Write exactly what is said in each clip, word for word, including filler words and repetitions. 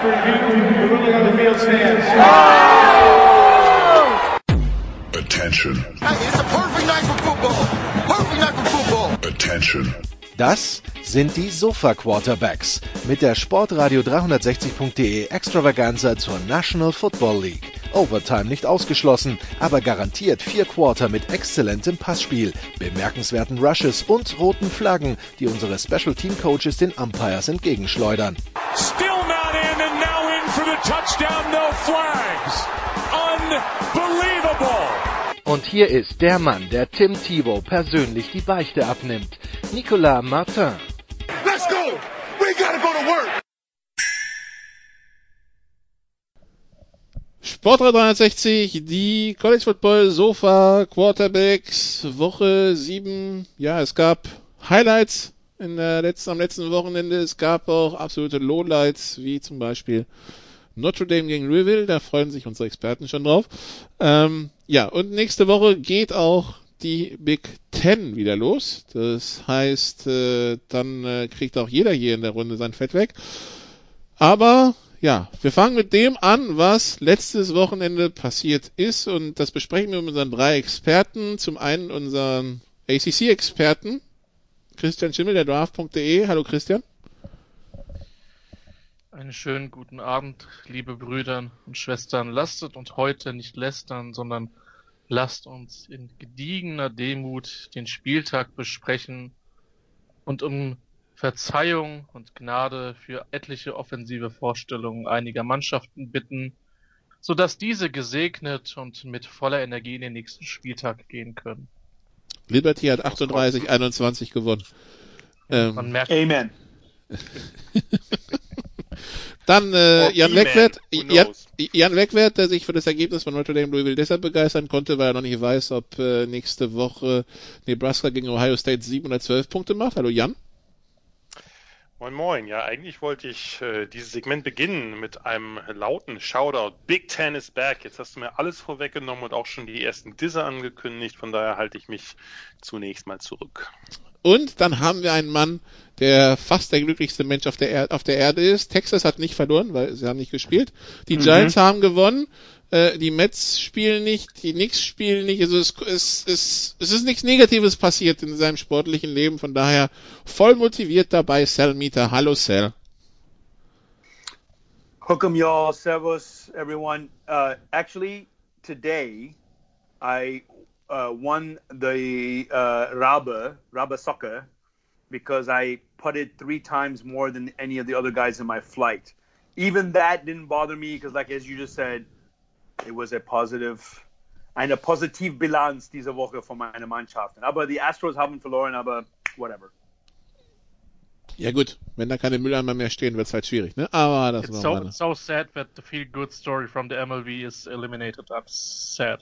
Attention. Hey, it's a perfect night for football. Perfect night for football. Attention. Das sind die Sofa-Quarterbacks mit der Sportradio dreihundertsechzig Punkt de Extravaganza zur National Football League. Overtime nicht ausgeschlossen, aber garantiert vier Quarter mit exzellentem Passspiel, bemerkenswerten Rushes und roten Flaggen, die unsere Special Team Coaches den Umpires entgegenschleudern. Still not in and now in for the touchdown, no flags. Unbelievable. Und hier ist der Mann, der Tim Tebow persönlich die Beichte abnimmt. Nicolas Martin. Let's go. We gotta go to work. Sportradio dreihundertsechzig, die College Football Sofa Quarterbacks Woche sieben. Ja, es gab Highlights in der letzten, am letzten Wochenende. Es gab auch absolute Lowlights, wie zum Beispiel Notre Dame gegen Louisville. Da freuen sich unsere Experten schon drauf. Ähm, ja, und nächste Woche geht auch die Big Ten wieder los. Das heißt, äh, dann äh, kriegt auch jeder hier in der Runde sein Fett weg. Aber ja, wir fangen mit dem an, was letztes Wochenende passiert ist, und das besprechen wir mit unseren drei Experten. Zum einen unseren A C C-Experten, Christian Schimmel, der draft punkt de. Hallo Christian. Einen schönen guten Abend, liebe Brüder und Schwestern. Lasst uns heute nicht lästern, sondern lasst uns in gediegener Demut den Spieltag besprechen und um Verzeihung und Gnade für etliche offensive Vorstellungen einiger Mannschaften bitten, sodass diese gesegnet und mit voller Energie in den nächsten Spieltag gehen können. Liberty hat achtunddreißig einundzwanzig gewonnen. Ähm. Man merkt. Amen. Dann äh, oh, Jan Amen. Wegwert, Jan, Jan Wegwert, der sich für das Ergebnis von Notre Dame Louisville deshalb begeistern konnte, weil er noch nicht weiß, ob äh, nächste Woche Nebraska gegen Ohio State siebenhundertzwölf Punkte macht. Hallo Jan. Moin Moin, ja, eigentlich wollte ich äh, dieses Segment beginnen mit einem lauten Shoutout. Big Ten is back. Jetzt hast du mir alles vorweggenommen und auch schon die ersten Disse angekündigt. Von daher halte ich mich zunächst mal zurück. Und dann haben wir einen Mann, der fast der glücklichste Mensch auf der, er- auf der Erde ist. Texas hat nicht verloren, weil sie haben nicht gespielt. Die Mhm. Giants haben gewonnen. Äh, die Mets spielen nicht, die Knicks spielen nicht. Also es, es, es, es ist nichts Negatives passiert in seinem sportlichen Leben. Von daher voll motiviert dabei Sal Mieter. Hallo Sal. Hook 'em, y'all. Servus, everyone. Uh, actually, today I uh, won the uh, Rabe, Rabe soccer, because I putted three times more than any of the other guys in my flight. Even that didn't bother me because, like as you just said, it was a positive, eine Positivbilanz diese Woche von meiner Mannschaft. Aber die Astros haben verloren, aber whatever. Ja gut, wenn da keine Mülleimer mehr stehen, wird's halt schwierig, ne? Aber das It's ist so, noch it's so sad that the feel-good story from the M L B is eliminated. I'm sad.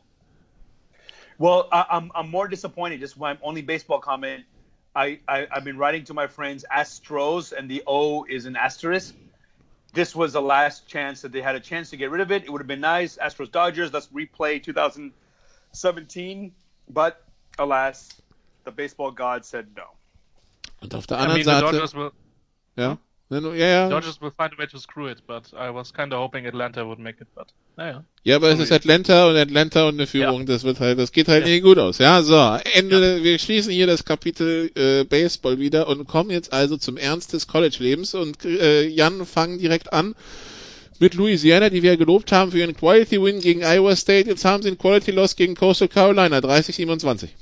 Well, I, I'm I'm more disappointed. Just my only baseball comment. I, I I've been writing to my friends Astros, and the O is an asterisk. This was the last chance that they had a chance to get rid of it. It would have been nice. Astros Dodgers. Let's replay two thousand seventeen. But alas, the baseball god said no. Und auf der I anderen mean, the Seite, Dodgers will, ja, ja, ja, Dodgers will find a way to screw it, but I was kind of hoping Atlanta would make it, but naja. ja, aber es ist Atlanta und Atlanta und eine Führung, Ja. das wird halt, das geht halt Ja. nicht gut aus. Ja, so, Ende, wir schließen hier das Kapitel äh, Baseball wieder und kommen jetzt also zum Ernst des College-Lebens und äh, Jan, fangen direkt an mit Louisiana, die wir gelobt haben für ihren Quality-Win gegen Iowa State. Jetzt haben sie einen Quality-Loss gegen Coastal Carolina, dreißig siebenundzwanzig.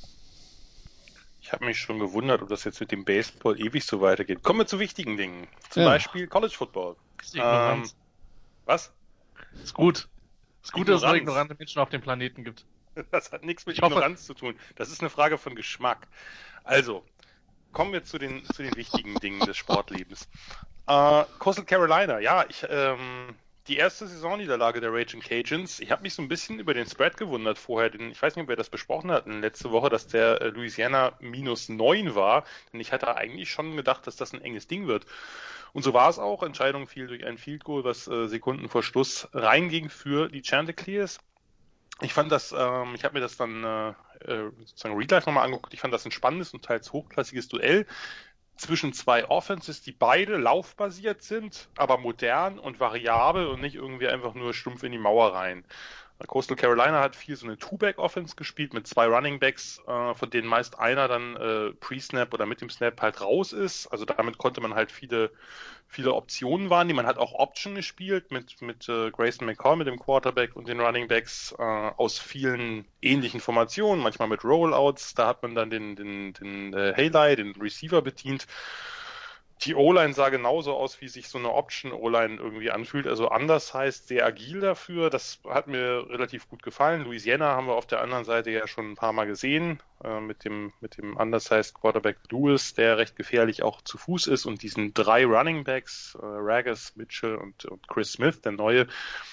Ich habe mich schon gewundert, ob das jetzt mit dem Baseball ewig so weitergeht. Kommen wir zu wichtigen Dingen. Zum Ja. Beispiel College Football. Ist Ignoranz. Ähm, was? Ist gut. Ist gut, dass es nur Ignoranz. ignorante Menschen auf dem Planeten gibt. Das hat nichts mit Ich hoffe- Ignoranz zu tun. Das ist eine Frage von Geschmack. Also, kommen wir zu den, zu den wichtigen Dingen des Sportlebens. Äh, Coastal Carolina, ja, ich, ähm, die erste Saisonniederlage der Raging Cajuns. Ich habe mich so ein bisschen über den Spread gewundert vorher, denn ich weiß nicht, ob wir das besprochen hatten letzte Woche, dass der äh, Louisiana minus neun war, denn ich hatte eigentlich schon gedacht, dass das ein enges Ding wird. Und so war es auch. Entscheidung fiel durch ein Field Goal, was äh, Sekunden vor Schluss reinging für die Chanticleers. Ich fand das, ähm, ich habe mir das dann äh, äh, sozusagen Real Life nochmal angeguckt, ich fand das ein spannendes und teils hochklassiges Duell. zwischen zwei Offenses, die beide laufbasiert sind, aber modern und variabel und nicht irgendwie einfach nur stumpf in die Mauer rein. Coastal Carolina hat viel so eine Two-Back-Offense gespielt mit zwei Running-Backs, äh, von denen meist einer dann äh, Pre-Snap oder mit dem Snap halt raus ist. Also damit konnte man halt viele, viele Optionen wahrnehmen. Man hat auch Option gespielt mit, mit äh, Grayson McCall, mit dem Quarterback und den Running-Backs äh, aus vielen ähnlichen Formationen, manchmal mit Rollouts. Da hat man dann den, den, den äh, Haley, den Receiver bedient. Die O-Line sah genauso aus, wie sich so eine Option-O-Line irgendwie anfühlt. Also anders heißt sehr agil dafür. Das hat mir relativ gut gefallen. Louisiana haben wir auf der anderen Seite ja schon ein paar Mal gesehen. Äh, mit dem, mit dem undersized Quarterback Lewis, der recht gefährlich auch zu Fuß ist. Und diesen drei Running Backs, äh, Ragas, Mitchell und, und Chris Smith, der neue.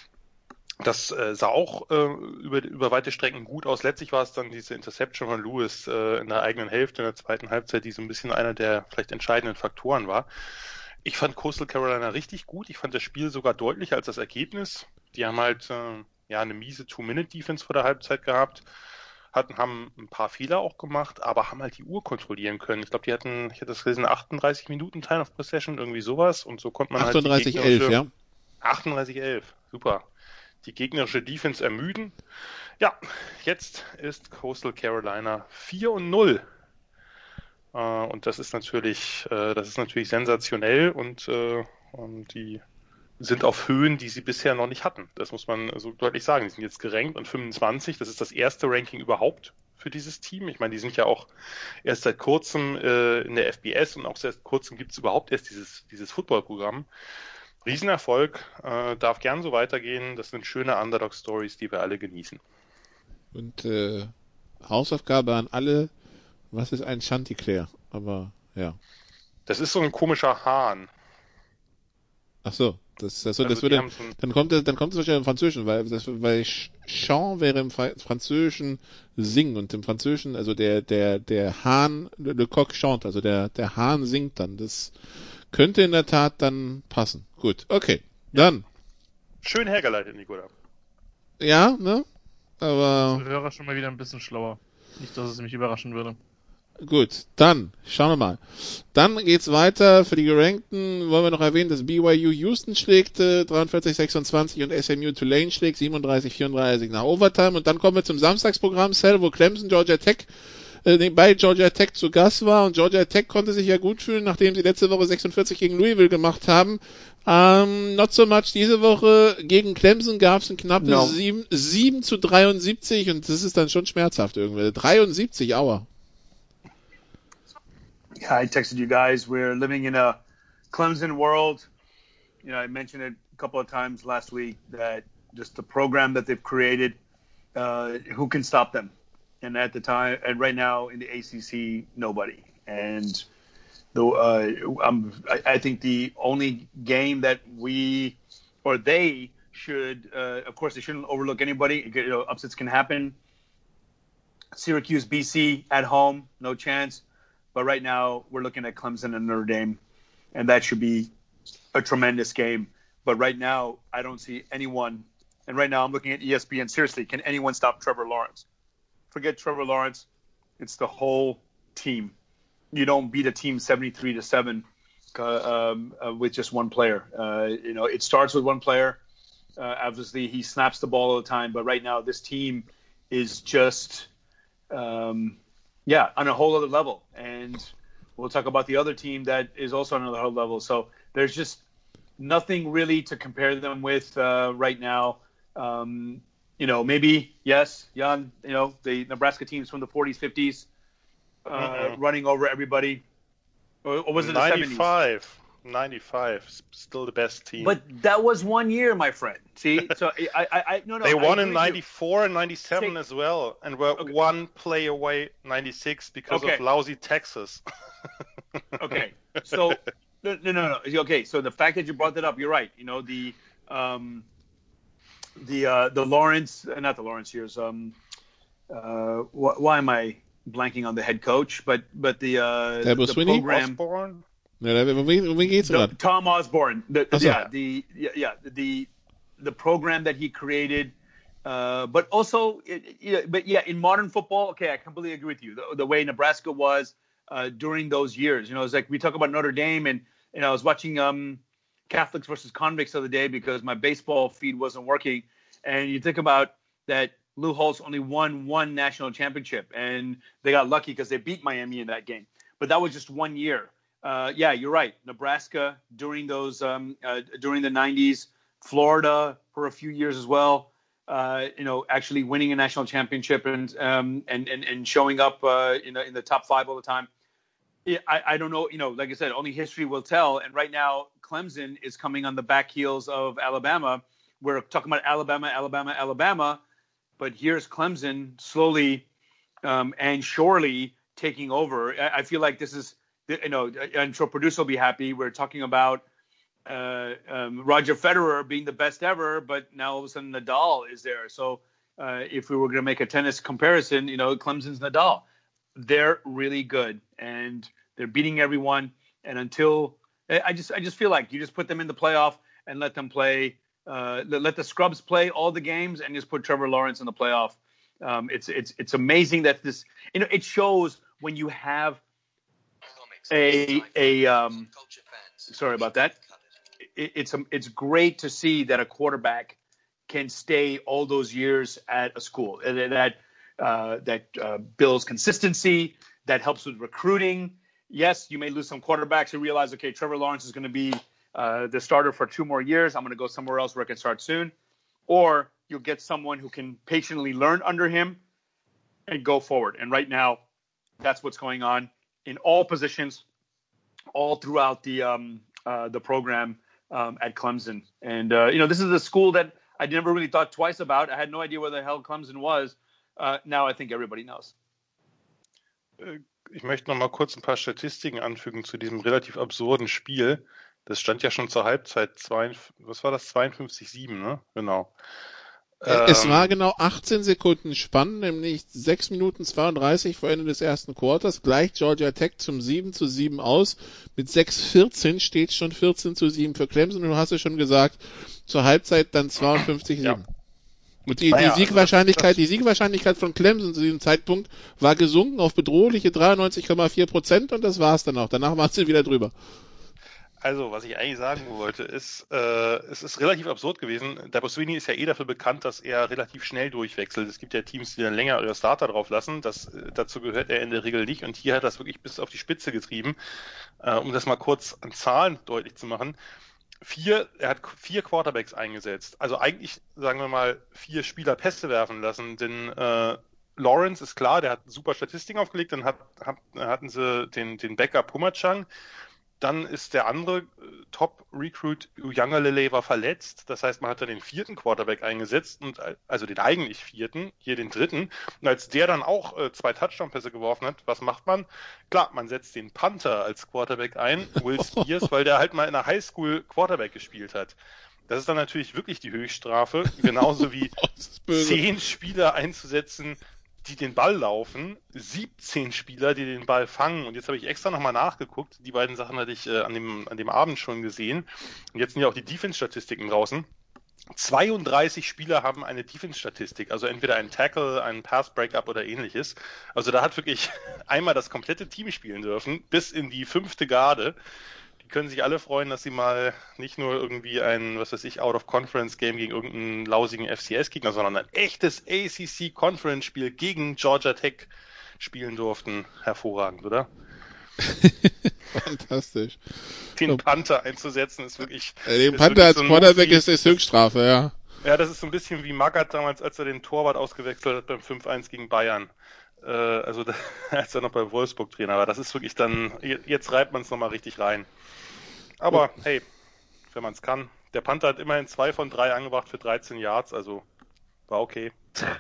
Das äh, sah auch äh, über, über weite Strecken gut aus. Letztlich war es dann diese Interception von Lewis äh, in der eigenen Hälfte, in der zweiten Halbzeit, die so ein bisschen einer der vielleicht entscheidenden Faktoren war. Ich fand Coastal Carolina richtig gut. Ich fand das Spiel sogar deutlicher als das Ergebnis. Die haben halt äh, ja eine miese Two-Minute-Defense vor der Halbzeit gehabt, hatten, haben ein paar Fehler auch gemacht, aber haben halt die Uhr kontrollieren können. Ich glaube, die hatten, ich hatte das gelesen, achtunddreißig Minuten Time of Possession, irgendwie sowas. Und so konnte man achtunddreißig halt die elf, ja. achtunddreißig elf, super. Die gegnerische Defense ermüden. Ja, jetzt ist Coastal Carolina vier und null. Äh, und das ist natürlich, äh, das ist natürlich sensationell und, äh, und die sind auf Höhen, die sie bisher noch nicht hatten. Das muss man so deutlich sagen. Die sind jetzt gerankt und fünfundzwanzig. Das ist das erste Ranking überhaupt für dieses Team. Ich meine, die sind ja auch erst seit kurzem äh, in der F B S und auch seit kurzem gibt es überhaupt erst dieses, dieses Football-Programm. Riesenerfolg, äh, darf gern so weitergehen. Das sind schöne Underdog-Stories, die wir alle genießen. Und äh, Hausaufgabe an alle, was ist ein Chanticleer? Aber ja. Das ist so ein komischer Hahn. Ach so, das, das, so, Also das würde, so ein... dann kommt es, dann kommt es wahrscheinlich im Französischen, weil das, weil Chant wäre im Französischen singen und im Französischen, also der, der, der Hahn, le, le coq chante, also der, der Hahn singt dann. Das könnte in der Tat dann passen. Gut, okay, dann. Schön hergeleitet, Nicola. Ja, ne? Aber. Der Hörer schon mal wieder ein bisschen schlauer. Nicht, dass es mich überraschen würde. Gut, dann schauen wir mal. Dann geht's weiter. Für die Gerankten wollen wir noch erwähnen, dass B Y U Houston schlägt äh, dreiundvierzig sechsundzwanzig und S M U Tulane schlägt siebenunddreißig vierunddreißig nach Overtime. Und dann kommen wir zum Samstagsprogramm, Cell, wo Clemson Georgia Tech äh, bei Georgia Tech zu Gast war. Und Georgia Tech konnte sich ja gut fühlen, nachdem sie letzte Woche sechsundvierzig gegen Louisville gemacht haben. Ähm, not so much diese Woche. Gegen Clemson gab es ein knappes No. sieben zu dreiundsiebzig und das ist dann schon schmerzhaft irgendwie. dreiundsiebzig, aua. I texted you guys. We're living in a Clemson world. You know, I mentioned it a couple of times last week that just the program that they've created, uh, who can stop them? And at the time, and right now in the A C C, nobody. And the uh, I'm, I, I think the only game that we or they should, uh, of course, they shouldn't overlook anybody. You know, upsets can happen. Syracuse, B C at home, no chance. But right now, we're looking at Clemson and Notre Dame, and that should be a tremendous game. But right now, I don't see anyone. And right now, I'm looking at E S P N. Seriously, can anyone stop Trevor Lawrence? Forget Trevor Lawrence. It's the whole team. You don't beat a team seventy-three to seven uh, um, uh, with just one player. Uh, you know, it starts with one player. Uh, obviously, he snaps the ball all the time. But right now, this team is just um, – yeah, on a whole other level. And we'll talk about the other team that is also on another level. So there's just nothing really to compare them with uh, right now. Um, you know, maybe, yes, Jan, you know, the Nebraska teams from the forties, fifties, uh, mm-hmm. running over everybody. Or, or was it the seventies? ninety-five. ninety-five, still the best team. But that was one year, my friend. See, so I, I, I no, no. They won I in ninety-four and ninety-seven Say, as well, and were okay. one play away ninety-six because okay. of lousy Texas. Okay, so no, no, no, no. Okay, so the fact that you brought that up, you're right. You know the, um, the uh, the Lawrence, uh, not the Lawrence years. Um, uh, wh- why am I blanking on the head coach? But but the uh, the Sweeney? program. Osborne? Ja, wie, wie geht's No, gerade? Tom Osborne. The, Ach so. yeah, the yeah, yeah the the program that he created, uh, but also, it, you know, but yeah, in modern football, okay, I completely agree with you. The, the way Nebraska was, uh, during those years. You know, it's like we talk about Notre Dame, and you know, I was watching um, Catholics versus Convicts the other day because my baseball feed wasn't working, and you think about that. Lou Holtz only won one national championship, and they got lucky because they beat Miami in that game. But that was just one year. Uh, yeah, you're right. Nebraska during those um, uh, during the nineties, Florida for a few years as well. Uh, you know, actually winning a national championship and um, and, and and showing up uh, in the in the top five all the time. Yeah, I, I don't know. You know, like I said, only history will tell. And right now, Clemson is coming on the back heels of Alabama. We're talking about Alabama, Alabama, Alabama. But here's Clemson slowly um, and surely taking over. I, I feel like this is, you know, I'm sure producer will be happy. We're talking about uh, um, Roger Federer being the best ever, but now all of a sudden Nadal is there. So uh, if we were going to make a tennis comparison, you know, Clemson's Nadal. They're really good and they're beating everyone. And until I just, I just feel like you just put them in the playoff and let them play. Uh, let the scrubs play all the games and just put Trevor Lawrence in the playoff. Um, it's it's it's amazing that this, you know, it shows when you have a a um, sorry about that. It, it's um, it's great to see that a quarterback can stay all those years at a school, and that uh, that uh, builds consistency, that helps with recruiting. Yes, you may lose some quarterbacks and realize, okay, Trevor Lawrence is going to be Uh, the starter for two more years. I'm going to go somewhere else where I can start soon. Or you'll get someone who can patiently learn under him and go forward. And right now, that's what's going on in all positions, all throughout the um, uh, the program um, at Clemson. And, uh, you know, this is a school that I never really thought twice about. I had no idea where the hell Clemson was. Uh, now I think everybody knows. Ich möchte noch mal kurz ein paar Statistiken anfügen zu diesem relativ absurden Spiel. Das stand ja schon zur Halbzeit, zwei, was war das, zweiundfünfzig sieben, ne? Genau. Es ähm, war genau achtzehn Sekunden spannend, nämlich sechs Minuten zweiunddreißig vor Ende des ersten Quarters, gleicht Georgia Tech zum sieben zu sieben aus. Mit sechs vierzehn steht schon vierzehn zu sieben für Clemson. Und du hast ja schon gesagt, zur Halbzeit dann zweiundfünfzig sieben. Ja. Und die, naja, die Siegwahrscheinlichkeit, also das, die Siegwahrscheinlichkeit von Clemson zu diesem Zeitpunkt war gesunken auf bedrohliche dreiundneunzig Komma vier Prozent und das war's dann auch. Danach waren sie wieder drüber. Also, was ich eigentlich sagen wollte, ist, äh, es ist relativ absurd gewesen. Dabo Swinney ist ja eh dafür bekannt, dass er relativ schnell durchwechselt. Es gibt ja Teams, die dann länger ihre Starter drauf lassen. Das, dazu gehört er in der Regel nicht. Und hier hat er das wirklich bis auf die Spitze getrieben. Äh, um das mal kurz an Zahlen deutlich zu machen. Vier, er hat vier Quarterbacks eingesetzt. Also eigentlich, sagen wir mal, vier Spieler Pässe werfen lassen. Denn äh, Lawrence ist klar, der hat super Statistiken aufgelegt. Dann hat, hat, hatten sie den, den Backup Pumacang. Dann ist der andere äh, Top-Recruit Uiagalelei war verletzt. Das heißt, man hat dann den vierten Quarterback eingesetzt, und also den eigentlich vierten, hier den dritten. Und als der dann auch äh, zwei Touchdown-Pässe geworfen hat, was macht man? Klar, man setzt den Panther als Quarterback ein, Will Spears, weil der halt mal in der Highschool Quarterback gespielt hat. Das ist dann natürlich wirklich die Höchststrafe, genauso wie zehn Spieler einzusetzen, die den Ball laufen, siebzehn Spieler, die den Ball fangen. Und jetzt habe ich extra nochmal nachgeguckt. Die beiden Sachen hatte ich äh, an dem, an dem Abend schon gesehen. Und jetzt sind ja auch die Defense-Statistiken draußen. zweiunddreißig Spieler haben eine Defense-Statistik, also entweder einen Tackle, einen Pass-Breakup oder ähnliches. Also da hat wirklich einmal das komplette Team spielen dürfen, bis in die fünfte Garde. Können sich alle freuen, dass sie mal nicht nur irgendwie ein, was weiß ich, Out-of-Conference-Game gegen irgendeinen lausigen F C S-Gegner, sondern ein echtes A C C-Conference-Spiel gegen Georgia Tech spielen durften. Hervorragend, oder? Fantastisch. Den Panther einzusetzen ist wirklich... Den Panther als so Quarterback ist, ist Höchststrafe, ja. Ja, das ist so ein bisschen wie Magath damals, als er den Torwart ausgewechselt hat beim fünf eins gegen Bayern. Äh, also da, als er noch bei Wolfsburg Trainer war. Das ist wirklich dann... Jetzt reibt man es nochmal richtig rein. Aber hey, wenn man es kann. Der Panther hat immerhin zwei von drei angebracht für dreizehn Yards, also war okay.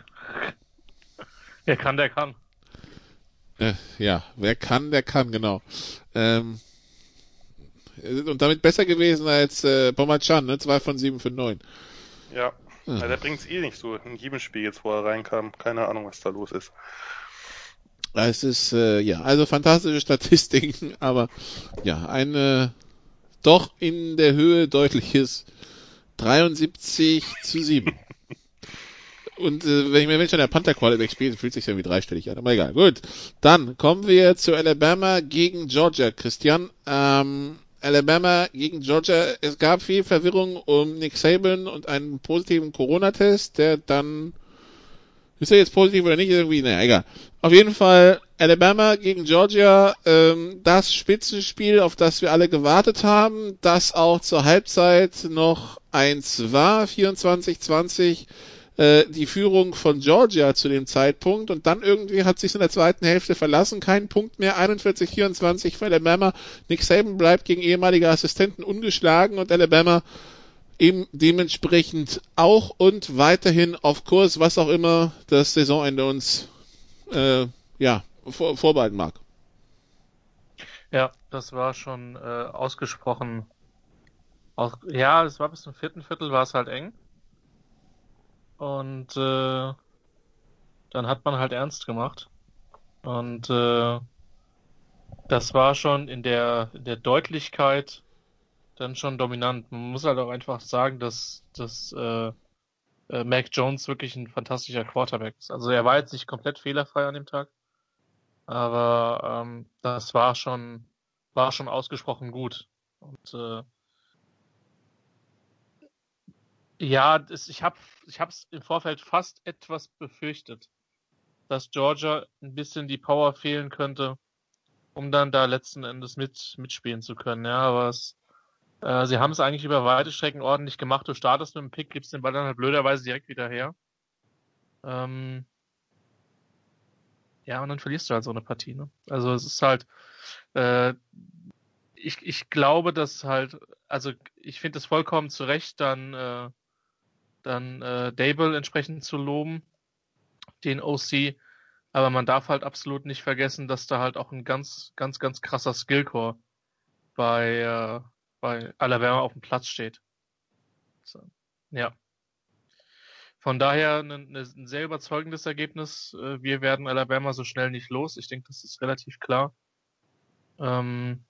Wer kann, der kann. Äh, ja, wer kann, der kann, genau. Ähm, und damit besser gewesen als äh, Pumacang, ne? Zwei von sieben für neun. Ja, hm. Ja, der bringt es eh nicht so in jedem Spiel jetzt, wo er reinkam. Keine Ahnung, was da los ist. Es ist, äh, ja, also fantastische Statistiken, aber ja, eine doch in der Höhe deutliches dreiundsiebzig zu sieben. Und äh, wenn ich mir wenn schon der Panther Quarterback spiele, fühlt sich irgendwie dreistellig an. Aber egal. Gut. Dann kommen wir zu Alabama gegen Georgia. Christian, ähm, Alabama gegen Georgia. Es gab viel Verwirrung um Nick Saban und einen positiven Corona-Test, der dann, ist er jetzt positiv oder nicht? Irgendwie, naja, egal. Auf jeden Fall Alabama gegen Georgia, ähm, das Spitzenspiel, auf das wir alle gewartet haben, das auch zur Halbzeit noch eins war, vierundzwanzig zwanzig, äh, die Führung von Georgia zu dem Zeitpunkt, und dann irgendwie hat sich in der zweiten Hälfte verlassen, kein Punkt mehr, einundvierzig vierundzwanzig für Alabama. Nick Saban bleibt gegen ehemalige Assistenten ungeschlagen und Alabama eben dementsprechend auch und weiterhin auf Kurs, was auch immer das Saisonende uns äh, ja, vor, vorbereiten mag. Ja, das war schon äh, ausgesprochen. Aus, ja, es war bis zum vierten Viertel war es halt eng. Und äh, dann hat man halt ernst gemacht. Und äh, das war schon in der, in der Deutlichkeit dann schon dominant. Man muss halt auch einfach sagen, dass, dass äh, äh, Mac Jones wirklich ein fantastischer Quarterback ist. Also er war jetzt nicht komplett fehlerfrei an dem Tag, aber ähm, das war schon war schon ausgesprochen gut. Und äh, ja, das, ich habe ich habe es im Vorfeld fast etwas befürchtet, dass Georgia ein bisschen die Power fehlen könnte, um dann da letzten Endes mit mitspielen zu können. Ja, aber es Äh, sie haben es eigentlich über weite Strecken ordentlich gemacht. Du startest mit dem Pick, gibst den Ball dann halt blöderweise direkt wieder her. Ähm, ja, und dann verlierst du halt so eine Partie. Ne? Also es ist halt, äh, ich, ich glaube, dass halt, also ich finde es vollkommen zu Recht, dann, äh, dann äh, Dable entsprechend zu loben, den O C. Aber man darf halt absolut nicht vergessen, dass da halt auch ein ganz, ganz, ganz krasser Skillcore bei äh, bei Alabama auf dem Platz steht. So. Ja. Von daher ein, ein sehr überzeugendes Ergebnis. Wir werden Alabama so schnell nicht los. Ich denke, das ist relativ klar. Ähm,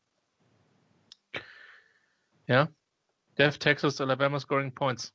ja. Dev Texas, Alabama scoring points.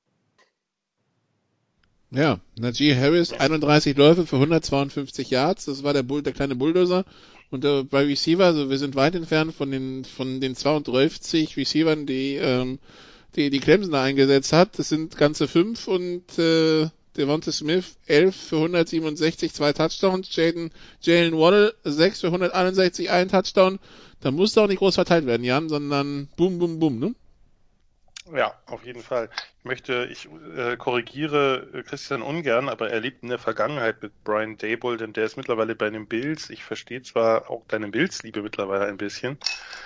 Ja, Najee Harris, einunddreißig Läufe für hundertzweiundfünfzig Yards. Das war der Bull, der kleine Bulldozer. Und äh, bei Receiver, also wir sind weit entfernt von den von den zweiunddreißig Receivern, die ähm, die die Clemson da eingesetzt hat. Das sind ganze fünf und äh, Devonta Smith elf für hundertsiebenundsechzig, zwei Touchdowns. Jaden Jalen Waddle sechs für hunderteinundsechzig, ein Touchdown. Da musste auch nicht groß verteilt werden, Jan, sondern boom, boom, boom, ne? Ja, auf jeden Fall. Ich möchte, ich äh, korrigiere Christian ungern, aber er lebt in der Vergangenheit mit Brian Daboll, denn der ist mittlerweile bei den Bills. Ich verstehe zwar auch deine Bills-Liebe mittlerweile ein bisschen.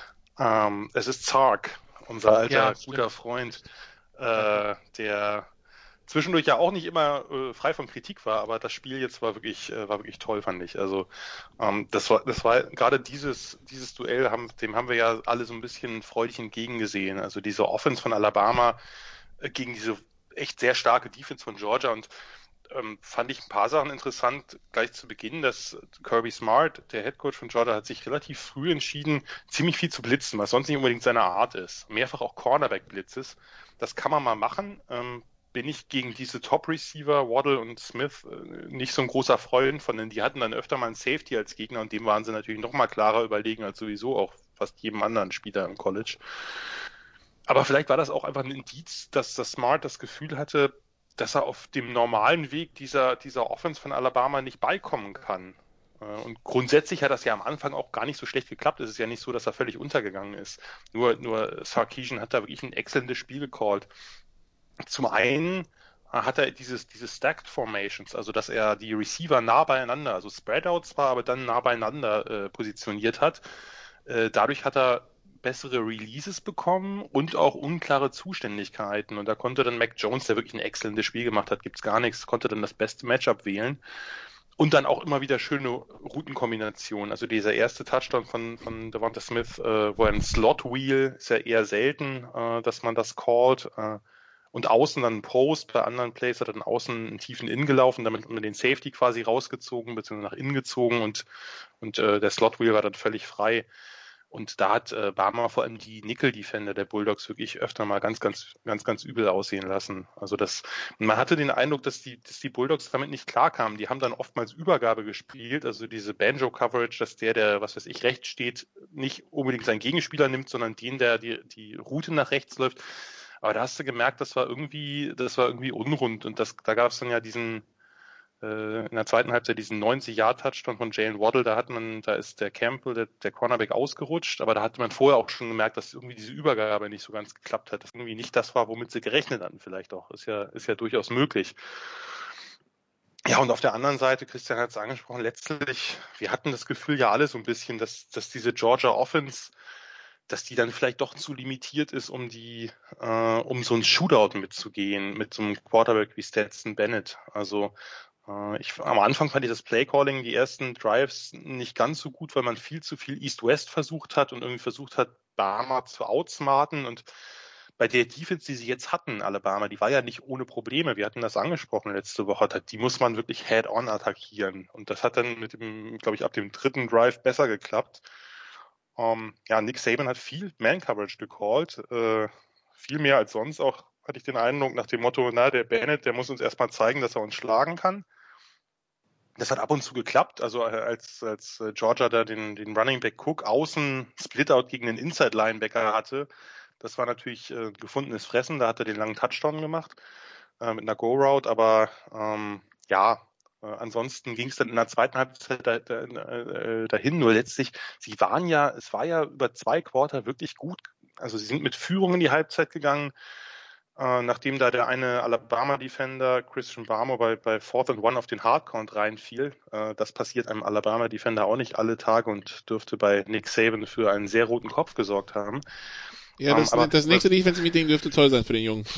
Ähm, es ist Zark, unser alter Ja, guter Freund, äh, der zwischendurch ja auch nicht immer äh, frei von Kritik war, aber das Spiel jetzt war wirklich äh, war wirklich toll, fand ich. Also ähm, das war das war gerade dieses dieses Duell, haben, dem haben wir ja alle so ein bisschen freudig entgegengesehen. Also diese Offense von Alabama äh, gegen diese echt sehr starke Defense von Georgia, und ähm, fand ich ein paar Sachen interessant gleich zu Beginn, dass Kirby Smart, der Headcoach von Georgia, hat sich relativ früh entschieden, ziemlich viel zu blitzen, was sonst nicht unbedingt seine Art ist. Mehrfach auch Cornerback-Blitzes. Das kann man mal machen. Ähm, bin ich gegen diese Top-Receiver, Waddle und Smith, nicht so ein großer Freund von, denn die hatten dann öfter mal einen Safety als Gegner und dem waren sie natürlich noch mal klarer überlegen als sowieso auch fast jedem anderen Spieler im College. Aber vielleicht war das auch einfach ein Indiz, dass das Smart das Gefühl hatte, dass er auf dem normalen Weg dieser, dieser Offense von Alabama nicht beikommen kann. Und grundsätzlich hat das ja am Anfang auch gar nicht so schlecht geklappt. Es ist ja nicht so, dass er völlig untergegangen ist. Nur, nur Sarkisian hat da wirklich ein exzellentes Spiel gecallt. Zum einen hat er dieses, diese Stacked Formations, also dass er die Receiver nah beieinander, also Spreadout zwar, aber dann nah beieinander äh, positioniert hat. Äh, dadurch hat er bessere Releases bekommen und auch unklare Zuständigkeiten. Und da konnte dann Mac Jones, der wirklich ein exzellentes Spiel gemacht hat, gibt's gar nichts, konnte dann das beste Matchup wählen. Und dann auch immer wieder schöne Routenkombinationen. Also dieser erste Touchdown von, von Devonta Smith, äh, wo er ein Slot-Wheel, ist ja eher selten, äh, dass man das callt. Äh, und außen dann ein Post, bei anderen Plays hat er dann außen einen tiefen In gelaufen, damit hat man den Safety quasi rausgezogen, beziehungsweise nach innen gezogen und, und äh, der Slot-Wheel war dann völlig frei. Und da hat äh, Bama vor allem die Nickel-Defender der Bulldogs wirklich öfter mal ganz, ganz, ganz, ganz übel aussehen lassen. Also das, man hatte den Eindruck, dass die, dass die Bulldogs damit nicht klarkamen. Die haben dann oftmals Übergabe gespielt, also diese Banjo-Coverage, dass der, der, was weiß ich, rechts steht, nicht unbedingt seinen Gegenspieler nimmt, sondern den, der die, die Route nach rechts läuft. Aber da hast du gemerkt, das war irgendwie, das war irgendwie unrund. Und das, da gab es dann ja diesen, in der zweiten Halbzeit diesen neunzig-Yard-Touchdown von Jalen Waddle, da hat man, da ist der Campbell, der, der Cornerback, ausgerutscht, aber da hatte man vorher auch schon gemerkt, dass irgendwie diese Übergabe nicht so ganz geklappt hat, dass irgendwie nicht das war, womit sie gerechnet hatten vielleicht auch. Ist ja, ist ja durchaus möglich. Ja, und auf der anderen Seite, Christian hat es angesprochen, letztlich, wir hatten das Gefühl ja alle so ein bisschen, dass, dass diese Georgia Offense, dass die dann vielleicht doch zu limitiert ist, um die, äh, um so ein Shootout mitzugehen, mit so einem Quarterback wie Stetson Bennett. Also, Ich, am Anfang fand ich das Playcalling, die ersten Drives, nicht ganz so gut, weil man viel zu viel East-West versucht hat und irgendwie versucht hat, Bama zu outsmarten. Und bei der Defense, die sie jetzt hatten, Alabama, die war ja nicht ohne Probleme. Wir hatten das angesprochen letzte Woche. Die muss man wirklich head-on attackieren. Und das hat dann mit dem, glaube ich, ab dem dritten Drive besser geklappt. Um, ja, Nick Saban hat viel Man-Coverage gecallt. Äh, viel mehr als sonst auch, hatte ich den Eindruck, nach dem Motto, na, der Bennett, der muss uns erstmal zeigen, dass er uns schlagen kann. Das hat ab und zu geklappt, also als, als Georgia da den, den Running Back Cook außen Split-Out gegen den Inside-Linebacker hatte, das war natürlich äh, gefundenes Fressen, da hat er den langen Touchdown gemacht äh, mit einer Go-Route, aber ähm, ja, äh, ansonsten ging es dann in der zweiten Halbzeit da, da, äh, dahin, nur letztlich, sie waren ja, es war ja über zwei Quarter wirklich gut, also sie sind mit Führung in die Halbzeit gegangen, Uh, nachdem da der eine Alabama-Defender, Christian Barmore, bei, bei Fourth and One auf den Hardcount reinfiel. Uh, das passiert einem Alabama-Defender auch nicht alle Tage und dürfte bei Nick Saban für einen sehr roten Kopf gesorgt haben. Ja, das, um, aber, das nächste Defense-Meeting dürfte toll sein für den Jungen.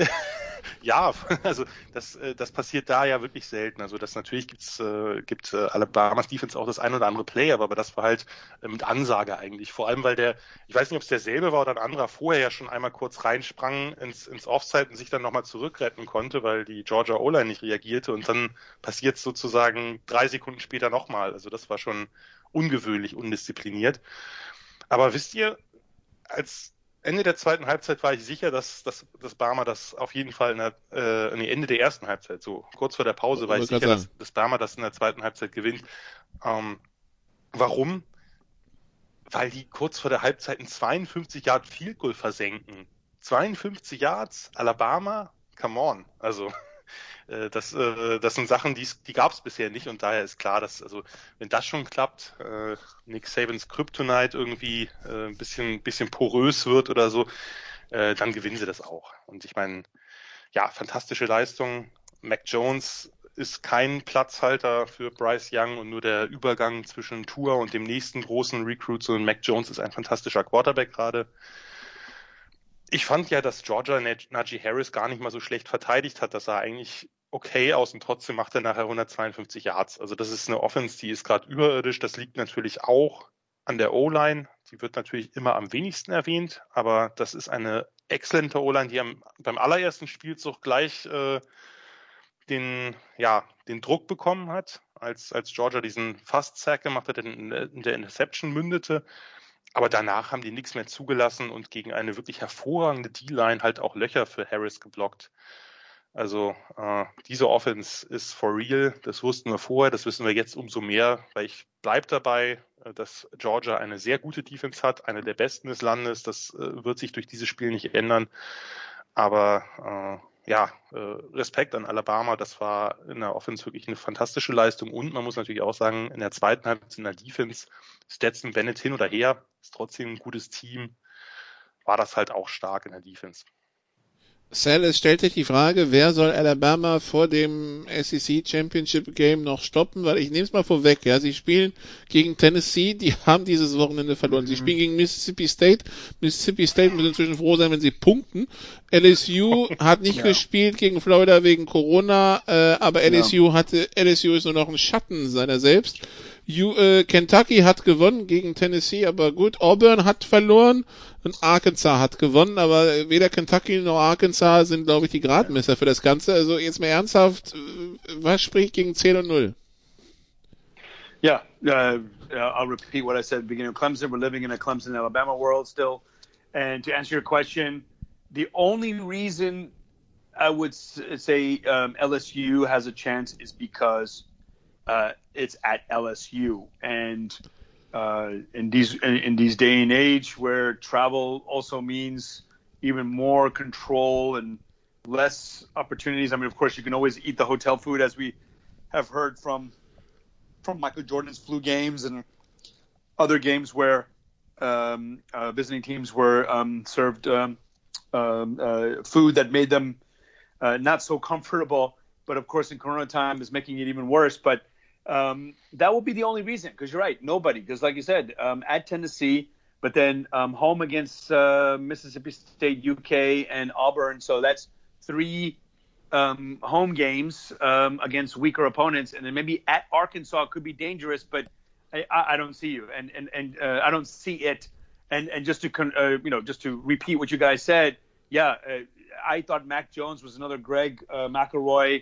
Ja, also das, das passiert da ja wirklich selten. Also das natürlich gibt's, äh, gibt äh, Alabamas Defense auch das ein oder andere Play, aber das war halt äh, mit Ansage eigentlich. Vor allem, weil der, ich weiß nicht, ob es derselbe war oder ein anderer, vorher ja schon einmal kurz reinsprang ins, ins Offside und sich dann nochmal zurückretten konnte, weil die Georgia O-Line nicht reagierte und dann passiert es sozusagen drei Sekunden später nochmal. Also das war schon ungewöhnlich undiszipliniert. Aber wisst ihr, als Ende der zweiten Halbzeit war ich sicher, dass, dass, dass Bama das auf jeden Fall in der, äh, nee, Ende der ersten Halbzeit, so kurz vor der Pause, war ich sicher, dass, dass Bama das in der zweiten Halbzeit gewinnt. Ähm, warum? Weil die kurz vor der Halbzeit ein zweiundfünfzig Yard Field Goal versenken. zweiundfünfzig Yards, Alabama, come on. Also äh, das, äh, das sind Sachen, die, die gab es bisher nicht und daher ist klar, dass, also wenn das schon klappt, äh, Nick Sabans Kryptonite irgendwie äh, ein bisschen, bisschen porös wird oder so, äh, dann gewinnen sie das auch. Und ich meine, ja, fantastische Leistung. Mac Jones ist kein Platzhalter für Bryce Young und nur der Übergang zwischen Tua und dem nächsten großen Recruit, sondern Mac Jones ist ein fantastischer Quarterback gerade. Ich fand ja, dass Georgia Najee Harris gar nicht mal so schlecht verteidigt hat. Das sah eigentlich okay aus und trotzdem macht er nachher hundertzweiundfünfzig Yards. Also das ist eine Offense, die ist gerade überirdisch. Das liegt natürlich auch an der O-Line. Die wird natürlich immer am wenigsten erwähnt, aber das ist eine exzellente O-Line, die am, beim allerersten Spielzug gleich äh, den, ja, den Druck bekommen hat, als, als Georgia diesen Fast-Sack gemacht hat, in, in der Interception mündete. Aber danach haben die nichts mehr zugelassen und gegen eine wirklich hervorragende D-Line halt auch Löcher für Harris geblockt. Also äh, diese Offense ist for real, das wussten wir vorher, das wissen wir jetzt umso mehr, weil ich bleibe dabei, dass Georgia eine sehr gute Defense hat, eine der besten des Landes, das äh, wird sich durch dieses Spiel nicht ändern. Aber äh, ja, äh, Respekt an Alabama, das war in der Offense wirklich eine fantastische Leistung und man muss natürlich auch sagen, in der zweiten Halbzeit in der Defense, Stetson Bennett hin oder her, ist trotzdem ein gutes Team, war das halt auch stark in der Defense. Sal, es stellt sich die Frage, wer soll Alabama vor dem S E C Championship Game noch stoppen? Weil ich nehme es mal vorweg, ja, sie spielen gegen Tennessee, die haben dieses Wochenende verloren. Mhm. Sie spielen gegen Mississippi State. Mississippi State muss inzwischen froh sein, wenn sie punkten. L S U hat nicht ja. gespielt gegen Florida wegen Corona, äh, aber L S U ja. hatte, L S U ist nur noch ein Schatten seiner selbst. U, äh, Kentucky hat gewonnen gegen Tennessee, aber gut, Auburn hat verloren und Arkansas hat gewonnen, aber weder Kentucky noch Arkansas sind, glaube ich, die Gradmesser für das Ganze. Also jetzt mal ernsthaft, was spricht gegen zehn und null? Yeah, uh, I'll repeat what I said at the beginning of Clemson. We're living in a Clemson, Alabama world still. And to answer your question, the only reason I would say um, L S U has a chance is because uh, it's at L S U. And uh, in these in, in these day and age where travel also means even more control and less opportunities. I mean, of course, you can always eat the hotel food, as we have heard from from Michael Jordan's flu games and other games where um, uh, visiting teams were um, served um, um, uh, food that made them uh, not so comfortable. But of course, in Corona time is making it even worse. But um, that will be the only reason, because you're right, nobody. Because like you said, um, at Tennessee, but then um, home against uh, Mississippi State, U K, and Auburn. So that's three um, home games um, against weaker opponents, and then maybe at Arkansas could be dangerous, but I, I don't see you, and and and uh, I don't see it. And and just to con- uh, you know, just to repeat what you guys said, yeah, uh, I thought Mac Jones was another Greg uh, McElroy,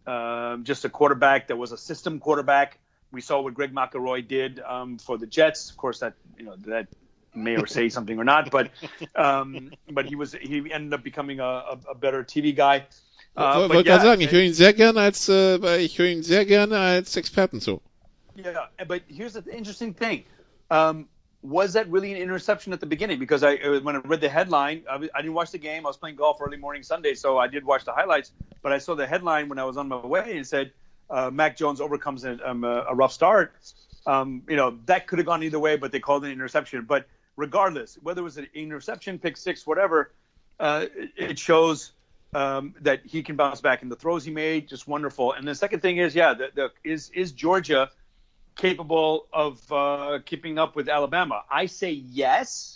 um, just a quarterback that was a system quarterback. We saw what Greg McElroy did um, for the Jets. Of course, that you know that may or say something or not, but um, but he was he ended up becoming a, a, a better T V guy. Uh, Wollte gerade sagen, ich höre ihn sehr gerne als äh, ich höre ihn sehr gerne als Experten zu. Yeah, but here's the interesting thing. Um, was that really an interception at the beginning? Because I, when I read the headline, I, I didn't watch the game. I was playing golf early morning Sunday, so I did watch the highlights. But I saw the headline when I was on my way and said, uh, Mac Jones overcomes a, um, a rough start. Um, you know, that could have gone either way, but they called it an interception. But regardless, whether it was an interception, pick six, whatever, uh, it shows um, that he can bounce back. And the throws he made, just wonderful. And the second thing is, yeah, the, the, is is Georgia capable of uh, keeping up with Alabama? I say yes,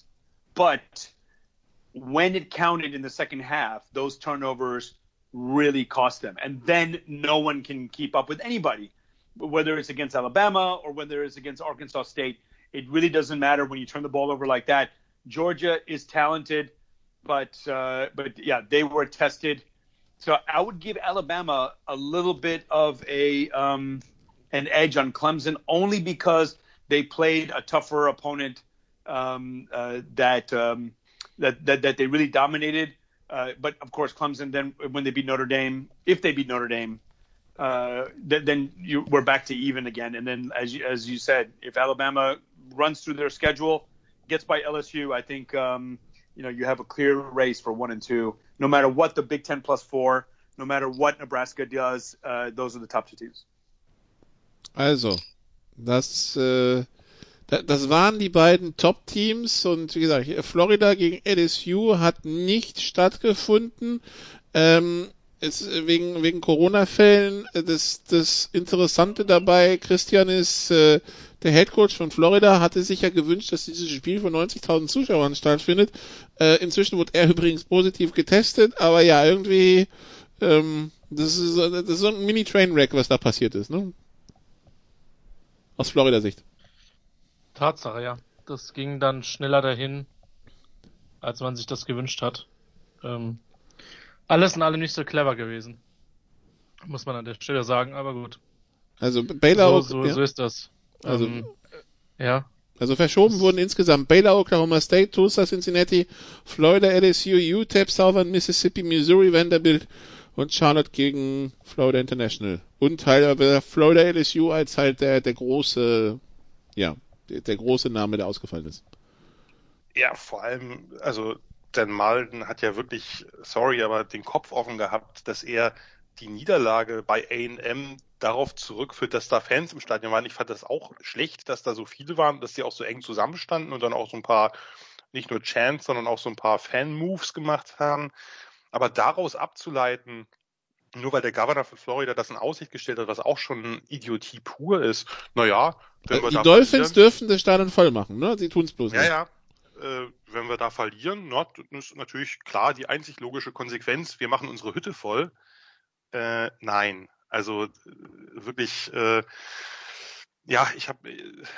but when it counted in the second half, those turnovers really cost them. And then no one can keep up with anybody, whether it's against Alabama or whether it's against Arkansas State. It really doesn't matter when you turn the ball over like that. Georgia is talented, but uh, but yeah, they were tested. So I would give Alabama a little bit of a um, an edge on Clemson, only because they played a tougher opponent um, uh, that, um, that that that they really dominated. Uh, but of course, Clemson then when they beat Notre Dame, if they beat Notre Dame, uh, then, then you, we're back to even again. And then as you, as you said, if Alabama runs through their schedule, gets by L S U, I think um, you know you have a clear race for one and two. No matter what the Big Ten plus four, no matter what Nebraska does, uh, those are the top two teams. Also, das, äh, das waren die beiden Top-Teams und wie gesagt, Florida gegen L S U hat nicht stattgefunden. Ähm, ist wegen, wegen Corona-Fällen. Das, das Interessante dabei, Christian, ist, äh, der Headcoach von Florida hatte sich ja gewünscht, dass dieses Spiel von neunzigtausend Zuschauern stattfindet. Äh, inzwischen wurde er übrigens positiv getestet, aber ja, irgendwie, ähm, das ist, das ist so ein Mini-Trainwreck, was da passiert ist, ne? Aus Florida-Sicht. Tatsache, ja. Das ging dann schneller dahin, als man sich das gewünscht hat. Ähm, alles in allem nicht so clever gewesen. Muss man an der Stelle sagen, aber gut. Also Baylor... So, so, ja. so ist das. Also, ähm, ja. Also verschoben wurden insgesamt Baylor, Oklahoma State, Tulsa, Cincinnati, Florida, L S U, U T E P, Southern Mississippi, Missouri, Vanderbilt und Charlotte gegen Florida International. Und halt Florida L S U als halt der, der große, ja, der, der große Name, der ausgefallen ist. Ja, vor allem, also Dan Mullen hat ja wirklich, sorry, aber den Kopf offen gehabt, dass er die Niederlage bei A und M darauf zurückführt, dass da Fans im Stadion waren. Ich fand das auch schlecht, dass da so viele waren, dass die auch so eng zusammenstanden und dann auch so ein paar, nicht nur Chants, sondern auch so ein paar Fan-Moves gemacht haben. Aber daraus abzuleiten, nur weil der Governor von Florida das in Aussicht gestellt hat, was auch schon Idiotie pur ist, naja, wenn wir die da Dolphins verlieren, dürfen das Stadion voll machen, ne? Sie tun es bloß ja, nicht. Ja, äh, wenn wir da verlieren, na, das ist natürlich klar die einzig logische Konsequenz, wir machen unsere Hütte voll. Äh, nein, also äh, wirklich, äh, ja, ich habe, äh,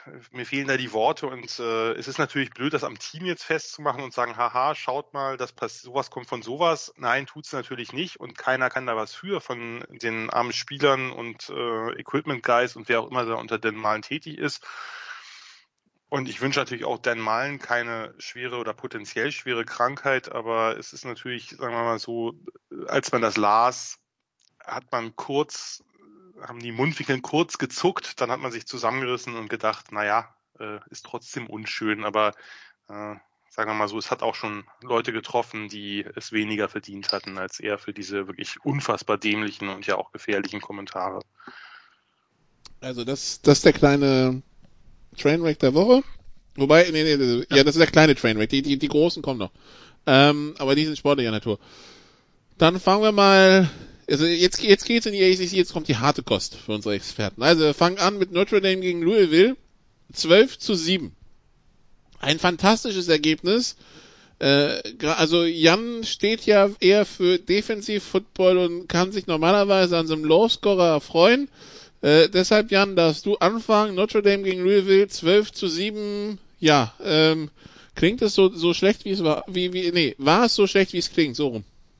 mir fehlen da die Worte und äh, es ist natürlich blöd, das am Team jetzt festzumachen und sagen, haha, schaut mal, das pass- sowas kommt von sowas. Nein, tut's natürlich nicht und keiner kann da was für von den armen Spielern und äh, Equipment Guys und wer auch immer da unter Dan Mullen tätig ist. Und ich wünsche natürlich auch Dan Mullen keine schwere oder potenziell schwere Krankheit, aber es ist natürlich, sagen wir mal so, als man das las, hat man kurz haben die Mundwinkeln kurz gezuckt, dann hat man sich zusammengerissen und gedacht, naja, äh, ist trotzdem unschön, aber äh, sagen wir mal so, es hat auch schon Leute getroffen, die es weniger verdient hatten, als er für diese wirklich unfassbar dämlichen und ja auch gefährlichen Kommentare. Also das, das ist der kleine Trainwreck der Woche. Wobei, nee, nee, nee ja, das ist der kleine Trainwreck, die, die, die großen kommen noch. Ähm, aber die sind sportlicher Natur. Dann fangen wir mal... Also jetzt, jetzt geht's in die A C C, jetzt kommt die harte Kost für unsere Experten. Also wir fangen an mit Notre Dame gegen Louisville. zwölf zu sieben. Ein fantastisches Ergebnis. Äh, also Jan steht ja eher für Defensiv-Football und kann sich normalerweise an so einem Low-Scorer erfreuen. Äh, deshalb, Jan, darfst du anfangen. Notre Dame gegen Louisville, zwölf zu sieben. Ja, ähm, klingt es so, so schlecht, wie es war? Wie, wie, nee, war es so schlecht, wie es klingt? So rum.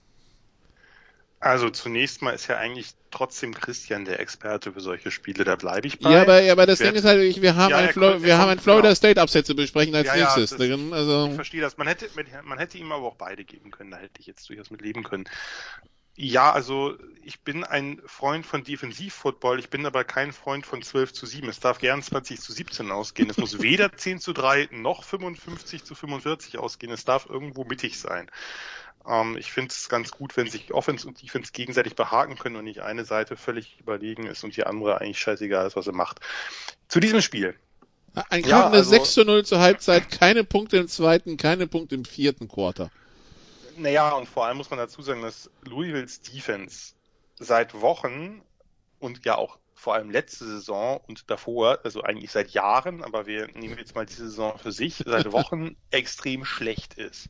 Also zunächst mal ist ja eigentlich trotzdem Christian der Experte für solche Spiele, da bleibe ich bei. Ja, aber, ja, aber das Ding ist halt, wir haben ja, ein, Flo- wir haben ein Florida genau. State Upset zu besprechen als ja, nächstes. Ja, drin, also. Ich verstehe das. Man hätte, man hätte ihm aber auch beide geben können, da hätte ich jetzt durchaus mit leben können. Ja, also ich bin ein Freund von Defensiv-Football, ich bin aber kein Freund von zwölf zu sieben. Es darf gern zwanzig zu siebzehn ausgehen. Es muss weder zehn zu drei noch fünfundfünfzig zu fünfundvierzig ausgehen. Es darf irgendwo mittig sein. Ähm, ich finde es ganz gut, wenn sich Offense und Defense gegenseitig behaken können und nicht eine Seite völlig überlegen ist und die andere eigentlich scheißegal ist, was sie macht. Zu diesem Spiel. Ein ja, also, sechs zu null zur Halbzeit, keine Punkte im zweiten, keine Punkte im vierten Quarter. Naja, und vor allem muss man dazu sagen, dass Louisvilles Defense seit Wochen und ja auch vor allem letzte Saison und davor, also eigentlich seit Jahren, aber wir nehmen jetzt mal diese Saison für sich, seit Wochen extrem schlecht ist.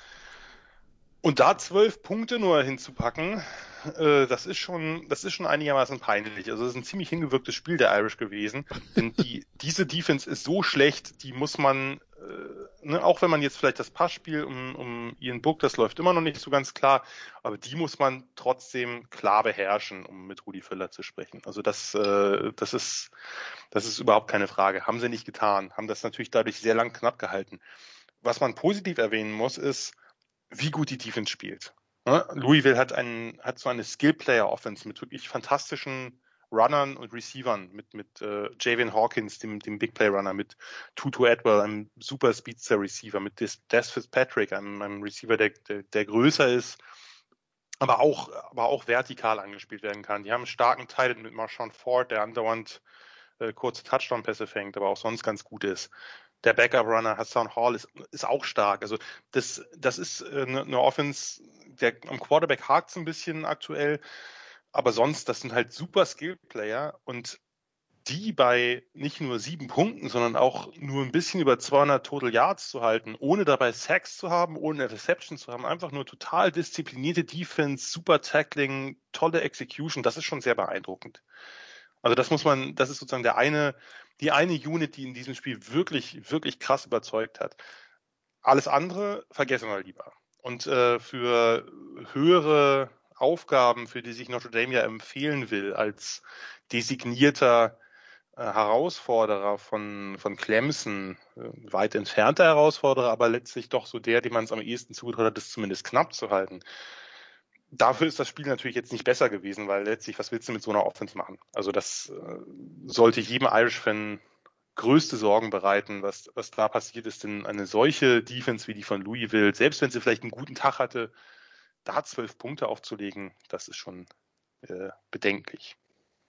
Und da zwölf Punkte nur hinzupacken, äh, das ist schon, das ist schon einigermaßen peinlich. Also das ist ein ziemlich hingewirktes Spiel der Irish gewesen, denn die, diese Defense ist so schlecht, die muss man, äh, ne, auch wenn man jetzt vielleicht das Passspiel um, um Ian Book, das läuft immer noch nicht so ganz klar, aber die muss man trotzdem klar beherrschen, um mit Rudi Völler zu sprechen. Also das, äh, das ist, das ist überhaupt keine Frage. Haben sie nicht getan, haben das natürlich dadurch sehr lang knapp gehalten. Was man positiv erwähnen muss, ist, wie gut die Defense spielt. Ja, Louisville hat einen, hat so eine Skill-Player-Offense mit wirklich fantastischen Runnern und Receivern, mit, mit äh, Javian Hawkins, dem, dem Big-Play-Runner, mit Tutu Atwell, einem super Speedster-Receiver, mit Des, Des Fitzpatrick, einem, einem Receiver, der, der, der größer ist, aber auch, aber auch vertikal angespielt werden kann. Die haben einen starken Tight End mit Marshawn Ford, der andauernd äh, kurze Touchdown-Pässe fängt, aber auch sonst ganz gut ist. Der Backup-Runner Hassan Hall ist, ist auch stark. Also das, das ist eine, eine Offense, der am Quarterback hakt es ein bisschen aktuell, aber sonst, das sind halt super Skill-Player und die bei nicht nur sieben Punkten, sondern auch nur ein bisschen über zweihundert Total Yards zu halten, ohne dabei Sacks zu haben, ohne eine Reception zu haben, einfach nur total disziplinierte Defense, super Tackling, tolle Execution, das ist schon sehr beeindruckend. Also das muss man, das ist sozusagen der eine, die eine Unit, die in diesem Spiel wirklich, wirklich krass überzeugt hat. Alles andere vergessen wir lieber. Und äh, für höhere Aufgaben, für die sich Notre Dame ja empfehlen will, als designierter äh, Herausforderer von, von Clemson, äh, weit entfernter Herausforderer, aber letztlich doch so der, dem man es am ehesten zugetraut hat, das zumindest knapp zu halten. Dafür ist das Spiel natürlich jetzt nicht besser gewesen, weil letztlich, was willst du mit so einer Offense machen? Also das äh, sollte jedem Irish-Fan größte Sorgen bereiten, was, was da passiert ist. Denn eine solche Defense wie die von Louisville, selbst wenn sie vielleicht einen guten Tag hatte, da zwölf Punkte aufzulegen, das ist schon äh, bedenklich.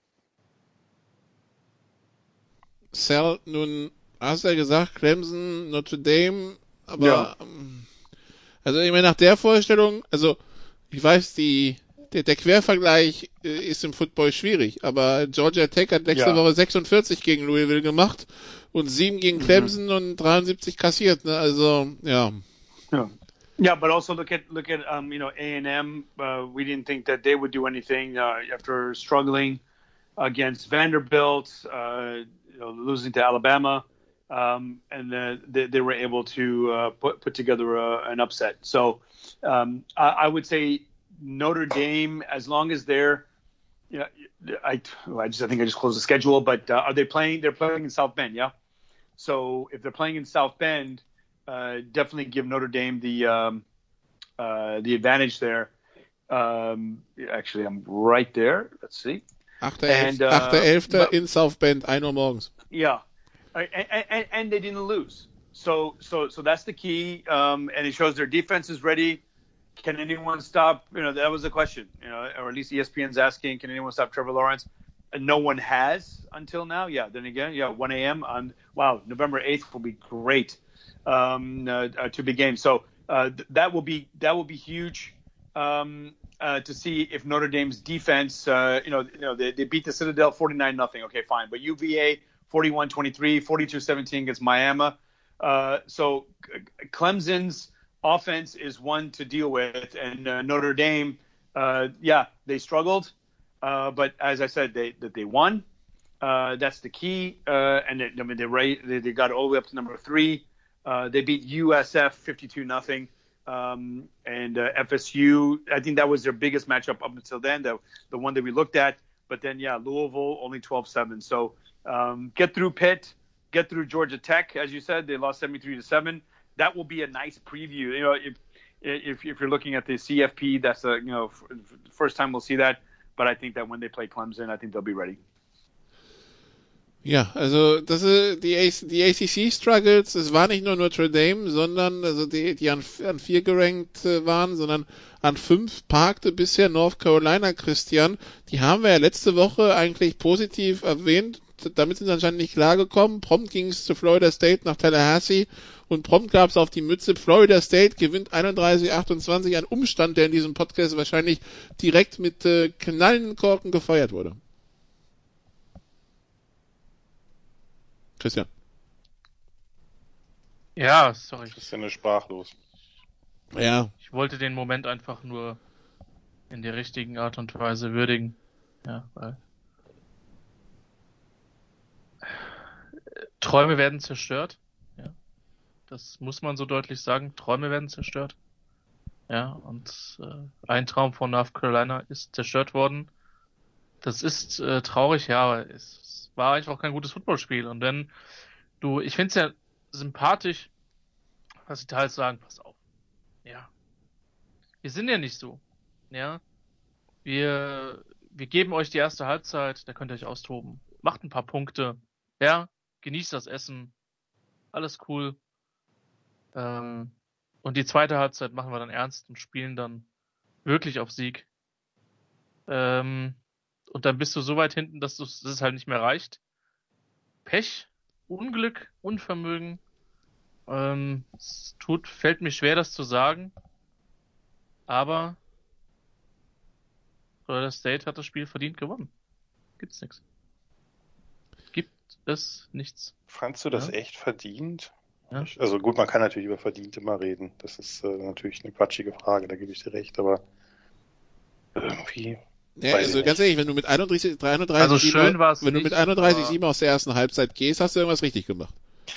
Sal, nun hast du ja gesagt, Clemson, Notre Dame, aber ja. Also ich meine, nach der Vorstellung, also ich weiß, die, der, der Quervergleich äh, ist im Football schwierig, aber Georgia Tech hat letzte ja. Woche sechsundvierzig gegen Louisville gemacht und sieben gegen Clemson mhm. und dreiundsiebzig kassiert, ne? Also, ja. Ja. Yeah, but also look at look at um, you know, A and M. Uh, we didn't think that they would do anything uh, after struggling against Vanderbilt, uh, you know, losing to Alabama. um, and uh, they, they were able to uh, put put together a, an upset. So um, I, I would say Notre Dame, as long as they're, you know, I I just I think I just closed the schedule, but uh, are they playing? They're playing in South Bend, yeah. So if they're playing in South Bend, uh, definitely give Notre Dame the um, uh, the advantage there. Um, actually, I'm right there. Let's see. achter elfter uh, in South Bend, ein Uhr morgens. Yeah, and, and, and they didn't lose. So so so that's the key, um, and it shows their defense is ready. Can anyone stop? You know, that was the question. You know, or at least E S P N's asking, can anyone stop Trevor Lawrence? And no one has until now. Yeah. Then again, yeah, one a.m. on wow, November eighth will be great um, uh, uh, to begin. So uh, th- that will be that will be huge. Um, uh, to see if Notre Dame's defense, uh, you know, you know, they, they beat the Citadel forty-nine nothing. Okay, fine. But U V A forty-one twenty-three, forty-two seventeen against Miami. Uh, so Clemson's offense is one to deal with, and uh, Notre Dame, uh, yeah, they struggled, uh, but as I said, they that they won. Uh, that's the key, uh, and they, I mean, they, they they got all the way up to number three. Uh, they beat U S F fifty-two nothing. Um, and uh, F S U, I think that was their biggest matchup up until then, the the one that we looked at. But then, yeah, Louisville only twelve seven. So um, get through Pitt, get through Georgia Tech, as you said, they lost seventy-three to seven. That will be a nice preview. You know, if if, if you're looking at the C F P, that's a you know f- f- first time we'll see that. But I think that when they play Clemson, I think they'll be ready. Ja, also das ist die, A- die A C C-Struggles, es war nicht nur Notre Dame, sondern also die, die an, an vier gerankt äh, waren, sondern an fünf parkte bisher North Carolina, Christian. Die haben wir ja letzte Woche eigentlich positiv erwähnt. Damit sind sie anscheinend nicht klargekommen. Prompt ging es zu Florida State nach Tallahassee und prompt gab es auf die Mütze. Florida State gewinnt einunddreißig achtundzwanzig, ein Umstand, der in diesem Podcast wahrscheinlich direkt mit äh, knallenden Korken gefeiert wurde. Christian. Ja, sorry. Christian ist sprachlos. Ja. Ich wollte den Moment einfach nur in der richtigen Art und Weise würdigen. Ja, weil Träume werden zerstört. Ja. Das muss man so deutlich sagen. Träume werden zerstört. Ja, und äh, ein Traum von North Carolina ist zerstört worden. Das ist äh, traurig, ja, aber es war einfach kein gutes Footballspiel. Und wenn du, ich finde es ja sympathisch, was die teils sagen, pass auf. Ja. Wir sind ja nicht so. Ja. Wir, wir geben euch die erste Halbzeit, da könnt ihr euch austoben. Macht ein paar Punkte. Ja. Genießt das Essen. Alles cool. Ähm, und die zweite Halbzeit machen wir dann ernst und spielen dann wirklich auf Sieg. Ähm, Und dann bist du so weit hinten, dass, dass es halt nicht mehr reicht. Pech, Unglück, Unvermögen. Ähm, es tut, fällt mir schwer, das zu sagen. Aber Florida State hat das Spiel verdient gewonnen. Gibt's nichts. Gibt es nichts. Fandst du das ja? echt verdient? Ja. Also gut, man kann natürlich über verdient immer reden. Das ist äh, natürlich eine quatschige Frage, da gebe ich dir recht. Aber irgendwie... Ja, also ganz ehrlich, wenn du mit einunddreißig, einunddreißig, also schön war's wenn du mit nicht, einunddreißig sieben aus der ersten Halbzeit gehst, hast du irgendwas richtig gemacht.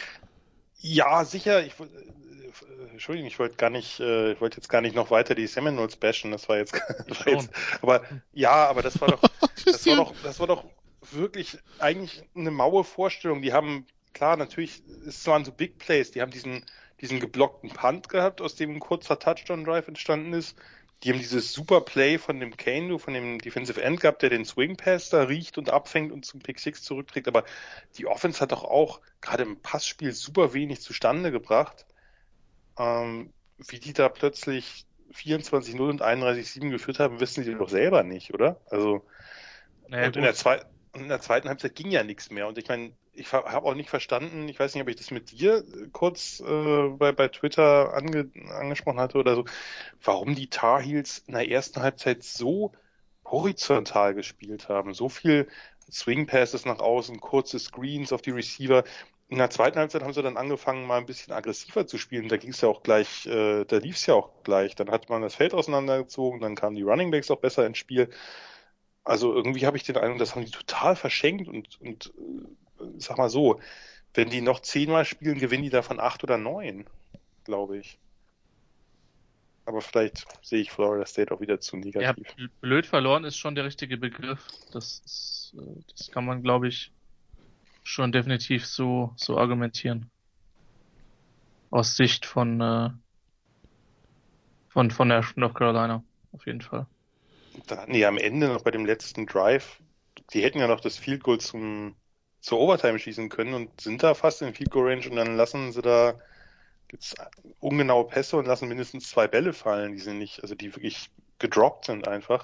Ja, sicher. Ich, äh, Entschuldigung, ich wollte gar nicht, äh, ich wollte jetzt gar nicht noch weiter die Seminoles bashen. Das war jetzt, das war jetzt aber ja, aber das war doch, das war doch, das war doch wirklich eigentlich eine maue Vorstellung. Die haben, klar, natürlich, es waren so Big Plays. Die haben diesen, diesen geblockten Punt gehabt, aus dem ein kurzer Touchdown Drive entstanden ist. Die haben dieses super Play von dem Kane, von dem Defensive End gehabt, der den Swing Pass da riecht und abfängt und zum Pick Six zurückträgt. Aber die Offense hat doch auch gerade im Passspiel super wenig zustande gebracht. Ähm, wie die da plötzlich vierundzwanzig null und einunddreißig sieben geführt haben, wissen die doch selber nicht, oder? Also, naja, und in der, zwei, in der zweiten Halbzeit ging ja nichts mehr. Und ich meine, ich habe auch nicht verstanden, ich weiß nicht, ob ich das mit dir kurz äh, bei, bei Twitter ange, angesprochen hatte oder so, warum die Tar Heels in der ersten Halbzeit so horizontal gespielt haben. So viel Swing Passes nach außen, kurze Screens auf die Receiver. In der zweiten Halbzeit haben sie dann angefangen, mal ein bisschen aggressiver zu spielen. Da ging es ja auch gleich, äh, da lief es ja auch gleich. Dann hat man das Feld auseinandergezogen, dann kamen die Running Backs auch besser ins Spiel. Also irgendwie habe ich den Eindruck, das haben die total verschenkt und, und sag mal so, wenn die noch zehnmal spielen, gewinnen die davon acht oder neun, glaube ich. Aber vielleicht sehe ich Florida State auch wieder zu negativ. Ja, blöd verloren ist schon der richtige Begriff. Das, ist, das kann man, glaube ich, schon definitiv so, so argumentieren. Aus Sicht von, äh, von, von der North Carolina. Auf jeden Fall. Da, nee, am Ende noch bei dem letzten Drive, die hätten ja noch das Field Goal zum, zur Overtime schießen können und sind da fast in Field Goal Range und dann lassen sie da gibt's ungenaue Pässe und lassen mindestens zwei Bälle fallen, die sind nicht, also die wirklich gedroppt sind einfach.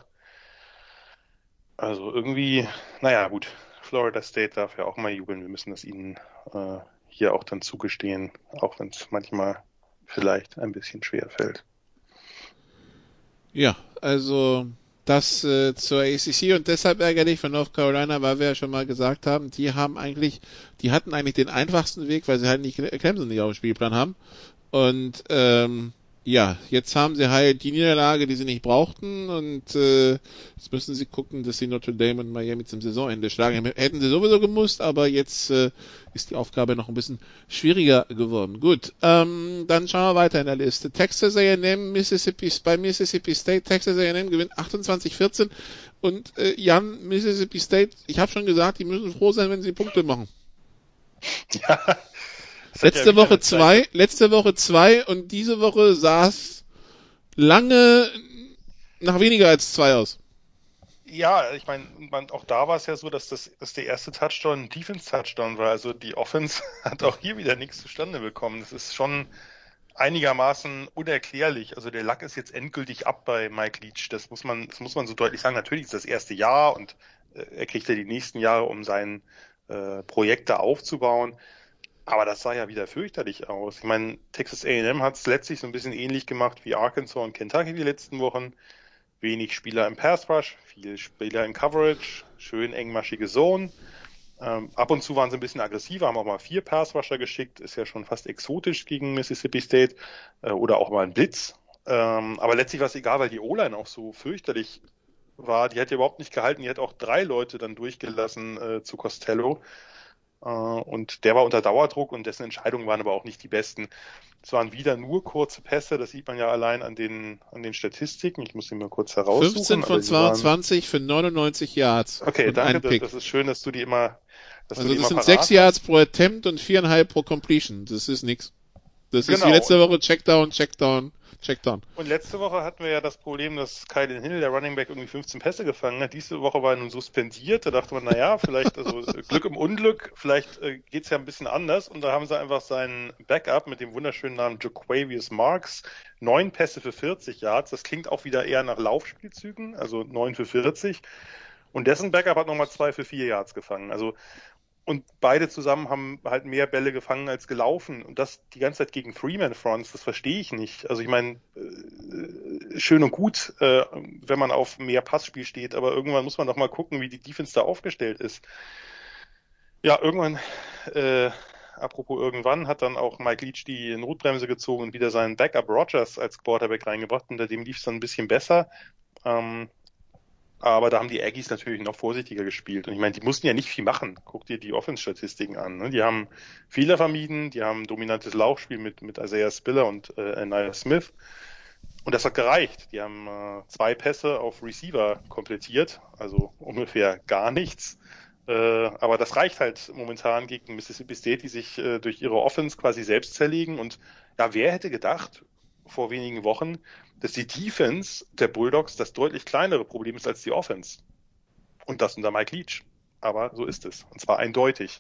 Also irgendwie, naja gut, Florida State darf ja auch mal jubeln, wir müssen das ihnen äh, hier auch dann zugestehen, auch wenn es manchmal vielleicht ein bisschen schwer fällt. Ja, also das äh, zur A C C und deshalb ärgerlich für North Carolina, weil wir ja schon mal gesagt haben, die haben eigentlich, die hatten eigentlich den einfachsten Weg, weil sie halt nicht Clemson nicht auf dem Spielplan haben. Und ähm, ja, jetzt haben sie halt die Niederlage, die sie nicht brauchten und äh, jetzt müssen sie gucken, dass sie Notre Dame und Miami zum Saisonende schlagen. Hätten sie sowieso gemusst, aber jetzt äh, ist die Aufgabe noch ein bisschen schwieriger geworden. Gut, ähm, dann schauen wir weiter in der Liste. Texas A and M, Mississippi, bei Mississippi State, Texas A and M gewinnt achtundzwanzig vierzehn und äh, Jan, Mississippi State, ich habe schon gesagt, die müssen froh sein, wenn sie Punkte machen. Ja. Letzte ja Woche zwei, letzte Woche zwei und diese Woche sah es lange nach weniger als zwei aus. Ja, ich meine, auch da war es ja so, dass das dass der erste Touchdown ein Defense-Touchdown war. Also die Offense hat auch hier wieder nichts zustande bekommen. Das ist schon einigermaßen unerklärlich. Also der Lack ist jetzt endgültig ab bei Mike Leach. Das muss man, das muss man so deutlich sagen. Natürlich ist das erste Jahr und äh, er kriegt ja die nächsten Jahre, um sein äh, Projekt da aufzubauen. Aber das sah ja wieder fürchterlich aus. Ich meine, Texas A and M hat es letztlich so ein bisschen ähnlich gemacht wie Arkansas und Kentucky die letzten Wochen. Wenig Spieler im Pass Rush, viele Spieler in Coverage, schön engmaschige Zone. Ähm, ab und zu waren sie ein bisschen aggressiver, haben auch mal vier Pass Rusher geschickt, ist ja schon fast exotisch gegen Mississippi State, äh, oder auch mal ein Blitz. Ähm, aber letztlich war es egal, weil die O-Line auch so fürchterlich war. Die hat ja überhaupt nicht gehalten, die hat auch drei Leute dann durchgelassen äh, zu Costello. Und der war unter Dauerdruck und dessen Entscheidungen waren aber auch nicht die besten. Es waren wieder nur kurze Pässe, das sieht man ja allein an den an den Statistiken. Ich muss sie mal kurz heraussuchen. fünfzehn von zweiundzwanzig waren... für neunundneunzig Yards. Okay, danke, das, das ist schön, dass du die immer dass Also du die das immer sind sechs Yards pro Attempt und viereinhalb pro Completion. Das ist nix. Das genau. ist wie letzte Woche Checkdown, Checkdown, Checkdown. Und letzte Woche hatten wir ja das Problem, dass Kylan Hill, der Running Back, irgendwie fünfzehn Pässe gefangen hat. Diese Woche war er nun suspendiert. Da dachte man, naja, vielleicht, also Glück im Unglück, vielleicht äh, geht's ja ein bisschen anders. Und da haben sie einfach seinen Backup mit dem wunderschönen Namen Jaquavius Marks. Neun Pässe für vierzig Yards. Das klingt auch wieder eher nach Laufspielzügen, also neun für vierzig. Und dessen Backup hat nochmal zwei für vier Yards gefangen. Also und beide zusammen haben halt mehr Bälle gefangen als gelaufen. Und das die ganze Zeit gegen Three-Man-Fronts, das verstehe ich nicht. Also ich meine, äh, schön und gut, äh, wenn man auf mehr Passspiel steht, aber irgendwann muss man doch mal gucken, wie die Defense da aufgestellt ist. Ja, irgendwann, äh, apropos irgendwann, hat dann auch Mike Leach die Notbremse gezogen und wieder seinen Backup Rogers als Quarterback reingebracht. Unter dem lief es dann ein bisschen besser. Ähm, Aber da haben die Aggies natürlich noch vorsichtiger gespielt. Und ich meine, die mussten ja nicht viel machen. Guck dir die Offense-Statistiken an. Ne? Die haben Fehler vermieden, die haben ein dominantes Laufspiel mit, mit Isaiah Spiller und äh, Anaya Smith. Und das hat gereicht. Die haben äh, zwei Pässe auf Receiver komplettiert, also ungefähr gar nichts. Äh, aber das reicht halt momentan gegen Mississippi State, die sich äh, durch ihre Offense quasi selbst zerlegen. Und ja, wer hätte gedacht vor wenigen Wochen, dass die Defense der Bulldogs das deutlich kleinere Problem ist als die Offense. Und das unter Mike Leach. Aber so ist es. Und zwar eindeutig.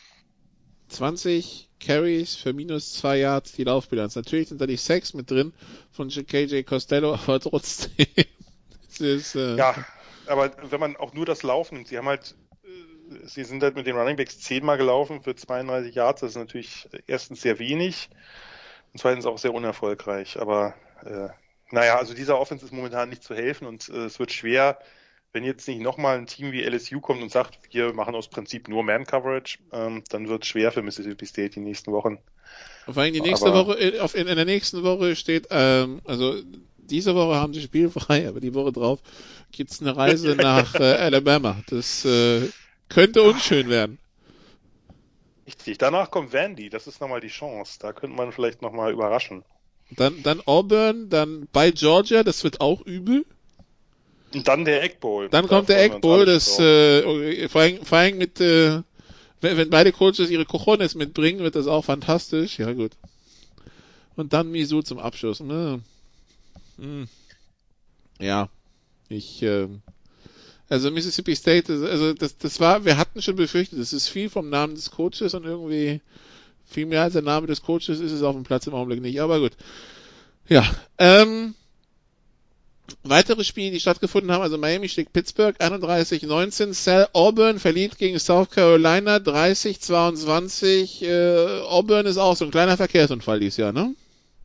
zwanzig Carries für minus zwei Yards die Laufbilanz. Natürlich sind da die Sacks mit drin von K J Costello, aber trotzdem. es ist, äh ja, aber wenn man auch nur das Laufen nimmt, sie haben halt, sie sind halt mit den Running Backs zehnmal gelaufen für zweiunddreißig Yards. Das ist natürlich erstens sehr wenig und zweitens auch sehr unerfolgreich. Aber äh, naja, also dieser Offense ist momentan nicht zu helfen und äh, es wird schwer, wenn jetzt nicht nochmal ein Team wie L S U kommt und sagt, wir machen aus Prinzip nur Man-Coverage, ähm, dann wird es schwer für Mississippi State die nächsten Wochen. Vor allem die nächste aber, Woche, auf, in, in der nächsten Woche steht, ähm, also diese Woche haben sie spielfrei, aber die Woche drauf gibt's eine Reise nach äh, Alabama. Das äh, könnte unschön werden. Richtig. Danach kommt Vandy. Das ist nochmal die Chance. Da könnte man vielleicht nochmal überraschen. Dann, dann Auburn, dann bei Georgia, das wird auch übel. Und dann der Egg Bowl. Dann da kommt der Egg Bowl, das äh, vor, allem, vor allem mit, äh, wenn, wenn beide Coaches ihre Cojones mitbringen, wird das auch fantastisch. Ja gut. Und dann Mizzou zum Abschluss. Ne? Hm. Ja, ich, äh, also Mississippi State, also das, das war, wir hatten schon befürchtet, das ist viel vom Namen des Coaches und irgendwie viel mehr als der Name des Coaches ist es auf dem Platz im Augenblick nicht. Aber gut. Ja, ähm, weitere Spiele, die stattgefunden haben, also Miami schlägt Pittsburgh einunddreißig neunzehn, Sal Auburn verliert gegen South Carolina dreißig zweiundzwanzig, äh, Auburn ist auch so ein kleiner Verkehrsunfall dieses Jahr, ne?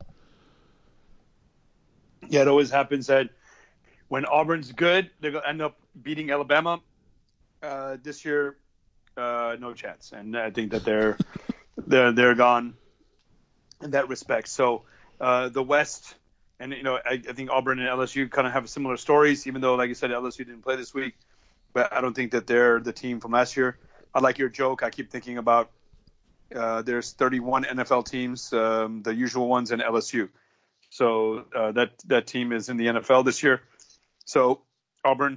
Yeah, it always happens that when Auburn's good, they're going to end up beating Alabama. Uh, this year, uh, no chance. And I think that they're they're they're gone in that respect. So uh, the West, and you know, I, I think Auburn and L S U kind of have similar stories. Even though, like you said, L S U didn't play this week, but I don't think that they're the team from last year. I like your joke. I keep thinking about uh, there's thirty-one N F L teams, um, the usual ones, and L S U. So uh, that that team is in the N F L this year. So Auburn,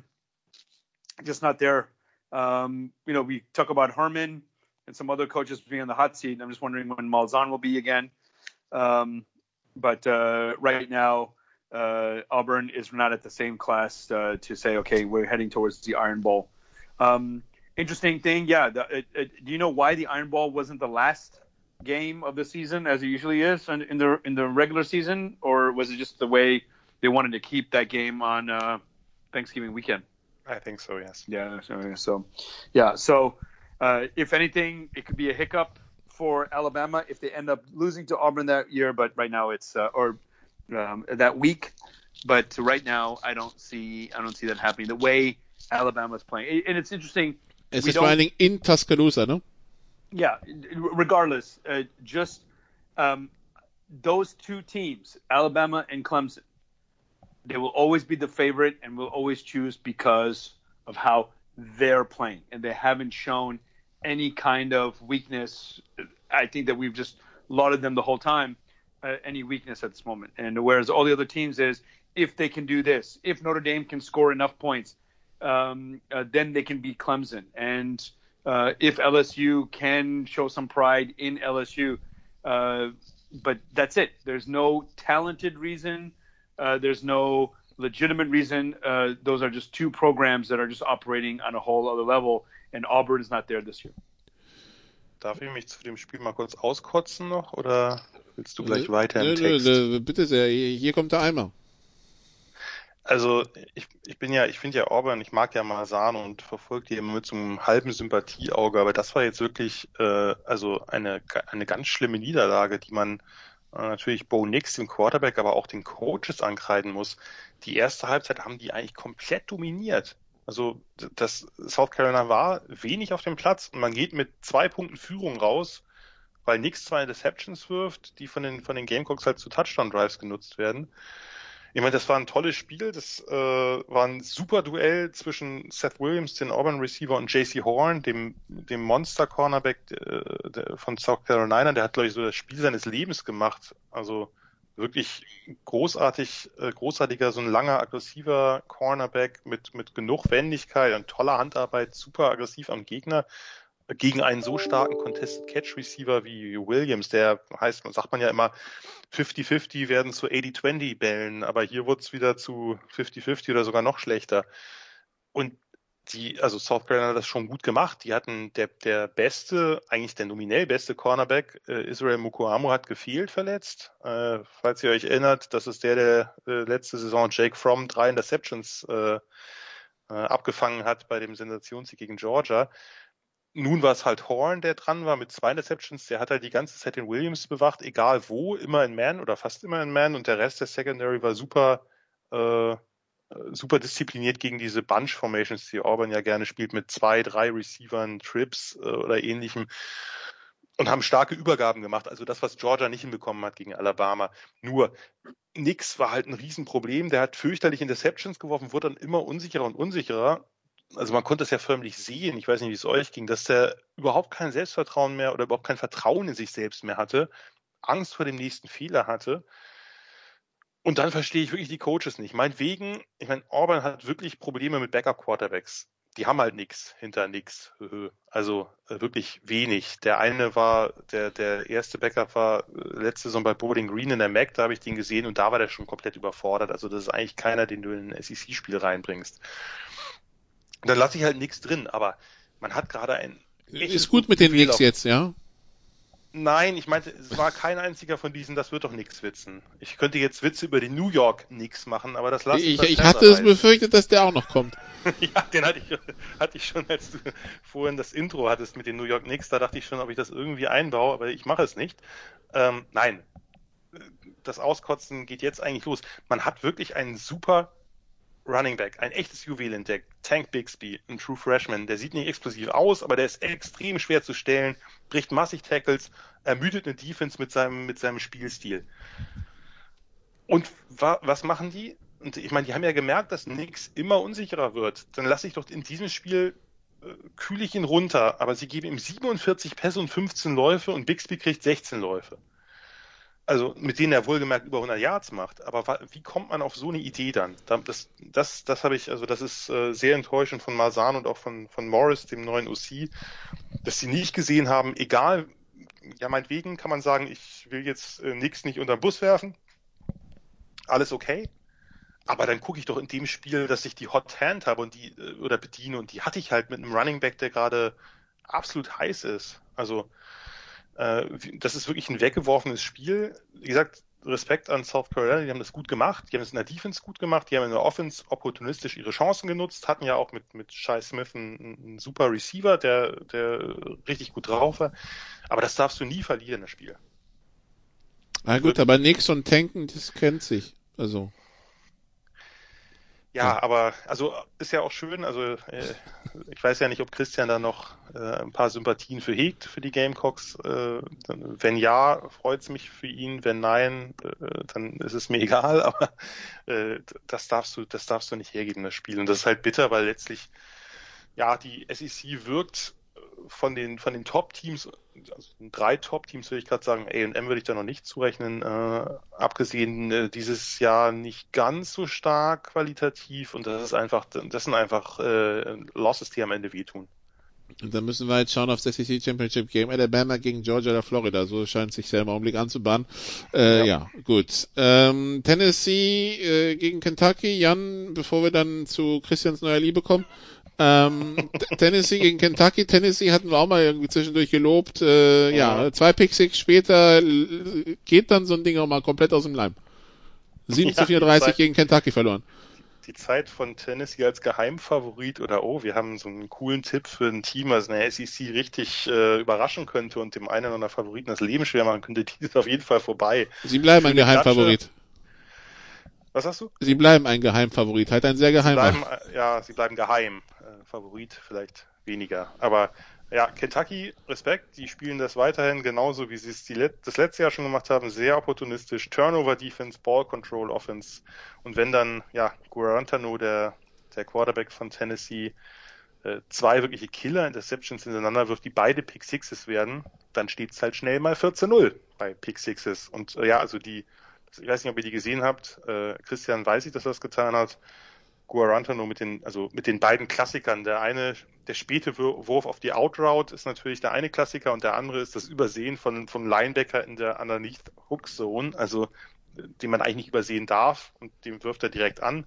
just not there. Um, you know, we talk about Herman and some other coaches being on the hot seat. I'm just wondering when Malzahn will be again. Um, but uh, right now, uh, Auburn is not at the same class uh, to say, okay, we're heading towards the Iron Bowl. Um, interesting thing, yeah. The, it, it, do you know why the Iron Bowl wasn't the last game of the season as it usually is in, in the in the regular season, or was it just the way they wanted to keep that game on uh, Thanksgiving weekend? I think so, yes. Yeah. So, so yeah. So uh, if anything, it could be a hiccup for Alabama if they end up losing to Auburn that year. But right now, it's uh, or um, that week. But right now, I don't see I don't see that happening. The way Alabama's playing, and it's interesting. Es ist vor allen Dingen in Tuscaloosa, ne? Yeah. Regardless, uh, just um, those two teams, Alabama and Clemson, they will always be the favorite and will always choose because of how they're playing. And they haven't shown any kind of weakness. I think that we've just lauded them the whole time, uh, any weakness at this moment. And whereas all the other teams is, if they can do this, if Notre Dame can score enough points, um, uh, then they can beat Clemson. And uh, if L S U can show some pride in L S U, uh, but that's it. There's no talented reason. Uh, there's no legitimate reason. Uh, those are just two programs that are just operating on a whole other level, and Auburn is not there this year. Darf ich mich zu dem Spiel mal kurz auskotzen noch, oder willst du gleich nö, weiter im nö, Text? Nö, nö, bitte sehr, hier kommt der Eimer. Also ich, ich bin ja, ich finde ja Auburn, ich mag ja Malzahn und verfolge die immer mit so einem halben Sympathieauge, aber das war jetzt wirklich äh, also eine eine ganz schlimme Niederlage, die man äh, natürlich Bo Nix, dem Quarterback, aber auch den Coaches ankreiden muss. Die erste Halbzeit haben die eigentlich komplett dominiert. Also das South Carolina war wenig auf dem Platz und man geht mit zwei Punkten Führung raus, weil Nix zwei Interceptions wirft, die von den von den Gamecocks halt zu Touchdown-Drives genutzt werden. Ich meine, das war ein tolles Spiel. Das äh, war ein super Duell zwischen Seth Williams, den Auburn Receiver, und J C Horn, dem dem Monster Cornerback äh, der, von South Carolina. Der hat, glaube ich, so das Spiel seines Lebens gemacht. Also wirklich großartig, äh, großartiger, so ein langer, aggressiver Cornerback mit mit genug Wendigkeit und toller Handarbeit, super aggressiv am Gegner. Gegen einen so starken Contested-Catch-Receiver wie Williams, der heißt, sagt man ja immer, fünfzig fünfzig werden zu achtzig zwanzig Bällen, aber hier wurde es wieder zu fünfzig fünfzig oder sogar noch schlechter. Und die, also South Carolina hat das schon gut gemacht. Die hatten der, der beste, eigentlich der nominell beste Cornerback, äh, Israel Mukuamu, hat gefehlt, verletzt. Äh, falls ihr euch erinnert, das ist der, der äh, letzte Saison Jake Fromm drei Interceptions äh, äh, abgefangen hat bei dem Sensationssieg gegen Georgia. Nun war es halt Horn, der dran war mit zwei Interceptions. Der hat halt die ganze Zeit den Williams bewacht, egal wo, immer in Man oder fast immer in Man. Und der Rest der Secondary war super, äh, super diszipliniert gegen diese Bunch-Formations, die Auburn ja gerne spielt, mit zwei, drei Receivern, Trips äh, oder ähnlichem. Und haben starke Übergaben gemacht. Also das, was Georgia nicht hinbekommen hat gegen Alabama. Nur Nix war halt ein Riesenproblem. Der hat fürchterlich Interceptions geworfen, wurde dann immer unsicherer und unsicherer. also man konnte es ja förmlich sehen, ich weiß nicht, wie es euch ging, dass der überhaupt kein Selbstvertrauen mehr oder überhaupt kein Vertrauen in sich selbst mehr hatte, Angst vor dem nächsten Fehler hatte. Und dann verstehe ich wirklich die Coaches nicht. Meinetwegen, ich meine, Auburn hat wirklich Probleme mit Backup-Quarterbacks. Die haben halt nix hinter nix. Also äh, wirklich wenig. Der eine war, der der erste Backup war äh, letzte Saison bei Bowling Green in der M A C, da habe ich den gesehen und da war der schon komplett überfordert. Also das ist eigentlich keiner, den du in ein S E C-Spiel reinbringst. Und dann lasse ich halt nichts drin, aber man hat gerade ein... Ist gut mit den Knicks jetzt, ja? Nein, ich meinte, es war kein einziger von diesen, das wird doch nix Witzen. Ich könnte jetzt Witze über die New York Knicks machen, aber das lasse ich. Ich, ich hatte es befürchtet, dass der auch noch kommt. Ja, den hatte ich, hatte ich schon, als du vorhin das Intro hattest mit den New York Knicks, da dachte ich schon, ob ich das irgendwie einbaue, aber ich mache es nicht. Ähm, nein, das Auskotzen geht jetzt eigentlich los. Man hat wirklich einen super Running Back, ein echtes Juwel entdeckt. Tank Bixby, ein True Freshman. Der sieht nicht explosiv aus, aber der ist extrem schwer zu stellen, bricht massig Tackles, ermüdet eine Defense mit seinem, mit seinem Spielstil. Und wa- was machen die? Und ich meine, die haben ja gemerkt, dass nix immer unsicherer wird. Dann lasse ich doch in diesem Spiel äh, kühle ich ihn runter, aber sie geben ihm siebenundvierzig Pässe und fünfzehn Läufe und Bixby kriegt sechzehn Läufe. Also mit denen er wohlgemerkt über hundert Yards macht. Aber wie kommt man auf so eine Idee dann? Das, das, das habe ich, also das ist äh, sehr enttäuschend von Malzahn und auch von, von Morris, dem neuen O C, dass sie nicht gesehen haben, egal, ja meinetwegen kann man sagen, ich will jetzt äh, nix nicht unter den Bus werfen. Alles okay. Aber dann gucke ich doch in dem Spiel, dass ich die Hot Hand habe und die, äh, oder bediene und die hatte ich halt mit einem Running Back, der gerade absolut heiß ist. Also das ist wirklich ein weggeworfenes Spiel. Wie gesagt, Respekt an South Carolina, die haben das gut gemacht, die haben es in der Defense gut gemacht, die haben in der Offense opportunistisch ihre Chancen genutzt, hatten ja auch mit, mit Shai Smith einen, einen super Receiver, der, der richtig gut drauf war. Aber das darfst du nie verlieren, das Spiel. Na gut, aber nix und tanken, das kennt sich. Also. Ja, ja, aber also ist ja auch schön, also äh, ich weiß ja nicht, ob Christian da noch äh, ein paar Sympathien für hegt, für die Gamecocks. Äh, wenn ja, freut es mich für ihn, wenn nein, äh, dann ist es mir egal, aber äh, das darfst du, das darfst du nicht hergeben, das Spiel. Und das ist halt bitter, weil letztlich, ja, die S E C wirkt von den von den Top-Teams, also drei Top-Teams würde ich gerade sagen, A und M würde ich da noch nicht zurechnen, äh, abgesehen äh, dieses Jahr nicht ganz so stark qualitativ und das ist einfach, das sind einfach äh, Losses, die am Ende wehtun. Und dann müssen wir jetzt schauen auf das S E C Championship Game, Alabama gegen Georgia oder Florida, so scheint sich ja im Augenblick anzubahnen. Äh, ja. ja, gut. Ähm, Tennessee äh, gegen Kentucky, Jan, bevor wir dann zu Christians neuer Liebe kommen. Ähm, Tennessee gegen Kentucky. Tennessee hatten wir auch mal irgendwie zwischendurch gelobt. Äh, ja, ja, zwei Pick Six später geht dann so ein Ding auch mal komplett aus dem Leim. sieben zu vierunddreißig gegen Kentucky verloren. Die Zeit von Tennessee als Geheimfavorit oder oh, wir haben so einen coolen Tipp für ein Team, was in der S E C richtig äh, überraschen könnte und dem einen oder anderen Favoriten das Leben schwer machen könnte, die ist auf jeden Fall vorbei. Sie bleiben ein Geheimfavorit. Klatsche. Was hast du? Sie bleiben ein Geheimfavorit, halt ein sehr geheimer. Sie bleiben, ja, sie bleiben geheim. Äh, Favorit vielleicht weniger. Aber ja, Kentucky, Respekt, die spielen das weiterhin genauso, wie sie es die Let- das letzte Jahr schon gemacht haben, sehr opportunistisch, Turnover-Defense, Ball-Control-Offense und wenn dann, ja, Guarantano, der, der Quarterback von Tennessee, äh, zwei wirkliche Killer-Interceptions hintereinander wirft, die beide Pick-Sixes werden, dann steht es halt schnell mal vierzehn null bei Pick-Sixes und äh, ja, also die, ich weiß nicht, ob ihr die gesehen habt, äh, Christian weiß ich, dass er das getan hat, Guarantano mit den, also mit den beiden Klassikern. Der eine, der späte Wurf auf die Outroute ist natürlich der eine Klassiker und der andere ist das Übersehen von, von Linebacker in der Underneath Hook Zone, also den man eigentlich nicht übersehen darf und dem wirft er direkt an.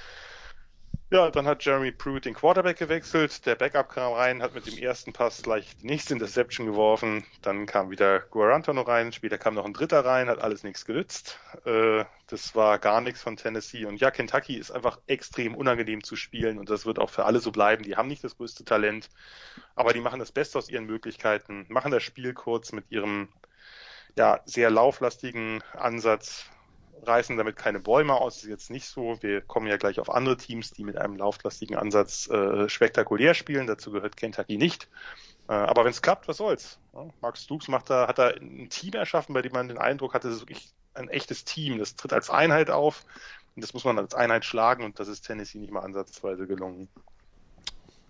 Ja, dann hat Jeremy Pruitt den Quarterback gewechselt, der Backup kam rein, hat mit dem ersten Pass gleich die nächste Interception geworfen, dann kam wieder Guarantano rein, später kam noch ein dritter rein, hat alles nichts genützt. Äh, das war gar nichts von Tennessee und ja, Kentucky ist einfach extrem unangenehm zu spielen und das wird auch für alle so bleiben, die haben nicht das größte Talent, aber die machen das Beste aus ihren Möglichkeiten, machen das Spiel kurz mit ihrem ja sehr lauflastigen Ansatz, reißen damit keine Bäume aus, das ist jetzt nicht so. Wir kommen ja gleich auf andere Teams, die mit einem lauflastigen Ansatz äh, spektakulär spielen. Dazu gehört Kentucky nicht. Äh, aber wenn es klappt, was soll's? Ja, Mark Stoops macht da, hat da ein Team erschaffen, bei dem man den Eindruck hatte, es ist wirklich ein echtes Team. Das tritt als Einheit auf und das muss man als Einheit schlagen und das ist Tennessee nicht mal ansatzweise gelungen.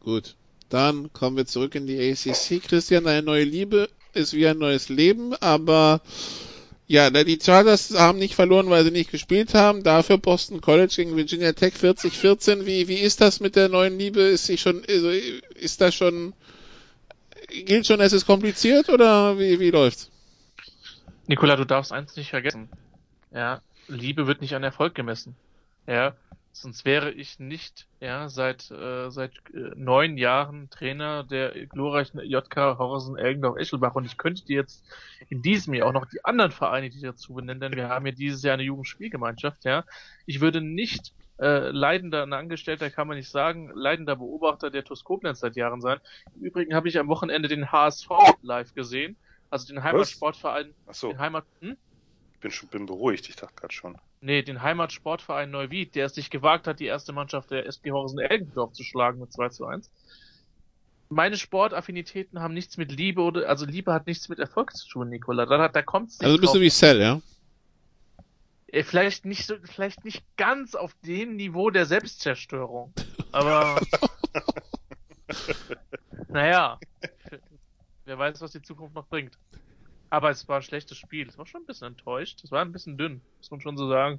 Gut. Dann kommen wir zurück in die A C C. Christian, eine neue Liebe ist wie ein neues Leben, aber ja, die Chargers haben nicht verloren, weil sie nicht gespielt haben. Dafür Boston College gegen Virginia Tech vierzig vierzehn. Wie, wie ist das mit der neuen Liebe? Ist sie schon, also ist das schon, gilt schon, es ist kompliziert oder wie, wie läuft's? Nikola, du darfst eins nicht vergessen. Ja, Liebe wird nicht an Erfolg gemessen. Ja, sonst wäre ich nicht, ja, seit, äh, seit äh, neun Jahren Trainer der glorreichen J K Horsen Elgendorf-Eschelbach und ich könnte dir jetzt in diesem Jahr auch noch die anderen Vereine, die dazu benennen, denn wir haben ja dieses Jahr eine Jugendspielgemeinschaft, ja. Ich würde nicht äh, leidender, ein Angestellter kann man nicht sagen, leidender Beobachter der T U S Koblenz seit Jahren sein. Im Übrigen habe ich am Wochenende den H S V live gesehen, also den Heimatsportverein, Ach so. den Heimat, hm? Bin schon, bin beruhigt, ich dachte gerade schon. Nee, den Heimatsportverein Neuwied, der es sich gewagt hat, die erste Mannschaft der S G Horsen Elgendorf zu schlagen mit zwei zu eins. Meine Sportaffinitäten haben nichts mit Liebe oder, also Liebe hat nichts mit Erfolg zu tun, Nikola. Da, da kommt's nicht Also bist drauf. du wie Cell, ja? Vielleicht nicht so, vielleicht nicht ganz auf dem Niveau der Selbstzerstörung. Aber, naja, wer weiß, was die Zukunft noch bringt. Aber es war ein schlechtes Spiel. Es war schon ein bisschen enttäuscht. Es war ein bisschen dünn, muss man schon so sagen.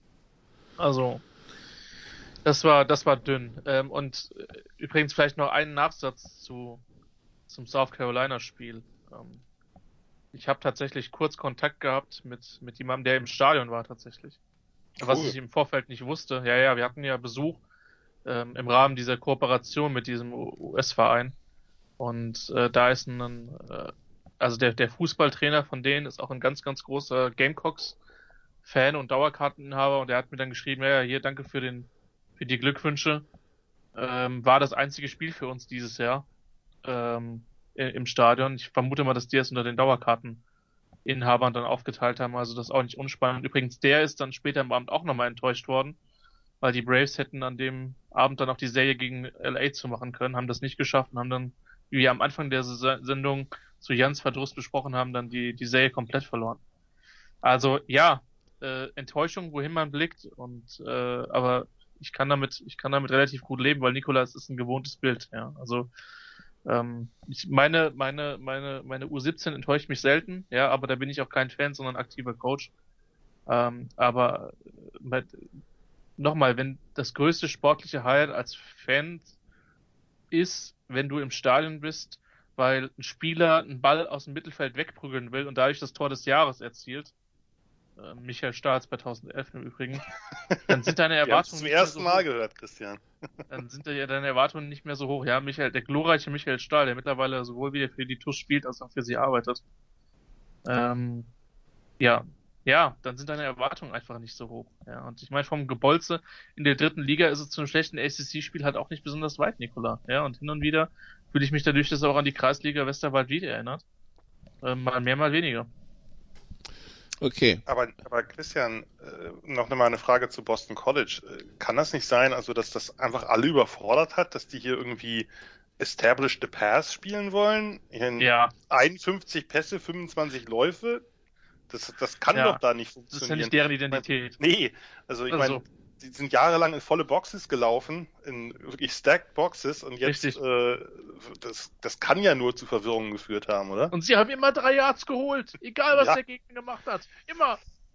Also, das war, das war dünn. Ähm, und äh, übrigens vielleicht noch einen Nachsatz zu zum South Carolina Spiel. Ähm, ich habe tatsächlich kurz Kontakt gehabt mit mit jemandem, der im Stadion war tatsächlich. Cool. Was ich im Vorfeld nicht wusste. Ja, ja, wir hatten ja Besuch ähm, im Rahmen dieser Kooperation mit diesem U S-Verein. Und äh, da ist ein äh, Also der, der Fußballtrainer von denen ist auch ein ganz, ganz großer Gamecocks-Fan und Dauerkarteninhaber und der hat mir dann geschrieben, ja, hier, danke für den, für die Glückwünsche. Ähm, war das einzige Spiel für uns dieses Jahr ähm, im Stadion. Ich vermute mal, dass die es unter den Dauerkarteninhabern dann aufgeteilt haben, also das ist auch nicht unspannend. Übrigens, der ist dann später am Abend auch nochmal enttäuscht worden, weil die Braves hätten an dem Abend dann auch die Serie gegen L A zu machen können, haben das nicht geschafft und haben dann, wie wir am Anfang der Sendung zu Jans Verdruss besprochen haben, dann die, die Serie komplett verloren. Also ja, äh, Enttäuschung, wohin man blickt, und äh, aber ich kann damit, ich kann damit relativ gut leben, weil Nikolas ist ein gewohntes Bild, ja. Also ähm, ich meine, meine, meine, meine U siebzehn enttäuscht mich selten, ja, aber da bin ich auch kein Fan, sondern aktiver Coach. Ähm, aber äh, nochmal, wenn das größte sportliche Highlight als Fan ist, wenn du im Stadion bist, weil ein Spieler einen Ball aus dem Mittelfeld wegprügeln will und dadurch das Tor des Jahres erzielt, äh, Michael Stahl zweitausendelf im Übrigen, dann sind deine Erwartungen zum ersten Mal gehört, Christian. Dann sind ja deine Erwartungen nicht mehr so hoch. Ja, Michael, der glorreiche Michael Stahl, der mittlerweile sowohl wieder für die T U S spielt, als auch für sie arbeitet. Ähm, ja, ja, dann sind deine Erwartungen einfach nicht so hoch. Ja, und ich meine, vom Gebolze in der dritten Liga ist es zu einem schlechten A C C-Spiel halt auch nicht besonders weit, Nikola. Ja, und hin und wieder fühle ich mich dadurch, dass er auch an die Kreisliga Westerwald-Wied erinnert. Ähm, mal mehr, mal weniger. Okay. Aber, aber Christian, äh, noch mal eine Frage zu Boston College. Kann das nicht sein, also dass das einfach alle überfordert hat, dass die hier irgendwie Establish the Pass spielen wollen? Ja. einundfünfzig Pässe, fünfundzwanzig Läufe? Das, das kann ja. doch da nicht funktionieren. Das ist ja nicht deren Identität. Ich mein, nee, also ich also. meine, die sind jahrelang in volle Boxes gelaufen, in wirklich stacked Boxes, und jetzt, äh, das, das kann ja nur zu Verwirrungen geführt haben, oder? Und sie haben immer drei Yards geholt, egal was ja. der Gegner gemacht hat. Immer.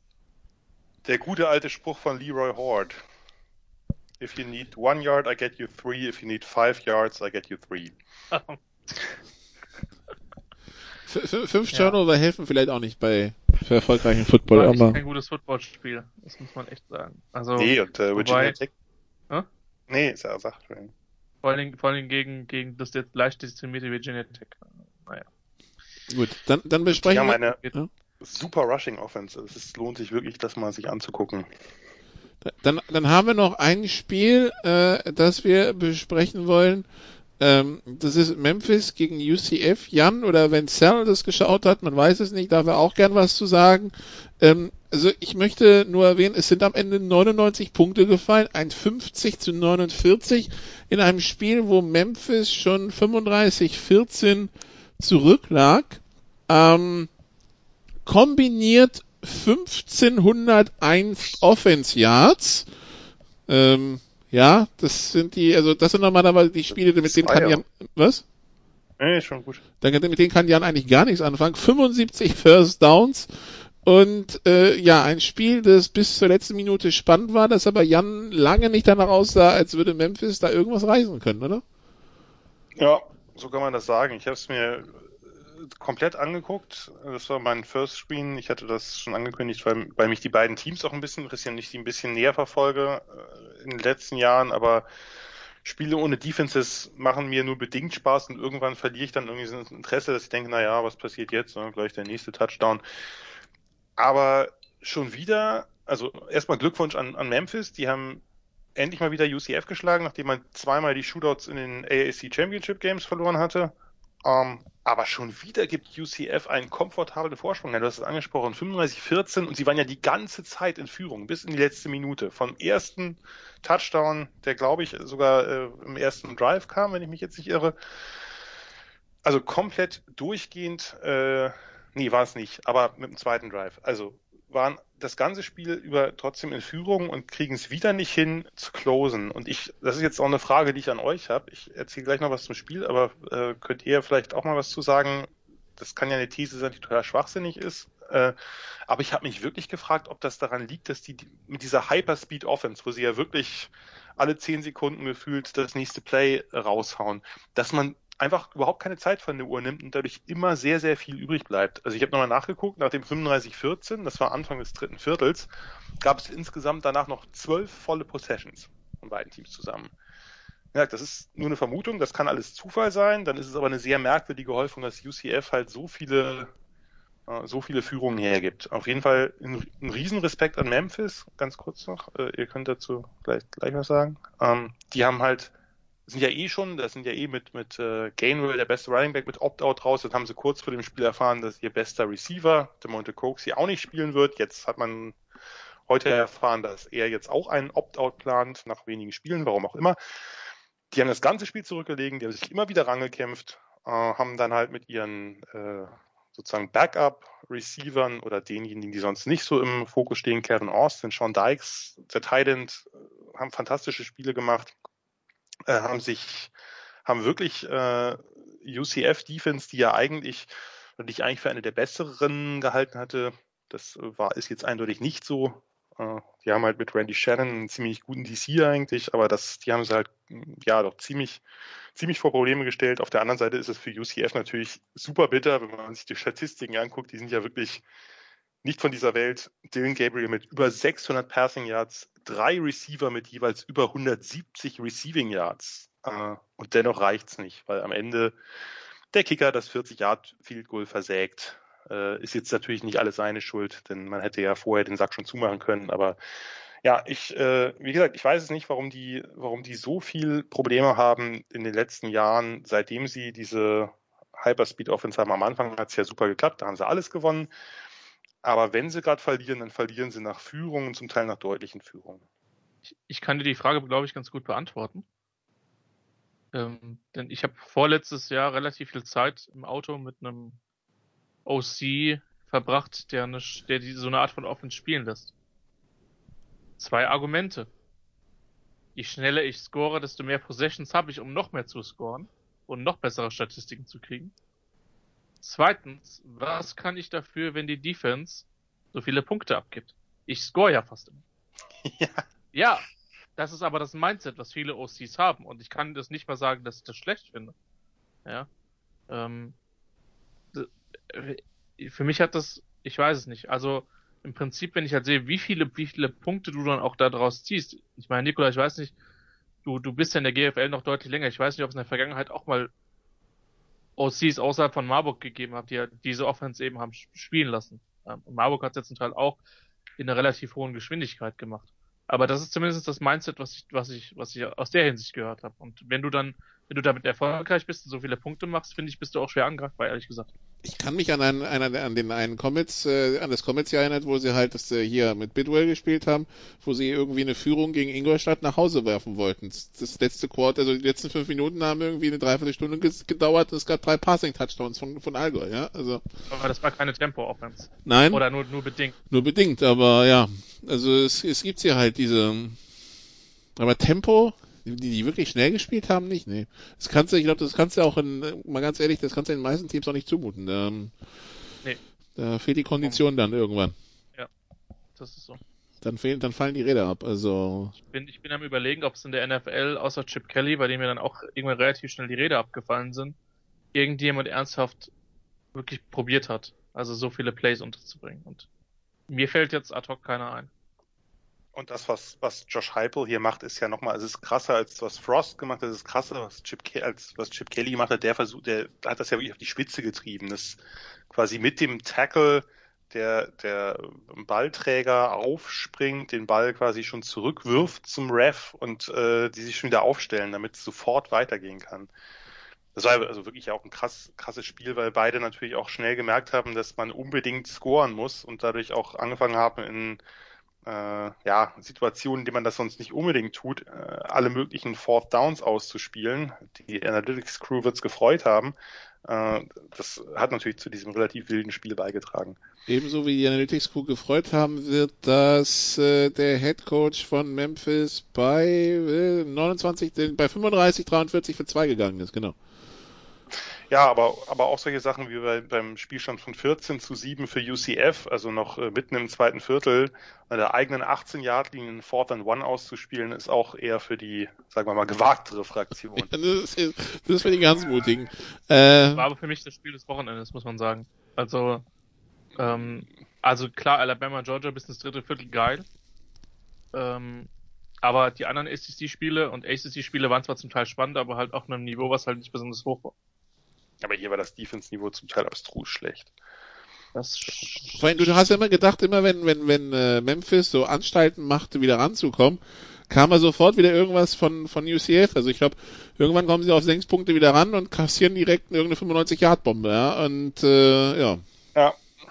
Der gute alte Spruch von Leroy Horde. If you need one yard, I get you three. If you need five yards, I get you three. F- fünf Turnover ja. helfen vielleicht auch nicht bei für erfolgreichen Football. War aber kein gutes Footballspiel, das muss man echt sagen. Also, nee, und äh, Virginia Tech. Äh? Nee, ist ja sagt. Vor allem, vor allem gegen, gegen das jetzt leicht dezimierte Virginia Tech. Naja. Gut, dann, dann besprechen ja, wir. Meine ja? super Rushing Offense. Es lohnt sich wirklich, das mal sich anzugucken. Dann, dann haben wir noch ein Spiel, äh, das wir besprechen wollen. Ähm, das ist Memphis gegen U C F. Jan oder wenn Sal das geschaut hat, man weiß es nicht, darf er auch gern was zu sagen. Ähm, also ich möchte nur erwähnen, es sind am Ende neunundneunzig Punkte gefallen, ein fünfzig zu neunundvierzig in einem Spiel, wo Memphis schon fünfunddreißig vierzehn zurücklag. Ähm, kombiniert fünfzehnhunderteins Offense Yards. Ähm, Ja, das sind die, also das sind normalerweise die Spiele, mit denen kann Jan, was? Nee, schon gut. Dann, mit denen kann Jan eigentlich gar nichts anfangen. fünfundsiebzig First Downs und äh, ja, ein Spiel, das bis zur letzten Minute spannend war, das aber Jan lange nicht danach aussah, als würde Memphis da irgendwas reißen können, oder? Ja, so kann man das sagen. Ich habe es mir komplett angeguckt. Das war mein First Screen. Ich hatte das schon angekündigt, weil, weil mich die beiden Teams auch ein bisschen interessieren, ich die ein bisschen näher verfolge äh, in den letzten Jahren, aber Spiele ohne Defenses machen mir nur bedingt Spaß und irgendwann verliere ich dann irgendwie so ein Interesse, dass ich denke, na ja, was passiert jetzt? Ne? Gleich der nächste Touchdown. Aber schon wieder, also erstmal Glückwunsch an, an Memphis, die haben endlich mal wieder U C F geschlagen, nachdem man zweimal die Shootouts in den A A C Championship Games verloren hatte. Um, aber schon wieder gibt U C F einen komfortablen Vorsprung. Ja, du hast es angesprochen, fünfunddreißig vierzehn und sie waren ja die ganze Zeit in Führung, bis in die letzte Minute. Vom ersten Touchdown, der glaube ich sogar äh, im ersten Drive kam, wenn ich mich jetzt nicht irre. Also komplett durchgehend, äh, nee, war es nicht, aber mit dem zweiten Drive. Also waren das ganze Spiel über trotzdem in Führung und kriegen es wieder nicht hin zu closen. Und ich, das ist jetzt auch eine Frage, die ich an euch habe. Ich erzähle gleich noch was zum Spiel, aber äh, könnt ihr vielleicht auch mal was zu sagen? Das kann ja eine These sein, die total schwachsinnig ist. Äh, aber ich habe mich wirklich gefragt, ob das daran liegt, dass die mit dieser Hyperspeed-Offense, wo sie ja wirklich alle zehn Sekunden gefühlt das nächste Play raushauen, dass man einfach überhaupt keine Zeit von der Uhr nimmt und dadurch immer sehr, sehr viel übrig bleibt. Also ich habe nochmal nachgeguckt, nach dem fünfunddreißig vierzehn, das war Anfang des dritten Viertels, gab es insgesamt danach noch zwölf volle Possessions von beiden Teams zusammen. Ja, das ist nur eine Vermutung, das kann alles Zufall sein, dann ist es aber eine sehr merkwürdige Häufung, dass U C F halt so viele äh, so viele Führungen hergibt. Auf jeden Fall ein, ein Riesenrespekt an Memphis, ganz kurz noch, äh, ihr könnt dazu gleich, gleich was sagen. Ähm, die haben halt sind ja eh schon, das sind ja eh mit, mit äh, Gainwell, der beste Running Back, mit Opt-out raus. Das haben sie kurz vor dem Spiel erfahren, dass ihr bester Receiver, DeMonte Cokes, hier auch nicht spielen wird. Jetzt hat man heute erfahren, dass er jetzt auch einen Opt-out plant, nach wenigen Spielen, warum auch immer. Die haben das ganze Spiel zurückgelegen, die haben sich immer wieder rangekämpft, äh, haben dann halt mit ihren äh, sozusagen Backup-Receivern oder denjenigen, die sonst nicht so im Fokus stehen, Kevin Austin, Sean Dykes, der Tight End, haben fantastische Spiele gemacht. Äh, haben sich, haben wirklich äh, U C F Defense, die ja eigentlich, die ich eigentlich für eine der besseren gehalten hatte, das war, ist jetzt eindeutig nicht so. Äh, die haben halt mit Randy Shannon einen ziemlich guten D C eigentlich, aber das, die haben sie halt, ja, doch ziemlich, ziemlich vor Probleme gestellt. Auf der anderen Seite ist es für U C F natürlich super bitter, wenn man sich die Statistiken anguckt, die sind ja wirklich nicht von dieser Welt. Dylan Gabriel mit über sechshundert Passing Yards, drei Receiver mit jeweils über hundertsiebzig Receiving Yards. Äh, und dennoch reicht's nicht, weil am Ende der Kicker das vierzig Yard Field Goal versägt. Äh, ist jetzt natürlich nicht alles seine Schuld, denn man hätte ja vorher den Sack schon zumachen können. Aber ja, ich, äh, wie gesagt, ich weiß es nicht, warum die, warum die so viel Probleme haben in den letzten Jahren, seitdem sie diese Hyperspeed Offense haben. Am Anfang hat's ja super geklappt, da haben sie alles gewonnen. Aber wenn sie gerade verlieren, dann verlieren sie nach Führungen, zum Teil nach deutlichen Führungen. Ich, ich kann dir die Frage, glaube ich, ganz gut beantworten. Ähm, denn ich habe vorletztes Jahr relativ viel Zeit im Auto mit einem O C verbracht, der, eine, der die, so eine Art von Offense spielen lässt. Zwei Argumente. Je schneller ich score, desto mehr Possessions habe ich, um noch mehr zu scoren und noch bessere Statistiken zu kriegen. Zweitens, was kann ich dafür, wenn die Defense so viele Punkte abgibt? Ich score ja fast immer. Ja. Ja, das ist aber das Mindset, was viele O Cs haben. Und ich kann das nicht mal sagen, dass ich das schlecht finde. Ja. Ähm, für mich hat das, ich weiß es nicht. Also im Prinzip, wenn ich halt sehe, wie viele, wie viele Punkte du dann auch da draus ziehst. Ich meine, Nikola, ich weiß nicht, du, du bist ja in der G F L noch deutlich länger. Ich weiß nicht, ob es in der Vergangenheit auch mal O Cs außerhalb von Marburg gegeben hat, die ja diese Offense eben haben spielen lassen. Und Marburg hat es jetzt zum Teil auch in einer relativ hohen Geschwindigkeit gemacht. Aber das ist zumindest das Mindset, was ich, was ich, was ich aus der Hinsicht gehört habe. Und wenn du dann, wenn du damit erfolgreich bist und so viele Punkte machst, finde ich, bist du auch schwer angreifbar, ehrlich gesagt. Ich kann mich an einen, einen an den einen Comets, äh, an das Comets hier erinnert, wo sie halt das äh, hier mit Bidwell gespielt haben, wo sie irgendwie eine Führung gegen Ingolstadt nach Hause werfen wollten. Das, das letzte Quarter, also die letzten fünf Minuten haben irgendwie eine Dreiviertelstunde ges- gedauert und es gab drei Passing-Touchdowns von, von Allgäu, ja, also. Aber das war keine Tempo-Offense. Nein. Oder nur, nur bedingt. Nur bedingt, aber ja, also es, es gibt hier halt diese, Aber Tempo, die, die wirklich schnell gespielt haben, nicht, nee. Das kannst du, ich glaube, das kannst du auch in, mal ganz ehrlich, das kannst du in den meisten Teams auch nicht zumuten. Ähm, Nee. Da fehlt die Kondition dann irgendwann. Ja, das ist so. Dann fehlen, dann fallen die Räder ab, also. Ich bin, ich bin am Überlegen, ob es in der N F L, außer Chip Kelly, bei dem mir dann auch irgendwann relativ schnell die Räder abgefallen sind, irgendjemand ernsthaft wirklich probiert hat, also so viele Plays unterzubringen. Und mir fällt jetzt ad hoc keiner ein. Und das, was, was Josh Heupel hier macht, ist ja nochmal, es ist krasser als was Frost gemacht hat, es ist krasser, was Chip, Ke- als was Chip Kelly gemacht hat. Der versucht, der hat das ja wirklich auf die Spitze getrieben, das quasi mit dem Tackle der, der Ballträger aufspringt, den Ball quasi schon zurückwirft zum Ref und äh, die sich schon wieder aufstellen, damit es sofort weitergehen kann. Das war also wirklich auch ein krass, krasses Spiel, weil beide natürlich auch schnell gemerkt haben, dass man unbedingt scoren muss und dadurch auch angefangen haben, in äh, ja, Situationen, in denen man das sonst nicht unbedingt tut, äh, alle möglichen Fourth Downs auszuspielen. Die Analytics Crew wird's gefreut haben. Äh, das hat natürlich zu diesem relativ wilden Spiel beigetragen. Ebenso wie die Analytics Crew gefreut haben wird, dass äh, der Head Coach von Memphis bei äh, neunundzwanzig, bei fünfunddreißig dreiundvierzig für zwei gegangen ist, genau. Ja, aber, aber auch solche Sachen wie bei, beim Spielstand von vierzehn zu sieben für U C F, also noch äh, mitten im zweiten Viertel, an der eigenen achtzehn-Yard-Linie einen Fourth and One auszuspielen, ist auch eher für die, sagen wir mal, gewagtere Fraktion. Ja, das, ist, das ist für die ganz Mutigen. Äh, War aber für mich das Spiel des Wochenendes, muss man sagen. Also, ähm, also klar, Alabama, Georgia bis ins dritte Viertel geil. Ähm, aber die anderen A C C-Spiele und A C C-Spiele waren zwar zum Teil spannend, aber halt auch in einem Niveau, was halt nicht besonders hoch war. Aber hier war das Defense-Niveau zum Teil abstrus schlecht. Das Vor allem, du hast ja immer gedacht, immer wenn, wenn, wenn äh, Memphis so Anstalten machte, wieder ranzukommen, kam er sofort wieder irgendwas von, von U C F. Also ich glaube, irgendwann kommen sie auf sechs Punkte wieder ran und kassieren direkt irgendeine fünfundneunzig-Yard-Bombe, ja. Und äh, ja. Ja.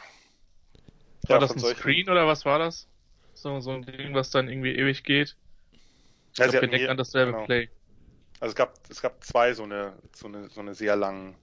War ja, das von ein solchen- Screen oder was war das? So, so ein Ding, was dann irgendwie ewig geht. Ich Ja, sie glaube, wir hatten denken hier- an dasselbe genau. Play. Also es gab, es gab zwei so eine, so eine, so eine sehr langen.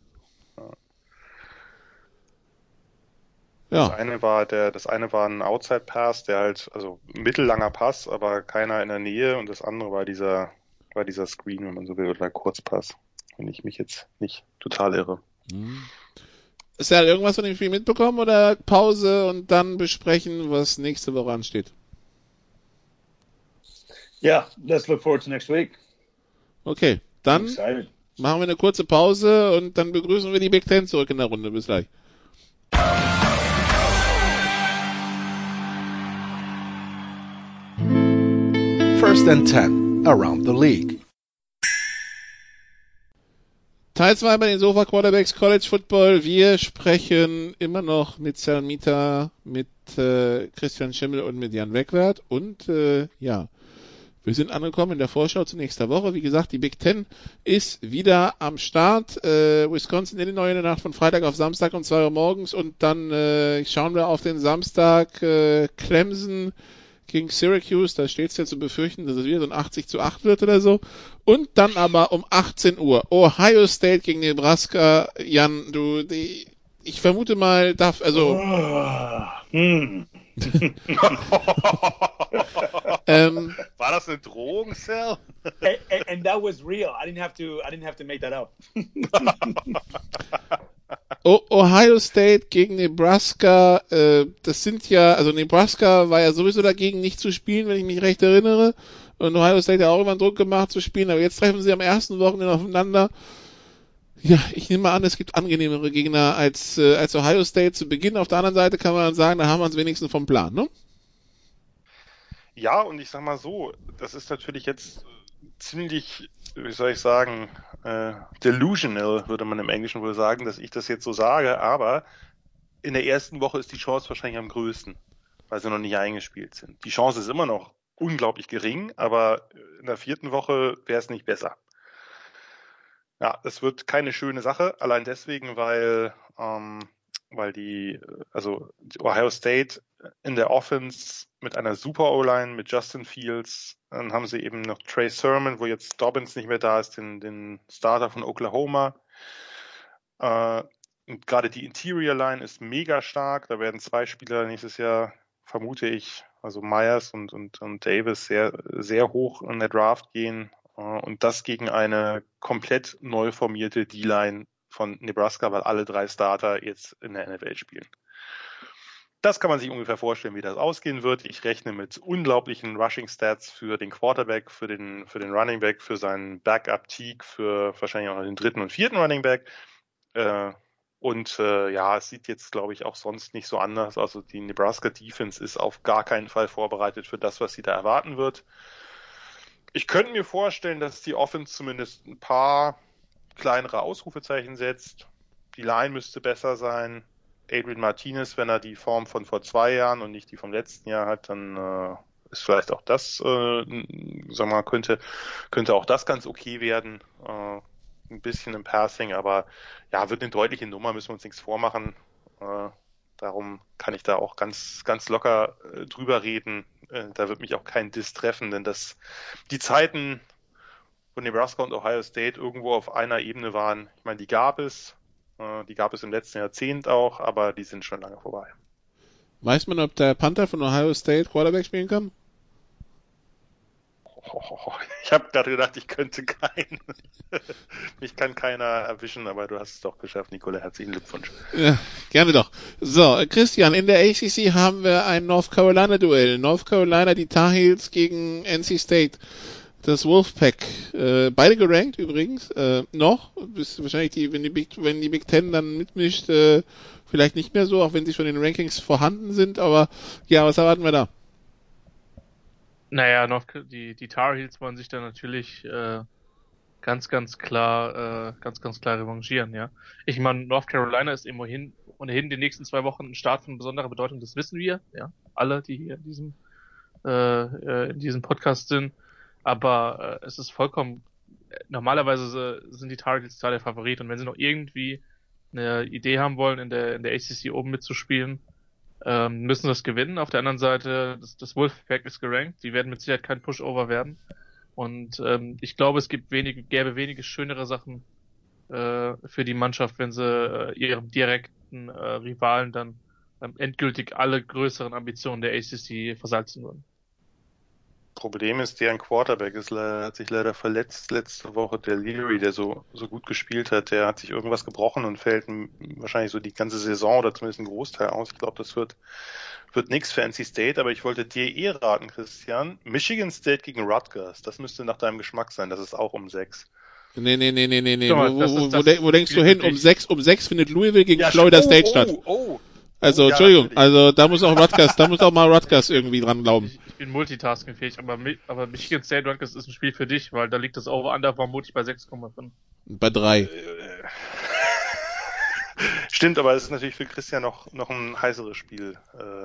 Das Ja. eine war der, das eine war ein Outside Pass, der halt, also mittellanger Pass, aber keiner in der Nähe, und das andere war dieser, war dieser Screen, wenn man so will, oder Kurzpass, wenn ich mich jetzt nicht total irre. Hm. Ist ja irgendwas von dem Spiel mitbekommen oder Pause und dann besprechen, was nächste Woche ansteht? Yeah, let's look forward to next week. Okay, I'm dann excited. machen wir eine kurze Pause und dann begrüßen wir die Big Ten zurück in der Runde. Bis gleich. First and ten around the league. Teil zwei bei den Sofa Quarterbacks College Football. Wir sprechen immer noch mit Salmita, mit äh, Christian Schimmel und mit Jan Wegwert. Und äh, ja, wir sind angekommen in der Vorschau zu nächster Woche. Wie gesagt, die Big Ten ist wieder am Start. Äh, Wisconsin, Illinois in der Nacht von Freitag auf Samstag um zwei Uhr morgens. Und dann äh, schauen wir auf den Samstag äh, Clemson gegen Syracuse. Da steht es ja zu befürchten, dass es wieder so ein achtzig zu acht wird oder so. Und dann aber um achtzehn Uhr Ohio State gegen Nebraska. Jan, du, die, ich vermute mal, darf, also, Hmm. ähm, War das eine Drohung, Sal? and, and, and that was real. I didn't have to. I didn't have to make that up. O- Ohio State gegen Nebraska, äh, das sind ja, also Nebraska war ja sowieso dagegen, nicht zu spielen, wenn ich mich recht erinnere. Und Ohio State hat auch immer Druck gemacht zu spielen, aber jetzt treffen sie am ersten Wochenende aufeinander. Ja, ich nehme mal an, es gibt angenehmere Gegner als, äh, als Ohio State zu Beginn. Auf der anderen Seite kann man sagen, da haben wir uns wenigstens vom Plan, ne? Ja, und ich sag mal so, das ist natürlich jetzt ziemlich, wie soll ich sagen, äh, delusional, würde man im Englischen wohl sagen, dass ich das jetzt so sage, aber in der ersten Woche ist die Chance wahrscheinlich am größten, weil sie noch nicht eingespielt sind. Die Chance ist immer noch unglaublich gering, aber in der vierten Woche wäre es nicht besser. Ja, es wird keine schöne Sache, allein deswegen, weil, ähm, weil die, also die Ohio State in der Offense mit einer super O-Line, mit Justin Fields, dann haben sie eben noch Trey Sermon, wo jetzt Dobbins nicht mehr da ist, den, den Starter von Oklahoma. Äh, und gerade die Interior Line ist mega stark, da werden zwei Spieler nächstes Jahr, vermute ich, also Myers und, und, und Davis sehr, sehr hoch in der Draft gehen äh, und das gegen eine komplett neu formierte D-Line von Nebraska, weil alle drei Starter jetzt in der N F L spielen. Das kann man sich ungefähr vorstellen, wie das ausgehen wird. Ich rechne mit unglaublichen Rushing-Stats für den Quarterback, für den, für den Running Back, für seinen Backup Teague, für wahrscheinlich auch noch den dritten und vierten Running Back. Äh, und äh, ja, es sieht jetzt, glaube ich, auch sonst nicht so anders. Also die Nebraska Defense ist auf gar keinen Fall vorbereitet für das, was sie da erwarten wird. Ich könnte mir vorstellen, dass die Offense zumindest ein paar kleinere Ausrufezeichen setzt. Die Line müsste besser sein. Adrian Martinez, wenn er die Form von vor zwei Jahren und nicht die vom letzten Jahr hat, dann äh, ist vielleicht auch das, äh, sagen wir mal, könnte, könnte auch das ganz okay werden. Äh, ein bisschen im Passing, aber ja, wird eine deutliche Nummer, müssen wir uns nichts vormachen. Äh, darum kann ich da auch ganz, ganz locker äh, drüber reden. Äh, da wird mich auch kein Diss treffen, denn das, die Zeiten von Nebraska und Ohio State irgendwo auf einer Ebene waren, ich meine, die gab es. Die gab es im letzten Jahrzehnt auch, aber die sind schon lange vorbei. Weiß man, ob der Panther von Ohio State Quarterback spielen kann? Oh, ich habe gerade gedacht, ich könnte keinen. Mich kann keiner erwischen, aber du hast es doch geschafft, Nicola. Herzlichen Glückwunsch. Ja, gerne doch. So, Christian, in der A C C haben wir ein North Carolina-Duell. North Carolina, die Tar Heels gegen N C State. Das Wolfpack, äh, beide gerankt übrigens, äh, noch, bis wahrscheinlich die, wenn die Big, wenn die Big Ten dann mitmischt, äh, vielleicht nicht mehr so, auch wenn sie schon in den Rankings vorhanden sind, aber ja, was erwarten wir da? Naja, North, die, die Tar Heels wollen sich da natürlich äh, ganz, ganz klar, äh, ganz, ganz klar revanchieren, ja. Ich meine, North Carolina ist immerhin ohnehin die nächsten zwei Wochen ein Start von besonderer Bedeutung, das wissen wir, ja, alle, die hier in diesem, äh, in diesem Podcast sind. Aber äh, es ist vollkommen, normalerweise sind die Tar Heels da der Favorit und wenn sie noch irgendwie eine Idee haben wollen, in der in der A C C oben mitzuspielen, ähm, müssen sie das gewinnen. Auf der anderen Seite, das, das Wolfpack ist gerankt, die werden mit Sicherheit kein Pushover werden und ähm, ich glaube, es gibt wenige, gäbe wenige schönere Sachen äh, für die Mannschaft, wenn sie äh, ihrem direkten äh, Rivalen dann ähm, endgültig alle größeren Ambitionen der A C C versalzen würden. Problem ist, deren Quarterback ist leider, hat sich leider verletzt letzte Woche, der Leary, der so, so gut gespielt hat, der hat sich irgendwas gebrochen und fällt wahrscheinlich so die ganze Saison oder zumindest einen Großteil aus. Ich glaube, das wird, wird nix für N C State, aber ich wollte dir eh raten, Christian. Michigan State gegen Rutgers, das müsste nach deinem Geschmack sein, das ist auch um sechs. Nee, nee, nee, nee, nee, nee. Mal, wo, das wo, ist, wo, das wo denkst du hin? Um sechs, um sechs findet Louisville gegen Ja, Florida oh, State oh, statt. Oh, oh. Also, Oh, ja, Entschuldigung, natürlich. also da muss auch Rutgers, da muss auch mal Rutgers irgendwie dran glauben. Ich, ich bin multitaskingfähig, aber, aber Michigan State Rutgers ist ein Spiel für dich, weil da liegt das Over-Under vermutlich bei sechs Komma fünf. Bei drei. Stimmt, aber es ist natürlich für Christian noch, noch ein heißeres Spiel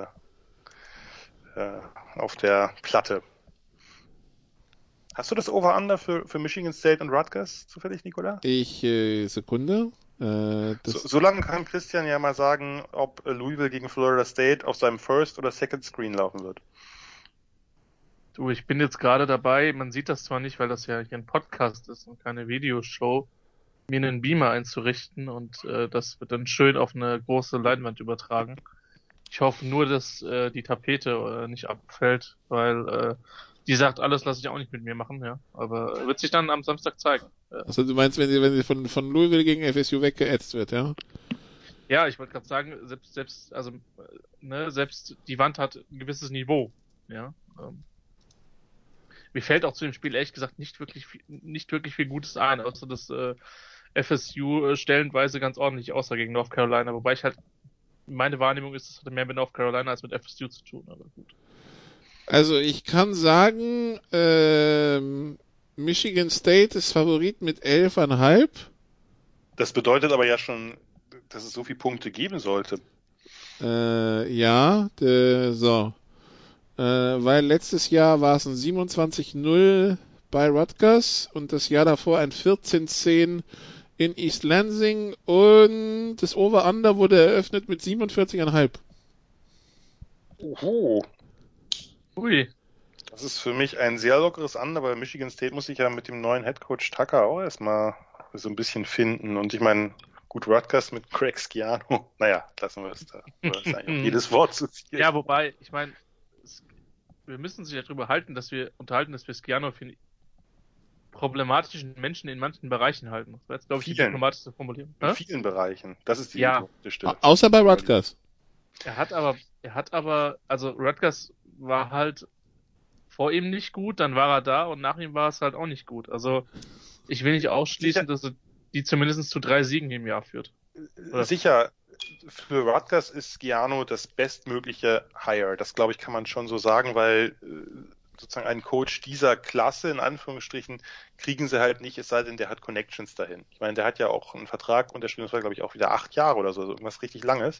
äh, äh, auf der Platte. Hast du das Over-Under für, für Michigan State und Rutgers zufällig, Nicola? Ich, äh, Sekunde. Äh, das So, so lange kann Christian ja mal sagen, ob Louisville gegen Florida State auf seinem First oder Second Screen laufen wird. Du, ich bin jetzt gerade dabei, man sieht das zwar nicht, weil das ja hier ein Podcast ist und keine Videoshow, mir einen Beamer einzurichten und äh, das wird dann schön auf eine große Leinwand übertragen. Ich hoffe nur, dass äh, die Tapete äh, nicht abfällt, weil äh, die sagt, alles lasse ich auch nicht mit mir machen, ja. Aber wird sich dann am Samstag zeigen. Ja. Also du meinst, wenn sie, wenn sie von, von Louisville gegen F S U weggeätzt wird, ja? Ja, ich wollte gerade sagen, selbst, selbst, also, ne, selbst die Wand hat ein gewisses Niveau, ja. Ähm, mir fällt auch zu dem Spiel ehrlich gesagt nicht wirklich viel, nicht wirklich viel Gutes ein, außer dass äh, F S U äh, stellenweise ganz ordentlich aussah gegen North Carolina, wobei ich halt, meine Wahrnehmung ist, es hatte mehr mit North Carolina als mit F S U zu tun, aber gut. Also ich kann sagen, ähm, Michigan State ist Favorit mit elf Komma fünf. Das bedeutet aber ja schon, dass es so viele Punkte geben sollte. Äh, ja, de, so. Äh, weil letztes Jahr war es ein siebenundzwanzig null bei Rutgers und das Jahr davor ein vierzehn zehn in East Lansing und das Over-Under wurde eröffnet mit siebenundvierzig Komma fünf. Oho. Ui. Das ist für mich ein sehr lockeres Under, weil Michigan State muss sich ja mit dem neuen Headcoach Tucker auch erstmal so ein bisschen finden. Und ich meine, gut, Rutgers mit Craig Schiano, naja, lassen wir es da. Das ist eigentlich jedes Wort zu viel. Ja, wobei, ich meine, wir müssen sich darüber halten, dass wir unterhalten, dass wir Schiano für einen problematischen Menschen in manchen Bereichen halten. Das war jetzt, glaube ich, die diplomatischste Formulierung. In vielen Bereichen. Das ist die ja. diplomatischste. Außer bei Rutgers. Er hat aber, er hat aber, also Rutgers war halt vor ihm nicht gut, dann war er da und nach ihm war es halt auch nicht gut. Also ich will nicht ausschließen, dass er die zumindest zu drei Siegen im Jahr führt. Oder? Sicher, für Rutgers ist Schiano das bestmögliche Hire. Das, glaube ich, kann man schon so sagen, weil sozusagen einen Coach dieser Klasse, in Anführungsstrichen, kriegen sie halt nicht, es sei denn, der hat Connections dahin. Ich meine, der hat ja auch einen Vertrag unterschrieben, das war, glaube ich, auch wieder acht Jahre oder so, also irgendwas richtig Langes.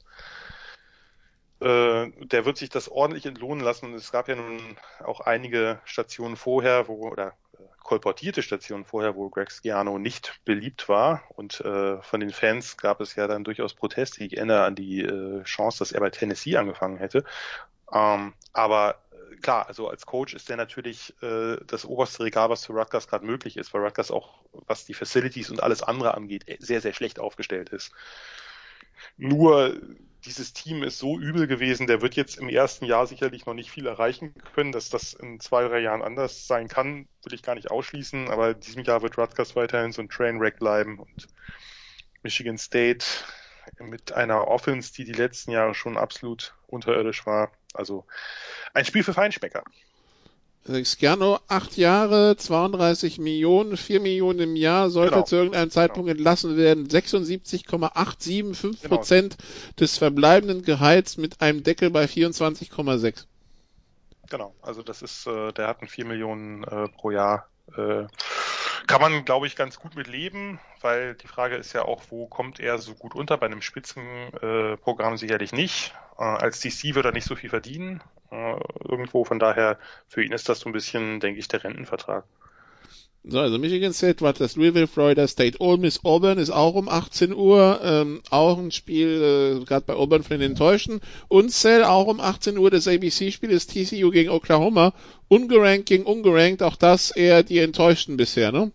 Äh, der wird sich das ordentlich entlohnen lassen. Und es gab ja nun auch einige Stationen vorher, wo, oder äh, kolportierte Stationen vorher, wo Greg Schiano nicht beliebt war. Und äh, von den Fans gab es ja dann durchaus Proteste. Ich erinnere an die äh, Chance, dass er bei Tennessee angefangen hätte. Ähm, aber äh, klar, also als Coach ist der natürlich äh, das oberste Regal, was für Rutgers gerade möglich ist, weil Rutgers auch, was die Facilities und alles andere angeht, sehr, sehr schlecht aufgestellt ist. Nur dieses Team ist so übel gewesen, der wird jetzt im ersten Jahr sicherlich noch nicht viel erreichen können. Dass das in zwei, drei Jahren anders sein kann, will ich gar nicht ausschließen. Aber in diesem Jahr wird Rutgers weiterhin so ein Trainwreck bleiben. Und Michigan State mit einer Offense, die die letzten Jahre schon absolut unterirdisch war. Also ein Spiel für Feinschmecker. Schiano, acht Jahre, zweiunddreißig Millionen, vier Millionen im Jahr, sollte genau. zu irgendeinem Zeitpunkt genau. entlassen werden. sechsundsiebzig Komma achtundsiebzig Genau. Prozent des verbleibenden Gehalts mit einem Deckel bei vierundzwanzig Komma sechs. Genau, also das ist, äh, der hat ein vier Millionen äh, pro Jahr. Äh, kann man, glaube ich, ganz gut mit leben, weil die Frage ist ja auch, wo kommt er so gut unter? Bei einem Spitzenprogramm äh, sicherlich nicht. Äh, als D C wird er nicht so viel verdienen. Äh, irgendwo, von daher, für ihn ist das so ein bisschen, denke ich, der Rentenvertrag. So, also Michigan State, Rutgers, Louisville, Florida State, Ole Miss, Auburn ist auch um achtzehn Uhr, ähm, auch ein Spiel, äh, gerade bei Auburn von den Enttäuschten. Und Cell auch um achtzehn Uhr, das A B C-Spiel ist T C U gegen Oklahoma. Ungerankt gegen ungerankt, auch das eher die Enttäuschten bisher, ne?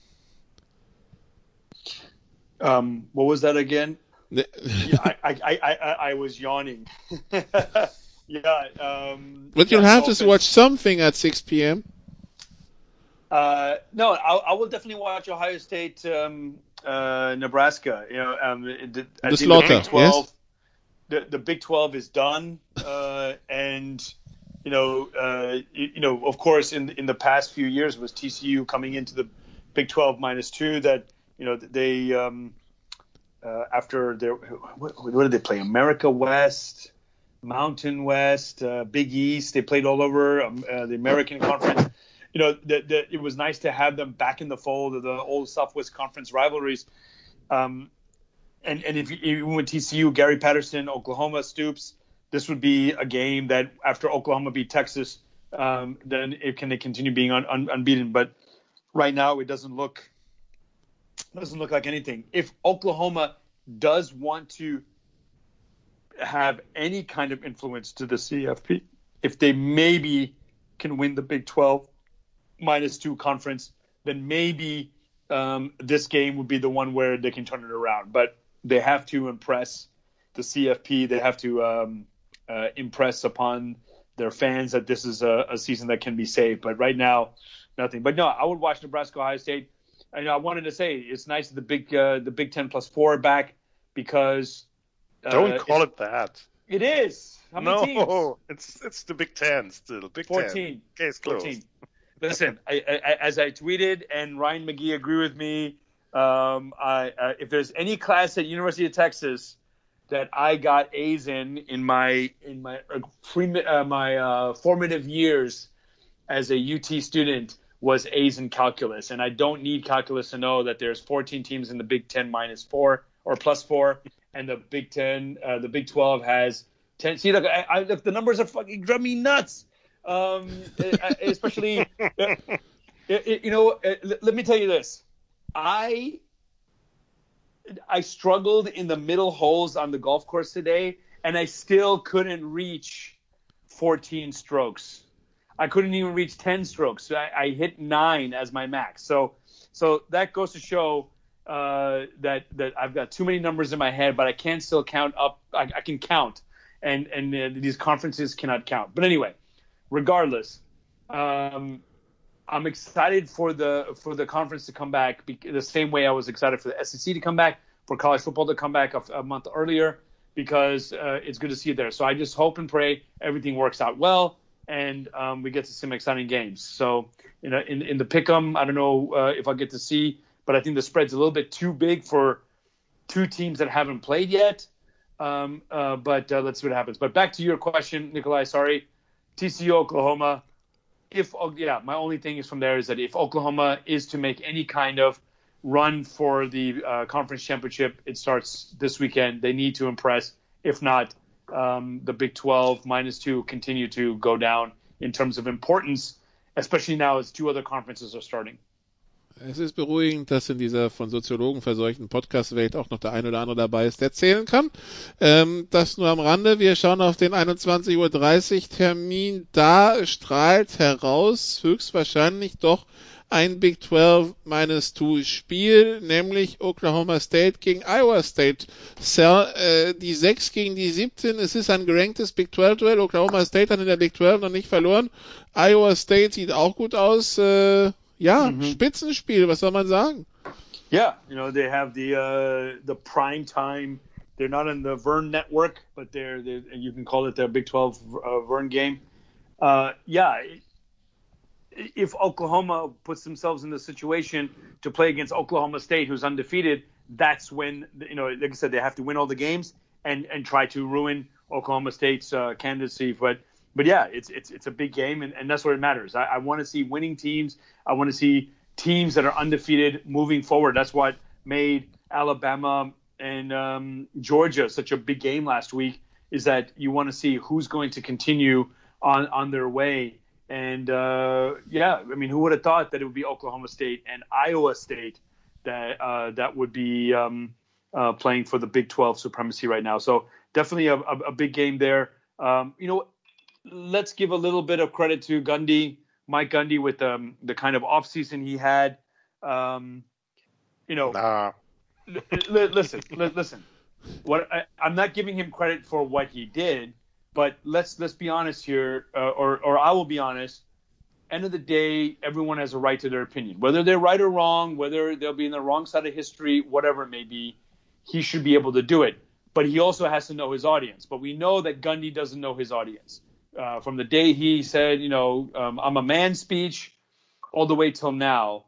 Um, what was that again? Ne- yeah, I, I, I, I, I was yawning. yeah. Um, But you'll yeah, have to offense. watch something at six p.m. Uh, no, I, I will definitely watch Ohio State, um, uh, Nebraska. You know, um, the, I The think slaughter, the Big twelve, yes? the, the Big twelve is done, uh, and you know, uh, you, you know, of course, in in the past few years was T C U coming into the Big twelve minus two. That you know they um, uh, after their what, what did they play? America West, Mountain West, uh, Big East. They played all over um, uh, the American Conference. You know, the, the, it was nice to have them back in the fold of the old Southwest Conference rivalries. Um, and, and if you, even with T C U, Gary Patterson, Oklahoma, Stoops, this would be a game that after Oklahoma beat Texas, um, then it can they continue being un, un, unbeaten. But right now, it doesn't look doesn't look like anything. If Oklahoma does want to have any kind of influence to the C F P, if they maybe can win the Big twelve minus two conference, then maybe um, this game would be the one where they can turn it around. But they have to impress the C F P. They have to um, uh, impress upon their fans that this is a, a season that can be saved. But right now, nothing. But no, I would watch Nebraska, Ohio State. And I wanted to say it's nice that the Big uh, the Big Ten plus four are back because uh, Don't call it that. It is. How many no, teams? it's it's the Big Ten still. Big fourteen. Ten. Case closed. fourteen. Listen, I, I, as I tweeted, and Ryan McGee agreed with me, um, I, uh, if there's any class at University of Texas that I got A's in in my in my uh, pre, uh, my uh, formative years as a U T student was A's in calculus, and I don't need calculus to know that there's fourteen teams in the Big Ten minus four or plus four, and the Big Ten, uh, the Big twelve has ten. See, look, I, I, look, the numbers are fucking driving me nuts. Um, especially, uh, you know, uh, let me tell you this. I I struggled in the middle holes on the golf course today, and I still couldn't reach fourteen strokes. I couldn't even reach ten strokes. I, I hit nine as my max. So, so that goes to show uh, that that I've got too many numbers in my head, but I can still count up. I, I can count, and and uh, these conferences cannot count. But anyway. regardless, um, I'm excited for the for the conference to come back be- the same way I was excited for the S E C to come back, for college football to come back a, a month earlier, because uh, it's good to see it there. So I just hope and pray everything works out well, and um, we get to see some exciting games. So you know, in in the pick'em, I don't know uh, if I'll get to see, but I think the spread's a little bit too big for two teams that haven't played yet. Um, uh, but uh, let's see what happens. But back to your question, Nikolai. Sorry, T C U, Oklahoma. If yeah, my only thing is from there is that if Oklahoma is to make any kind of run for the uh, conference championship, it starts this weekend. They need to impress. If not, um, the Big twelve minus two continue to go down in terms of importance, especially now as two other conferences are starting. Es ist beruhigend, dass in dieser von Soziologen verseuchten Podcast-Welt auch noch der ein oder andere dabei ist, der zählen kann. Ähm, das nur am Rande. Wir schauen auf den einundzwanzig Uhr dreißig Termin. Da strahlt heraus höchstwahrscheinlich doch ein Big zwölf minus zwei Spiel, nämlich Oklahoma State gegen Iowa State. Sir, äh, die sechs gegen die siebzehn. Es ist ein geranktes Big zwölf Duell. Oklahoma State hat in der Big zwölf noch nicht verloren. Iowa State sieht auch gut aus. Äh, Ja, mm-hmm. Spitzenspiel, was soll man sagen? Yeah, you know, they have the uh, the prime time. They're not in the Vern network, but they're, they're you can call it their Big twelve uh, Vern game. Uh, yeah, if Oklahoma puts themselves in the situation to play against Oklahoma State, who's undefeated, that's when, you know, like I said, they have to win all the games and, and try to ruin Oklahoma State's uh, candidacy. But But yeah, it's it's it's a big game, and, and that's what it matters. I, I want to see winning teams. I want to see teams that are undefeated moving forward. That's what made Alabama and um, Georgia such a big game last week, is that you want to see who's going to continue on, on their way. And, uh, yeah, I mean, who would have thought that it would be Oklahoma State and Iowa State that uh, that would be um, uh, playing for the Big twelve supremacy right now. So definitely a, a, a big game there. Um, you know, let's give a little bit of credit to Gundy, Mike Gundy, with um, the kind of offseason he had. Um, you know, nah. l- l- listen, l- listen. What I, I'm not giving him credit for what he did, but let's let's be honest here, uh, or or I will be honest. End of the day, everyone has a right to their opinion, whether they're right or wrong, whether they'll be in the wrong side of history, whatever it may be. He should be able to do it, but he also has to know his audience. But we know that Gundy doesn't know his audience. Uh, from the day he said, you know, um, I'm a man speech, all the way till now.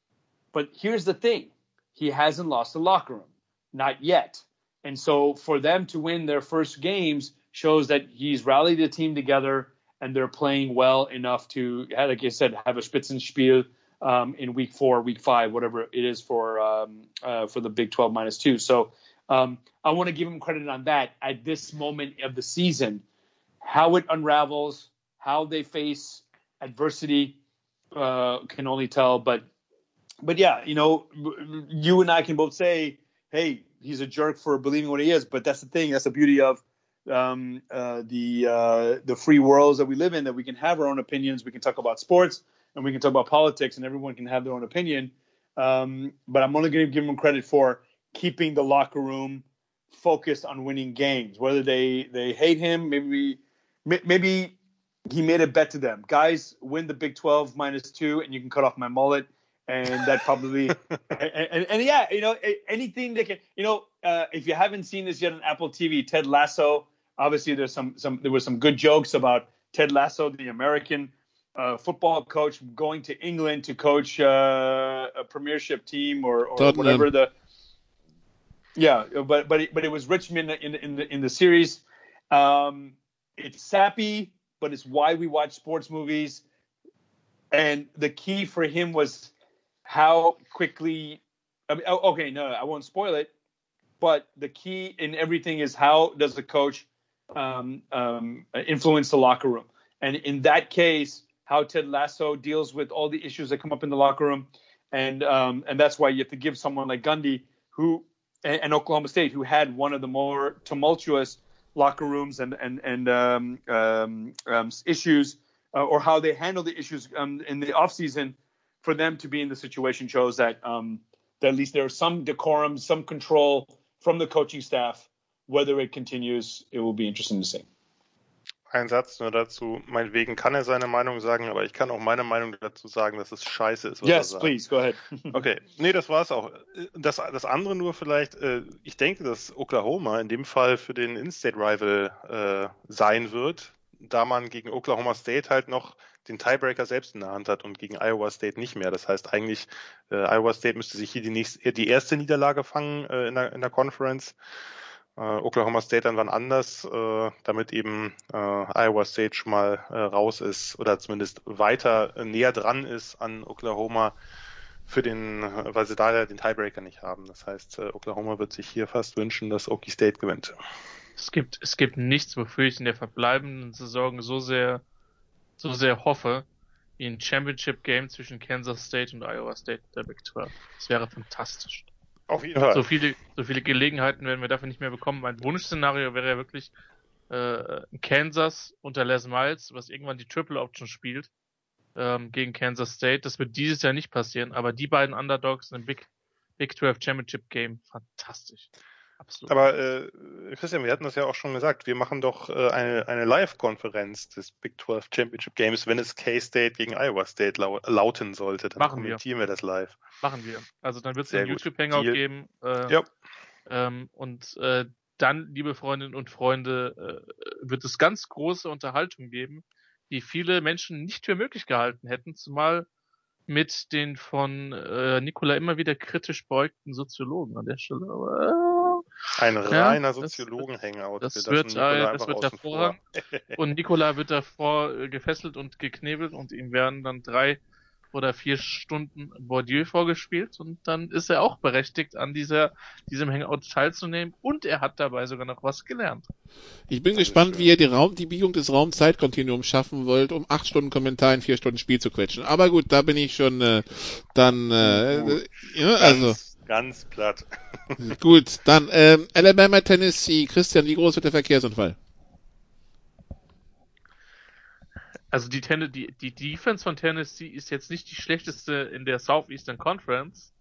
But here's the thing. He hasn't lost the locker room. Not yet. And so for them to win their first games shows that he's rallied the team together and they're playing well enough to, like I said, have a Spitzenspiel um, in week four, week five, whatever it is for um, uh, for the Big twelve minus two. So um, I want to give him credit on that at this moment of the season. How it unravels, how they face adversity, uh, can only tell. But, but yeah, you know, you and I can both say, hey, he's a jerk for believing what he is. But that's the thing. That's the beauty of um, uh, the uh, the free worlds that we live in, that we can have our own opinions. We can talk about sports and we can talk about politics, and everyone can have their own opinion. Um, but I'm only going to give him credit for keeping the locker room focused on winning games. Whether they, they hate him, maybe maybe he made a bet to them. Guys, win the Big twelve minus two, and you can cut off my mullet. And that probably and, and, and yeah, you know, anything that can, you know, uh, if you haven't seen this yet on Apple T V, Ted Lasso. Obviously, there's some some there were some good jokes about Ted Lasso, the American uh, football coach, going to England to coach uh, a Premiership team or, or whatever the. Yeah, but but it, but it was Richmond in in the in the series. Um, it's sappy, but it's why we watch sports movies. And the key for him was how quickly. I mean, okay, no, I won't spoil it. But the key in everything is how does the coach um, um, influence the locker room? And in that case, how Ted Lasso deals with all the issues that come up in the locker room. And um, and that's why you have to give someone like Gundy, who and, and Oklahoma State, who had one of the more tumultuous locker rooms and and and um, um, um, issues, uh, or how they handle the issues um, in the offseason, for them to be in the situation shows that um, that at least there is some decorum, some control from the coaching staff. Whether it continues, it will be interesting to see. Ein Satz nur dazu. Meinetwegen kann er seine Meinung sagen, aber ich kann auch meine Meinung dazu sagen, dass es scheiße ist, was Yes, er sagt. please, go ahead. Okay, nee, das war's auch. Das, das andere nur vielleicht, äh, ich denke, dass Oklahoma in dem Fall für den In-State-Rival äh, sein wird, da man gegen Oklahoma State halt noch den Tiebreaker selbst in der Hand hat und gegen Iowa State nicht mehr. Das heißt eigentlich, äh, Iowa State müsste sich hier die, nächste, die erste Niederlage fangen äh, in, der, in der Conference. Äh, Oklahoma State dann wann anders, äh, damit eben äh, Iowa State schon mal äh, raus ist oder zumindest weiter äh, näher dran ist an Oklahoma, für den, äh, weil sie da ja den Tiebreaker nicht haben. Das heißt, äh, Oklahoma wird sich hier fast wünschen, dass Okie State gewinnt. Es gibt, es gibt nichts, wofür ich in der verbleibenden Saison so sehr, so sehr hoffe, wie ein Championship Game zwischen Kansas State und Iowa State der Big zwölf. Das wäre fantastisch. Auf jeden Fall. So viele, so viele Gelegenheiten werden wir dafür nicht mehr bekommen. Mein Wunschszenario wäre ja wirklich äh, Kansas unter Les Miles, was irgendwann die Triple Option spielt, ähm, gegen Kansas State. Das wird dieses Jahr nicht passieren, aber die beiden Underdogs in einem Big, Big zwölf Championship Game, fantastisch. Absolut. Aber äh, Christian, wir hatten das ja auch schon gesagt, wir machen doch äh, eine, eine Live-Konferenz des Big zwölf Championship Games, wenn es K-State gegen Iowa State lau- lauten sollte, dann Machen kommentieren wir. wir das live. Machen wir. Also dann wird es Sehr einen gut. YouTube-Hangout Deal. geben. Äh, Ja. ähm, und äh, dann, liebe Freundinnen und Freunde, äh, wird es ganz große Unterhaltung geben, die viele Menschen nicht für möglich gehalten hätten, zumal mit den von äh, Nikola immer wieder kritisch beäugten Soziologen an der Stelle. Aber, äh, Ein Ja, reiner das Soziologen-Hangout. das Wir wird, lassen Nicola äh, das einfach wird außen vor. hervorragend. Und Nikola wird davor äh, gefesselt und geknebelt und ihm werden dann drei oder vier Stunden Bourdieu vorgespielt und dann ist er auch berechtigt, an dieser diesem Hangout teilzunehmen und er hat dabei sogar noch was gelernt. Ich bin Das ist gespannt, schön. wie ihr die, Raum, die Biegung des Raum-Zeit-Kontinuums schaffen wollt, um acht Stunden Kommentar in vier Stunden Spiel zu quetschen. Aber gut, da bin ich schon äh, dann, äh, äh, ja, also Ganz, ganz platt. gut. Dann ähm, Alabama, Tennessee. Christian, wie groß wird der Verkehrsunfall? Also die, Ten- die, die Defense von Tennessee ist jetzt nicht die schlechteste in der Southeastern Conference.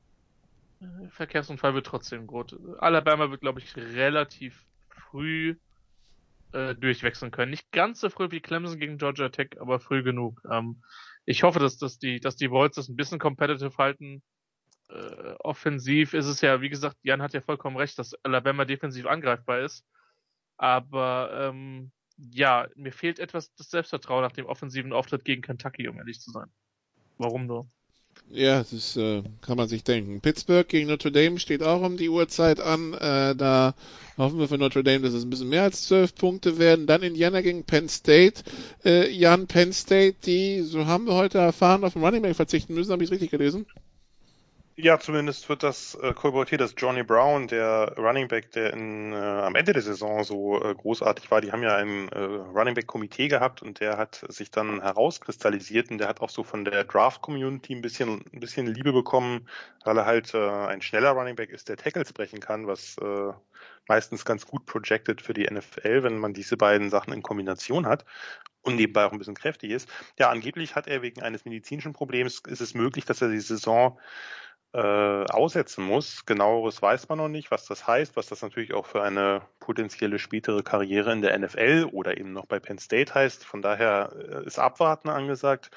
Äh, Verkehrsunfall wird trotzdem groß. Alabama wird, glaube ich, relativ früh äh, durchwechseln können. Nicht ganz so früh wie Clemson gegen Georgia Tech, aber früh genug. Ähm, ich hoffe, dass, dass die, dass die Vols das ein bisschen competitive halten. Äh, offensiv ist es ja, wie gesagt, Jan hat ja vollkommen recht, dass Alabama defensiv angreifbar ist. Aber ähm, ja, mir fehlt etwas das Selbstvertrauen nach dem offensiven Auftritt gegen Kentucky, um ehrlich zu sein. Warum nur? Ja, das ist, äh, kann man sich denken. Pittsburgh gegen Notre Dame steht auch um die Uhrzeit an. Äh, da hoffen wir für Notre Dame, dass es ein bisschen mehr als zwölf Punkte werden. Dann Indiana gegen Penn State. Äh, Jan, Penn State, die, so haben wir heute erfahren, auf den Running Back verzichten müssen. Habe ich es richtig gelesen? Ja, zumindest wird das äh, kolportiert, dass Johnny Brown, der Running Back, der in, äh, am Ende der Saison so äh, großartig war, die haben ja ein äh, Running Back Komitee gehabt und der hat sich dann herauskristallisiert und der hat auch so von der Draft Community ein bisschen ein bisschen Liebe bekommen, weil er halt äh, ein schneller Running Back ist, der Tackles brechen kann, was äh, meistens ganz gut projected für die N F L, wenn man diese beiden Sachen in Kombination hat und nebenbei auch ein bisschen kräftig ist. Ja, angeblich hat er wegen eines medizinischen Problems, ist es möglich, dass er die Saison Äh, aussetzen muss. Genaueres weiß man noch nicht, was das heißt, was das natürlich auch für eine potenzielle spätere Karriere in der N F L oder eben noch bei Penn State heißt. Von daher äh, ist Abwarten angesagt.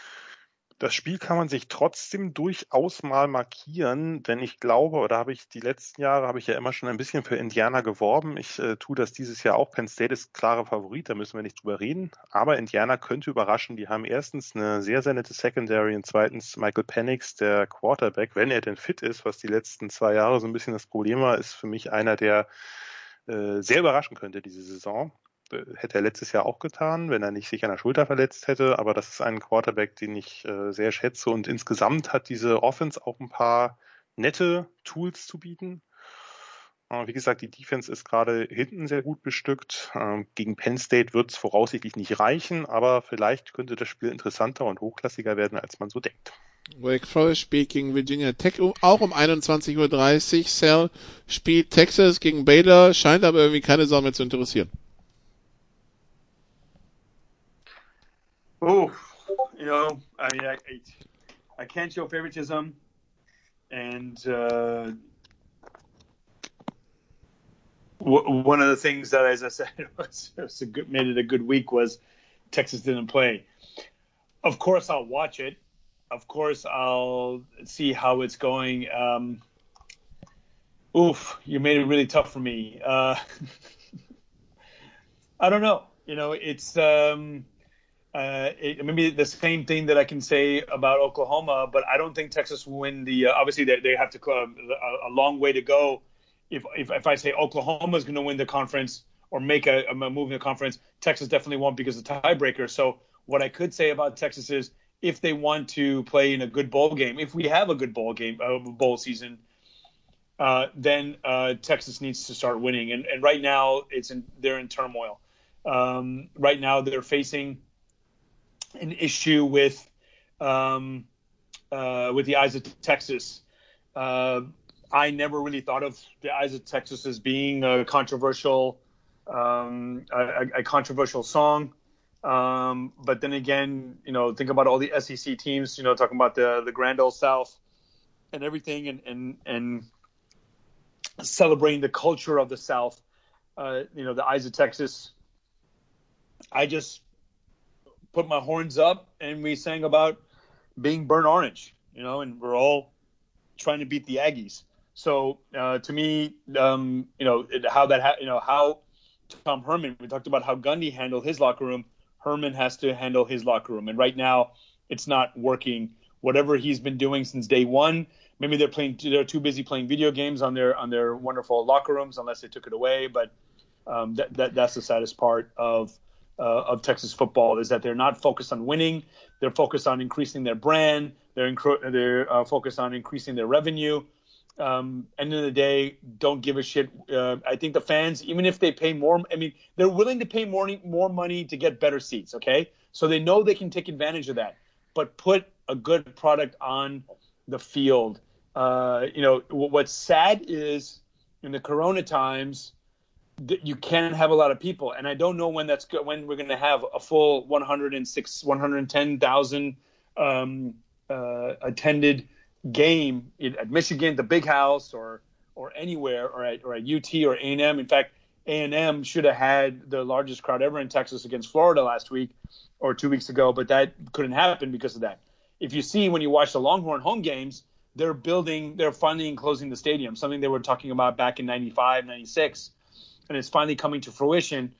Das Spiel kann man sich trotzdem durchaus mal markieren, denn ich glaube, oder habe ich die letzten Jahre, habe ich ja immer schon ein bisschen für Indiana geworben. Ich äh, tue das dieses Jahr auch. Penn State ist klarer Favorit, da müssen wir nicht drüber reden. Aber Indiana könnte überraschen. Die haben erstens eine sehr, sehr nette Secondary und zweitens Michael Penix, der Quarterback, wenn er denn fit ist, was die letzten zwei Jahre so ein bisschen das Problem war, ist für mich einer, der äh, sehr überraschen könnte diese Saison. Hätte er letztes Jahr auch getan, wenn er nicht sich an der Schulter verletzt hätte. Aber das ist ein Quarterback, den ich äh, sehr schätze. Und insgesamt hat diese Offense auch ein paar nette Tools zu bieten. Äh, wie gesagt, die Defense ist gerade hinten sehr gut bestückt. Äh, gegen Penn State wird es voraussichtlich nicht reichen, aber vielleicht könnte das Spiel interessanter und hochklassiger werden, als man so denkt. Wake Forest spielt gegen Virginia Tech auch um einundzwanzig Uhr dreißig. Sal spielt Texas gegen Baylor, scheint aber irgendwie keine Sau mehr zu interessieren. Oh, you know, I mean, I, I, I can't show favoritism, and uh, w- one of the things that, as I said, was, was a good, made it a good week was Texas didn't play. Of course, I'll watch it. Of course, I'll see how it's going. Um, oof, you made it really tough for me. Uh, I don't know. You know, it's um, uh, it, maybe the same thing that I can say about Oklahoma, but I don't think Texas will win the. Uh, obviously, they, they have to uh, a, a long way to go. If if, if I say Oklahoma is going to win the conference or make a, a move in the conference, Texas definitely won't because of the tiebreaker. So what I could say about Texas is if they want to play in a good bowl game, if we have a good bowl game, a uh, bowl season, uh, then uh, Texas needs to start winning. And, and right now, it's in, they're in turmoil. Um, right now, they're facing an issue with um, uh, with the eyes of Texas. Uh, I never really thought of the eyes of Texas as being a controversial, um, a, a controversial song. Um, but then again, you know, think about all the S E C teams, you know, talking about the, the Grand Old South and everything and, and, and celebrating the culture of the South, uh, you know, the eyes of Texas. I just put my horns up and we sang about being burnt orange, you know, and we're all trying to beat the Aggies. So, uh, to me, um, you know, it, how that, ha- you know, how Tom Herman, we talked about how Gundy handled his locker room. Herman has to handle his locker room. And right now it's not working. Whatever he's been doing since day one, maybe they're playing, they're too busy playing video games on their, on their wonderful locker rooms, unless they took it away. But, um, that, that, that's the saddest part of, uh, of Texas football is that they're not focused on winning. They're focused on increasing their brand. They're, incro- they're uh, focused on increasing their revenue. Um, end of the day, don't give a shit. Uh, I think the fans, even if they pay more, I mean, they're willing to pay more more money to get better seats, okay? So they know they can take advantage of that. But put a good product on the field. Uh, you know, what's sad is in the Corona times, that you can't have a lot of people. And I don't know when that's go- when we're going to have a full one hundred six, one hundred ten thousand um, uh, attended game at Michigan, the Big House, or or anywhere, or at or at U T or A and M. In fact, A and M should have had the largest crowd ever in Texas against Florida last week or two weeks ago, but that couldn't happen because of that. If you see when you watch the Longhorn home games, they're building, they're finally enclosing the stadium, something they were talking about back in ninety-five, ninety-six, and it's finally coming to fruition.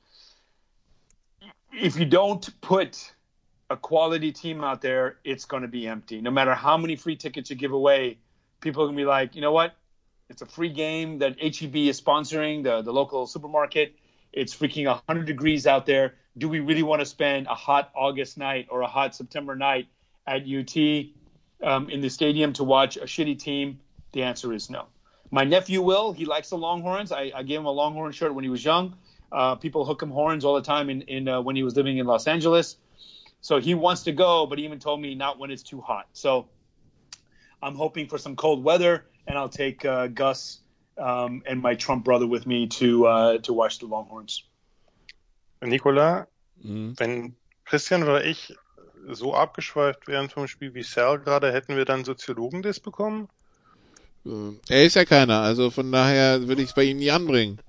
If you don't put a quality team out there, it's going to be empty. No matter how many free tickets you give away, people are going to be like, you know what? It's a free game that H E B is sponsoring, the, the local supermarket. It's freaking one hundred degrees out there. Do we really want to spend a hot August night or a hot September night at U T um, in the stadium to watch a shitty team? The answer is no. My nephew will. He likes the Longhorns. I, I gave him a Longhorn shirt when he was young. Uh, people hook him horns all the time in, in uh, when he was living in Los Angeles. So he wants to go, but he even told me not when it's too hot. So I'm hoping for some cold weather, and I'll take uh, Gus um, and my Trump brother with me to uh, to watch the Longhorns. Nicola, Mhm. wenn Christian oder ich so abgeschweift wären vom Spiel wie Sal gerade, hätten wir dann Soziologen-Diss bekommen? Äh, Er ist ja keiner, also von daher würde ich es bei ihm nie anbringen.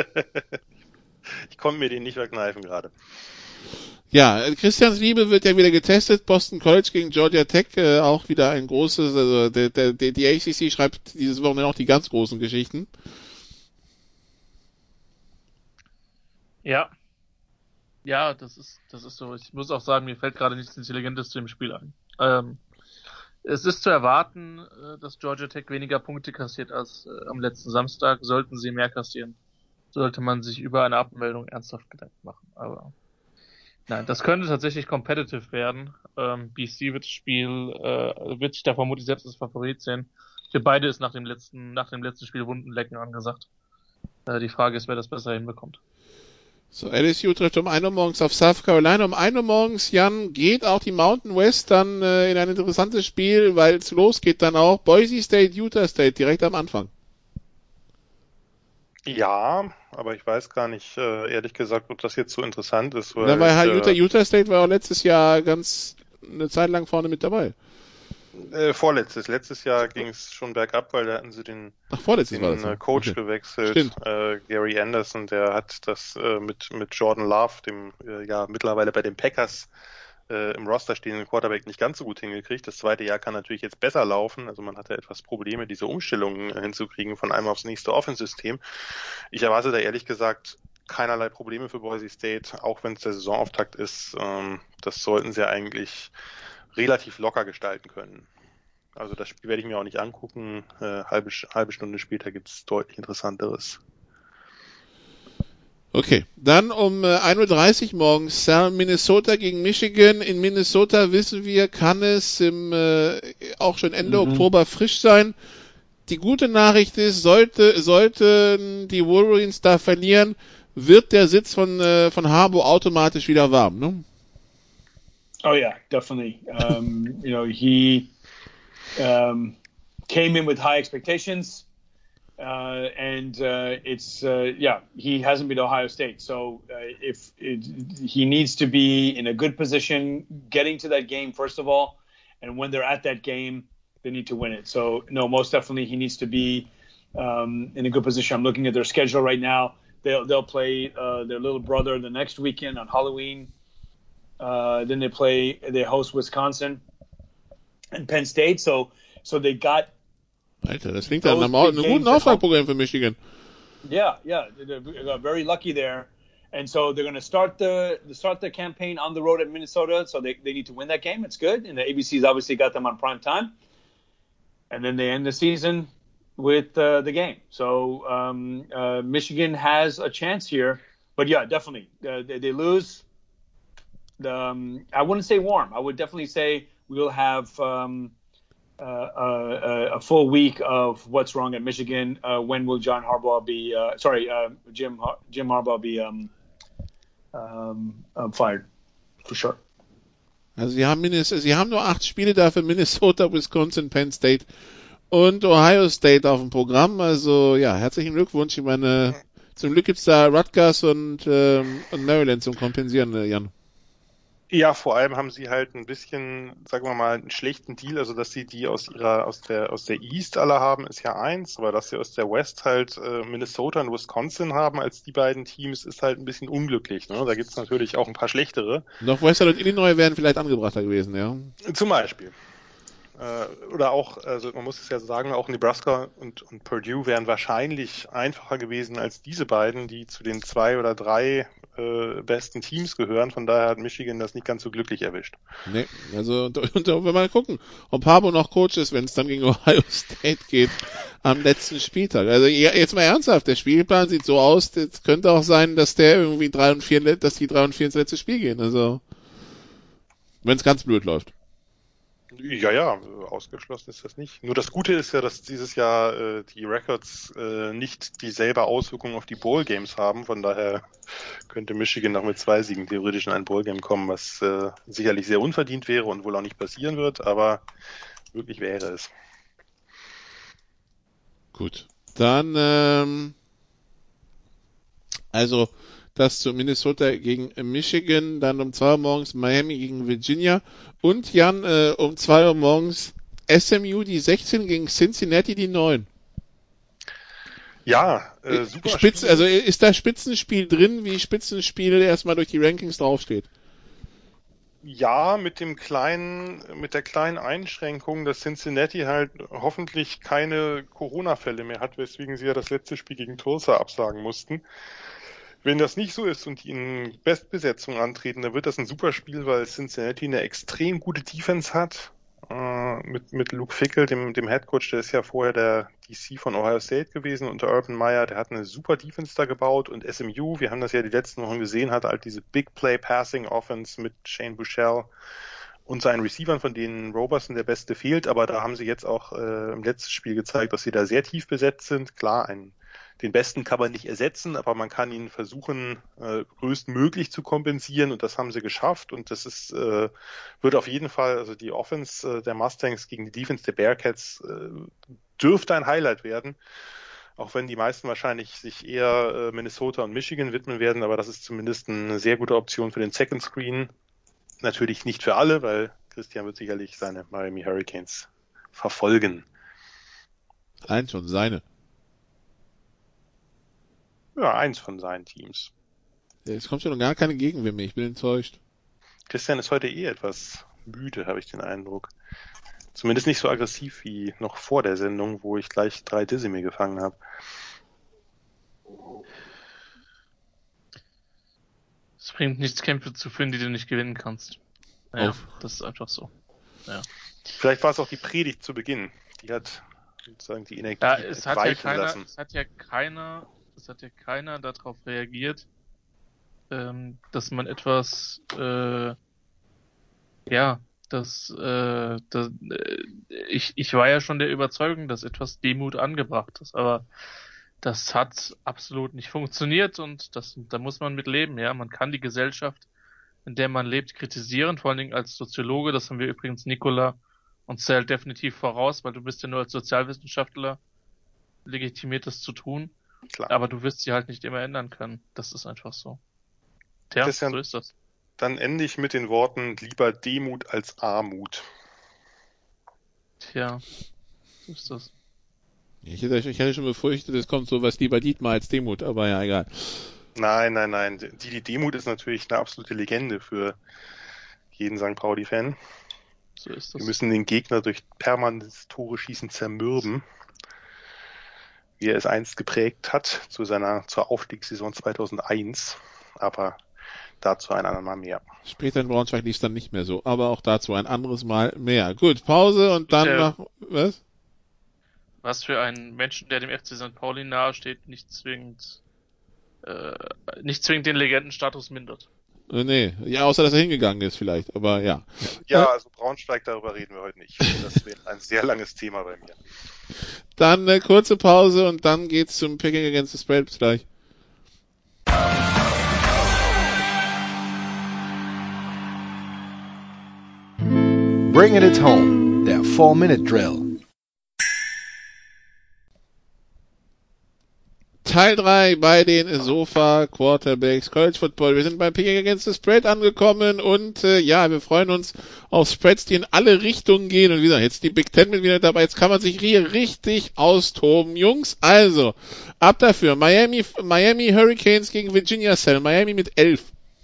Ich konnte mir den nicht verkneifen gerade. Ja, äh, Christians Liebe wird ja wieder getestet. Boston College gegen Georgia Tech, äh, auch wieder ein großes, also der, der, der, die A C C schreibt dieses Wochenende auch die ganz großen Geschichten. Ja. Ja, das ist, das ist so. Ich muss auch sagen, mir fällt gerade nichts Intelligentes zu dem Spiel ein. Ähm, es ist zu erwarten, äh, dass Georgia Tech weniger Punkte kassiert als äh, am letzten Samstag. Sollten sie mehr kassieren, sollte man sich über eine Abmeldung ernsthaft Gedanken machen. Aber nein, das könnte tatsächlich competitive werden. Ähm, B C wird das Spiel, äh, wird sich da vermutlich selbst als Favorit sehen. Für beide ist nach dem letzten, nach dem letzten Spiel Wundenlecken angesagt. Äh, die Frage ist, wer das besser hinbekommt. So, L S U trifft um ein Uhr morgens auf South Carolina. Um ein Uhr morgens, Jan, geht auch die Mountain West dann äh, in ein interessantes Spiel, weil es losgeht dann auch Boise State, Utah State direkt am Anfang. Ja, aber ich weiß gar nicht, äh, ehrlich gesagt, ob das jetzt so interessant ist. Weil Na, weil halt ich, Utah, äh, Utah State war auch letztes Jahr ganz eine Zeit lang vorne mit dabei. Äh, vorletztes. Letztes Jahr ging es schon bergab, weil da hatten sie den, Ach, vorletztes den war das, äh, Coach okay. gewechselt. Äh, Gary Anderson, der hat das äh, mit, mit Jordan Love, dem äh, ja mittlerweile bei den Packers äh, im Roster stehenden Quarterback, nicht ganz so gut hingekriegt. Das zweite Jahr kann natürlich jetzt besser laufen. Also man hatte etwas Probleme, diese Umstellungen äh, hinzukriegen von einem aufs nächste Offense-System. Ich erwarte da ehrlich gesagt keinerlei Probleme für Boise State, auch wenn es der Saisonauftakt ist. Ähm, das sollten sie eigentlich relativ locker gestalten können. Also das Spiel werde ich mir auch nicht angucken. Äh, halbe, halbe Stunde später gibt es deutlich Interessanteres. Okay, dann um äh, ein Uhr dreißig morgens Minnesota gegen Michigan. In Minnesota wissen wir, kann es im, äh, auch schon Ende mhm. Oktober frisch sein. Die gute Nachricht ist, sollte, sollten die Wolverines da verlieren, wird der Sitz von, äh, von Harbaugh automatisch wieder warm, ne? Oh yeah, definitely. Um, you know, he um, came in with high expectations, uh, and uh, it's uh, yeah, he hasn't been to Ohio State, so uh, if it, he needs to be in a good position, getting to that game first of all, and when they're at that game, they need to win it. So no, most definitely he needs to be um, in a good position. I'm looking at their schedule right now. They'll they'll play uh, their little brother the next weekend on Halloween. Uh, then they play, they host Wisconsin and Penn State. So, so they got. Alter, das klingt nach einem guten Auftragprogramm für Michigan. Yeah, yeah, they got very lucky there, and so they're going to start the start the campaign on the road at Minnesota. So they they need to win that game. It's good, and the A B C's obviously got them on prime time, and then they end the season with uh, the game. So um, uh, Michigan has a chance here, but yeah, definitely uh, they, they lose. Um, I wouldn't say warm. I would definitely say we'll have um, uh, uh, a full week of what's wrong at Michigan. Uh, when will John Harbaugh be? Uh, sorry, uh, Jim Har- Jim Harbaugh be um, um, um, fired for sure. Also sie haben, Minnesota, sie haben nur acht Spiele dafür: Minnesota, Wisconsin, Penn State und Ohio State auf dem Programm. Also ja, herzlichen Glückwunsch. Ich meine, zum Glück gibt's da Rutgers und, ähm, und Maryland zum Kompensieren, Jan. Ja, vor allem haben sie halt ein bisschen, sagen wir mal, einen schlechten Deal, also dass sie die aus ihrer, aus der, aus der East alle haben, ist ja eins, aber dass sie aus der West halt äh, Minnesota und Wisconsin haben als die beiden Teams, ist halt ein bisschen unglücklich, ne? Da gibt's natürlich auch ein paar schlechtere. Northwestern und Illinois wären vielleicht angebrachter gewesen, ja. Zum Beispiel. Äh, oder auch, also man muss es ja sagen, auch Nebraska und, und Purdue wären wahrscheinlich einfacher gewesen als diese beiden, die zu den zwei oder drei äh, besten Teams gehören. Von daher hat Michigan das nicht ganz so glücklich erwischt. Nee, also und, und, und wenn wir mal gucken, ob Harbaugh noch Coach ist, wenn es dann gegen Ohio State geht am letzten Spieltag. Also jetzt mal ernsthaft, der Spielplan sieht so aus, es könnte auch sein, dass der irgendwie drei und vier, dass die drei und vier ins letzte Spiel gehen. Also wenn es ganz blöd läuft. Ja, ja, ausgeschlossen ist das nicht. Nur das Gute ist ja, dass dieses Jahr äh, die Records äh, nicht dieselbe Auswirkung auf die Bowl-Games haben. Von daher könnte Michigan noch mit zwei Siegen theoretisch in ein Bowl-Game kommen, was äh, sicherlich sehr unverdient wäre und wohl auch nicht passieren wird, aber wirklich wäre es. Gut, dann ähm, also das zu Minnesota gegen Michigan, dann um zwei Uhr morgens Miami gegen Virginia und Jan äh, um zwei Uhr morgens S M U die sechzehn gegen Cincinnati die neun. Ja, äh, super Spitz, Spiel. Also ist da Spitzenspiel drin, wie Spitzenspiel erstmal durch die Rankings draufsteht? Ja, mit dem kleinen, mit der kleinen Einschränkung, dass Cincinnati halt hoffentlich keine Corona-Fälle mehr hat, weswegen sie ja das letzte Spiel gegen Tulsa absagen mussten. Wenn das nicht so ist und die in Bestbesetzung antreten, dann wird das ein super Spiel, weil Cincinnati eine extrem gute Defense hat. Äh, mit, mit Luke Fickell, dem, dem Headcoach, der ist ja vorher der D C von Ohio State gewesen, unter Urban Meyer, der hat eine super Defense da gebaut und S M U, wir haben das ja die letzten Wochen gesehen, hat halt diese Big Play Passing Offense mit Shane Buechele und seinen Receivern, von denen Roberson der Beste fehlt, aber da haben sie jetzt auch äh, im letzten Spiel gezeigt, dass sie da sehr tief besetzt sind. Klar, ein Den Besten kann man nicht ersetzen, aber man kann ihn versuchen, äh, größtmöglich zu kompensieren und das haben sie geschafft und das ist, äh, wird auf jeden Fall, also die Offense äh, der Mustangs gegen die Defense der Bearcats äh, dürfte ein Highlight werden, auch wenn die meisten wahrscheinlich sich eher äh, Minnesota und Michigan widmen werden, aber das ist zumindest eine sehr gute Option für den Second Screen. Natürlich nicht für alle, weil Christian wird sicherlich seine Miami Hurricanes verfolgen. Eins schon, seine. Ja, eins von seinen Teams. Es kommt schon gar keine Gegenwehr mehr, ich bin enttäuscht. Christian ist heute eh etwas müde, habe ich den Eindruck. Zumindest nicht so aggressiv wie noch vor der Sendung, wo ich gleich drei Dizzy mir gefangen habe. Es bringt nichts, Kämpfe zu führen, die du nicht gewinnen kannst. Ja, Auf. das ist einfach so. Ja. Vielleicht war es auch die Predigt zu Beginn. Die hat sozusagen die Energie Ja, es hat ja entweichen keiner, lassen. es hat ja keiner, es hat ja keiner darauf reagiert, ähm, dass man etwas, äh, ja, das, äh, das äh, ich, ich war ja schon der Überzeugung, dass etwas Demut angebracht ist, aber das hat absolut nicht funktioniert und das, da muss man mit leben, ja. Man kann die Gesellschaft, in der man lebt, kritisieren, vor allen Dingen als Soziologe, das haben wir übrigens Nicola und Sal definitiv voraus, weil du bist ja nur als Sozialwissenschaftler legitimiert, das zu tun. Klar. Aber du wirst sie halt nicht immer ändern können. Das ist einfach so. Tja, Christian, so ist das. Dann ende ich mit den Worten, lieber Demut als Armut. Tja, so ist das. Ich hätte, ich hätte schon befürchtet, es kommt sowas lieber Dietmar als Demut, aber ja, egal. Nein, nein, nein. Die, die Demut ist natürlich eine absolute Legende für jeden Sankt Pauli-Fan. So ist das. Wir müssen den Gegner durch permanentes Tore schießen zermürben, wie er es einst geprägt hat zu seiner zur Aufstiegssaison zweitausendeins. Aber dazu ein andermal mehr. Später in Braunschweig lief es dann nicht mehr so, aber auch dazu ein anderes Mal mehr. Gut, Pause und dann Ja. nach, was? Was für einen Menschen, der dem F C Sankt Pauli nahesteht, nicht zwingend, äh, nicht zwingend den Legendenstatus mindert. Äh, nee, ja, außer dass er hingegangen ist vielleicht, aber ja. Ja, also Braunschweig, darüber reden wir heute nicht. Das wäre ein sehr langes Thema bei mir. Dann eine kurze Pause und dann geht's zum Picking Against the Spread. Bis gleich. Bringing it home, der Four-Minute-Drill. Teil drei bei den Sofa Quarterbacks College Football. Wir sind beim Picking Against the Spread angekommen und äh, ja, wir freuen uns auf Spreads, die in alle Richtungen gehen. Und wie gesagt, jetzt die Big Ten mit wieder dabei. Jetzt kann man sich hier richtig austoben, Jungs. Also, ab dafür. Miami, Miami Hurricanes gegen Virginia Cell. Miami mit elf.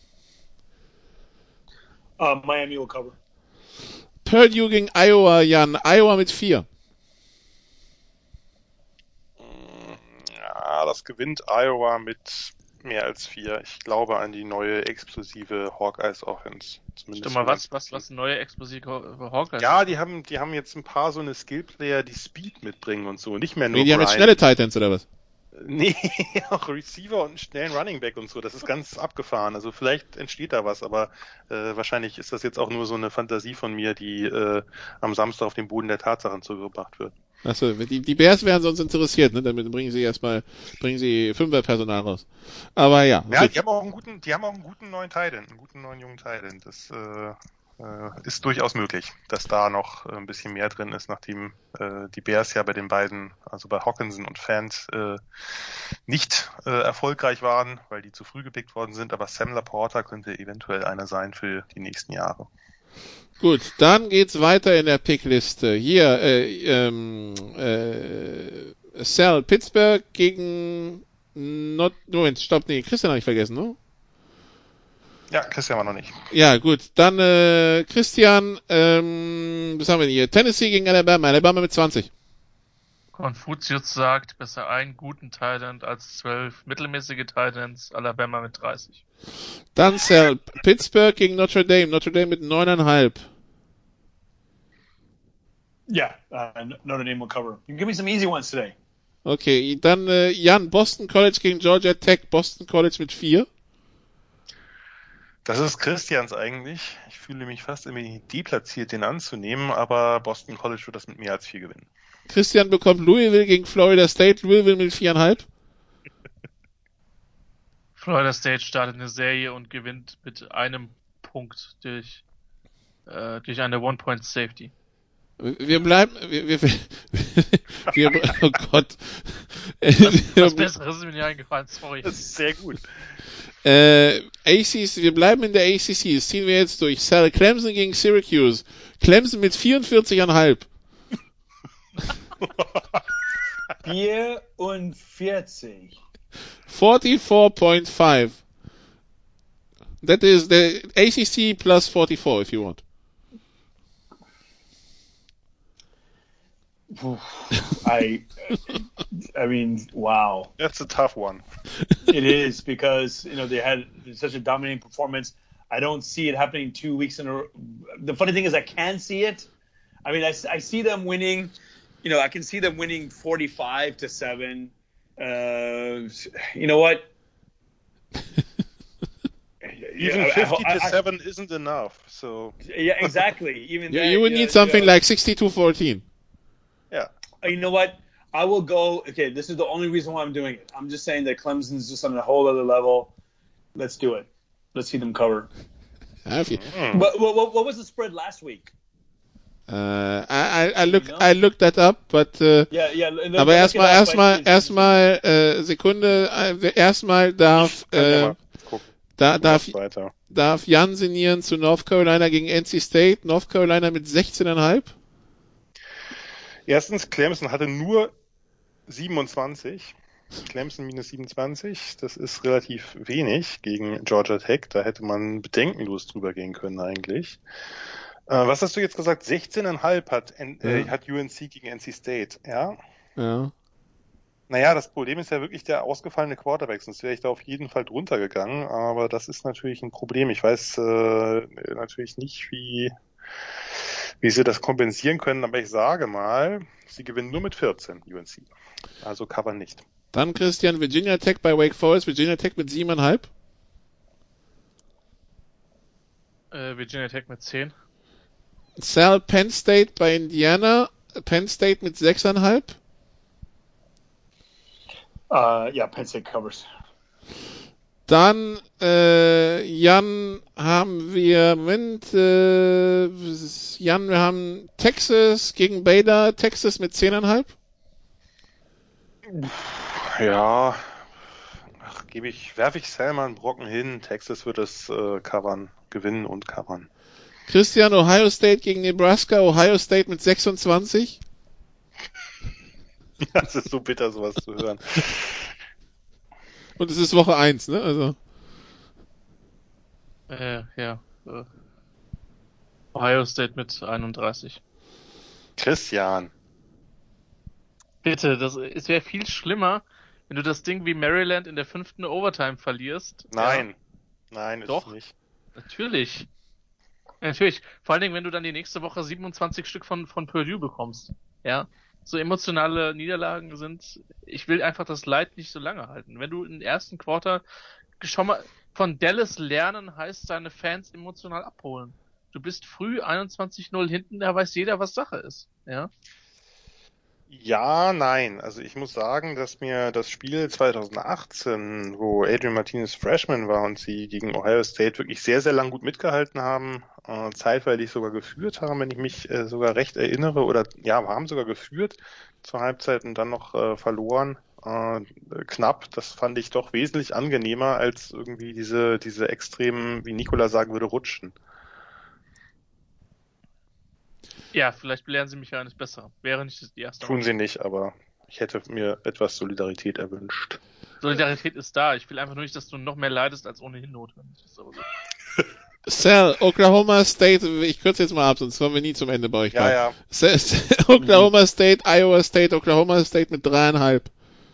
Uh, Miami will cover. Purdue gegen Iowa, Jan. Iowa mit vier. Ja, das gewinnt Iowa mit mehr als vier. Ich glaube an die neue explosive Hawkeyes Offense. Zumindest Stimmt mal, was, was, was neue explosive Hawkeyes? Ja, die haben, die haben jetzt ein paar so eine Skillplayer, die Speed mitbringen und so. Nicht mehr nur Nee, die haben jetzt Brian. schnelle Titans oder was? Nee, auch Receiver und einen schnellen Running Back und so. Das ist ganz abgefahren. Also vielleicht entsteht da was, aber äh, wahrscheinlich ist das jetzt auch nur so eine Fantasie von mir, die äh, am Samstag auf den Boden der Tatsachen zugebracht wird. Achso, die, die Bears wären sonst interessiert, ne? Damit bringen sie erstmal, bringen sie Fünferpersonal raus. Aber ja. Ja, gut. die haben auch einen guten, die haben auch einen guten neuen Titan, einen guten neuen jungen Titan. Das äh, äh, ist durchaus möglich, dass da noch äh, ein bisschen mehr drin ist, nachdem äh, die Bears ja bei den beiden, also bei Hockenson und Fant, äh, nicht äh, erfolgreich waren, weil die zu früh gepickt worden sind. Aber Sam Laporta könnte eventuell einer sein für die nächsten Jahre. Gut, dann geht's weiter in der Pickliste. Hier, äh, ähm, äh, Sal Pittsburgh gegen Not, Moment, stopp, nee, Christian habe ich vergessen, ne? Ja, Christian war noch nicht. Ja, gut, dann, äh, Christian, ähm, was haben wir denn hier? Tennessee gegen Alabama, Alabama mit zwanzig. Konfuzius sagt, besser einen guten Titan als zwölf mittelmäßige Titans, Alabama mit dreißig. Dann Sal Pittsburgh gegen Notre Dame, Notre Dame mit neuneinhalb. Yeah, uh, Notre Dame will cover. You can give me some easy ones today. Okay, dann äh, Jan, Boston College gegen Georgia Tech, Boston College mit vier. Das ist Christians eigentlich. Ich fühle mich fast irgendwie deplatziert, den anzunehmen, aber Boston College wird das mit mehr als vier gewinnen. Christian bekommt Louisville gegen Florida State, Louisville mit viereinhalb. Florida State startet eine Serie und gewinnt mit einem Punkt durch, äh, durch eine One-Point-Safety. Wir bleiben, wir, wir, wir, wir oh Gott. Was Besseres ist mir nicht eingefallen, sorry. Das ist sehr gut. Äh, A C C, wir bleiben in der A C C, das ziehen wir jetzt durch. Sal Clemson gegen Syracuse. Clemson mit vierundvierzig Komma fünf. vierundvierzig. forty-four point five. That is the A C C plus forty-four if you want. I, I mean, wow. That's a tough one. It is because, you know, they had such a dominating performance. I don't see it happening two weeks in a row. The funny thing is I can see it. I mean, I, I see them winning, you know, I can see them winning forty-five to seven. Uh, you know what? Even Yeah, I- fifty I- to I- seven isn't enough. So Yeah, exactly. Even You, that, you would yeah, need something yeah. like sixty-two fourteen. yeah. You know what? I will go. Okay, this is the only reason why I'm doing it. I'm just saying that Clemson's just on a whole other level. Let's do it. Let's see them cover. Have you? Mm. But what, what, what was the spread last week? Uh, I, I, I looked, You know? I looked that up, but, äh, Yeah, yeah. look- aber look erstmal, it up, erstmal, but- erstmal, äh, Sekunde, äh, erstmal darf, Kann ja äh, mal gucken, da, darf, was weiter. darf Jan sinnieren zu North Carolina gegen N C State. North Carolina mit sechzehn Komma fünf. Erstens, Clemson hatte nur siebenundzwanzig. Clemson minus siebenundzwanzig. Das ist relativ wenig gegen Georgia Tech. Da hätte man bedenkenlos drüber gehen können eigentlich. Äh, was hast du jetzt gesagt? sechzehn Komma fünf hat, N- äh, Ja. hat U N C gegen N C State. Ja? Ja. Naja, das Problem ist ja wirklich der ausgefallene Quarterback, sonst wäre ich da auf jeden Fall drunter gegangen, aber das ist natürlich ein Problem. Ich weiß äh, natürlich nicht, wie, wie sie das kompensieren können, aber ich sage mal, sie gewinnen nur mit vierzehn, U N C. Also Cover nicht. Dann Christian, Virginia Tech bei Wake Forest. Virginia Tech mit sieben Komma fünf. Äh, Virginia Tech mit zehn. Sal Penn State bei Indiana. Penn State mit sechs Komma fünf. Uh, yeah, Penn State covers. Dann, äh, Jan, haben wir, Moment, äh, Jan, wir haben Texas gegen Baylor, Texas mit zehn Komma fünf. Ja, ach, gebe ich, werfe ich Selma einen Brocken hin. Texas wird es äh, covern, gewinnen und covern. Christian, Ohio State gegen Nebraska, Ohio State mit sechsundzwanzig. Das ist so bitter, sowas zu hören. Und es ist Woche eins, ne? Also. Äh, ja. Äh, Ohio State mit einunddreißig. Christian. Bitte, das, es wäre viel schlimmer, wenn du das Ding wie Maryland in der fünften Overtime verlierst. Nein. Nein, ist Doch. es nicht. Ja, natürlich. Natürlich. Vor allen Dingen, wenn du dann die nächste Woche siebenundzwanzig Stück von, von Purdue bekommst. Ja. So emotionale Niederlagen sind, ich will einfach das Leid nicht so lange halten. Wenn du im ersten Quarter schon mal von Dallas lernen, heißt seine Fans emotional abholen. Du bist früh einundzwanzig null hinten, da weiß jeder, was Sache ist. Ja. Ja, nein. Also ich muss sagen, dass mir das Spiel zwanzig achtzehn, wo Adrian Martinez Freshman war und sie gegen Ohio State wirklich sehr, sehr lang gut mitgehalten haben, äh, zeitweilig sogar geführt haben, wenn ich mich äh, sogar recht erinnere, oder ja, haben sogar geführt zur Halbzeit und dann noch äh, verloren. Äh, knapp, das fand ich doch wesentlich angenehmer als irgendwie diese, diese extremen, wie Nikola sagen würde, Rutschen. Ja, vielleicht belehren sie mich ja eines Besseren. Wäre nicht die erste. Tun sie nicht, aber ich hätte mir etwas Solidarität erwünscht. Solidarität ist da. Ich will einfach nur nicht, dass du noch mehr leidest, als ohnehin notwendig ist. Aber so. Sal, Oklahoma State, ich kürze jetzt mal ab, sonst kommen wir nie zum Ende bei euch. Ja, beiden. ja. Sal, Oklahoma State, Iowa State, Oklahoma State mit dreieinhalb.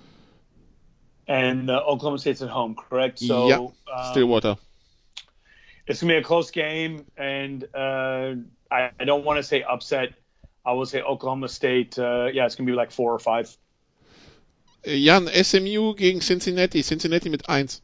And uh, Oklahoma State's at home, correct? So, Ja, um, Stillwater. it's going to be a close game, and uh, I, I don't want to say upset. I will say Oklahoma State, uh, yeah, it's going to be like four or five. Jan, S M U gegen Cincinnati, Cincinnati mit eins.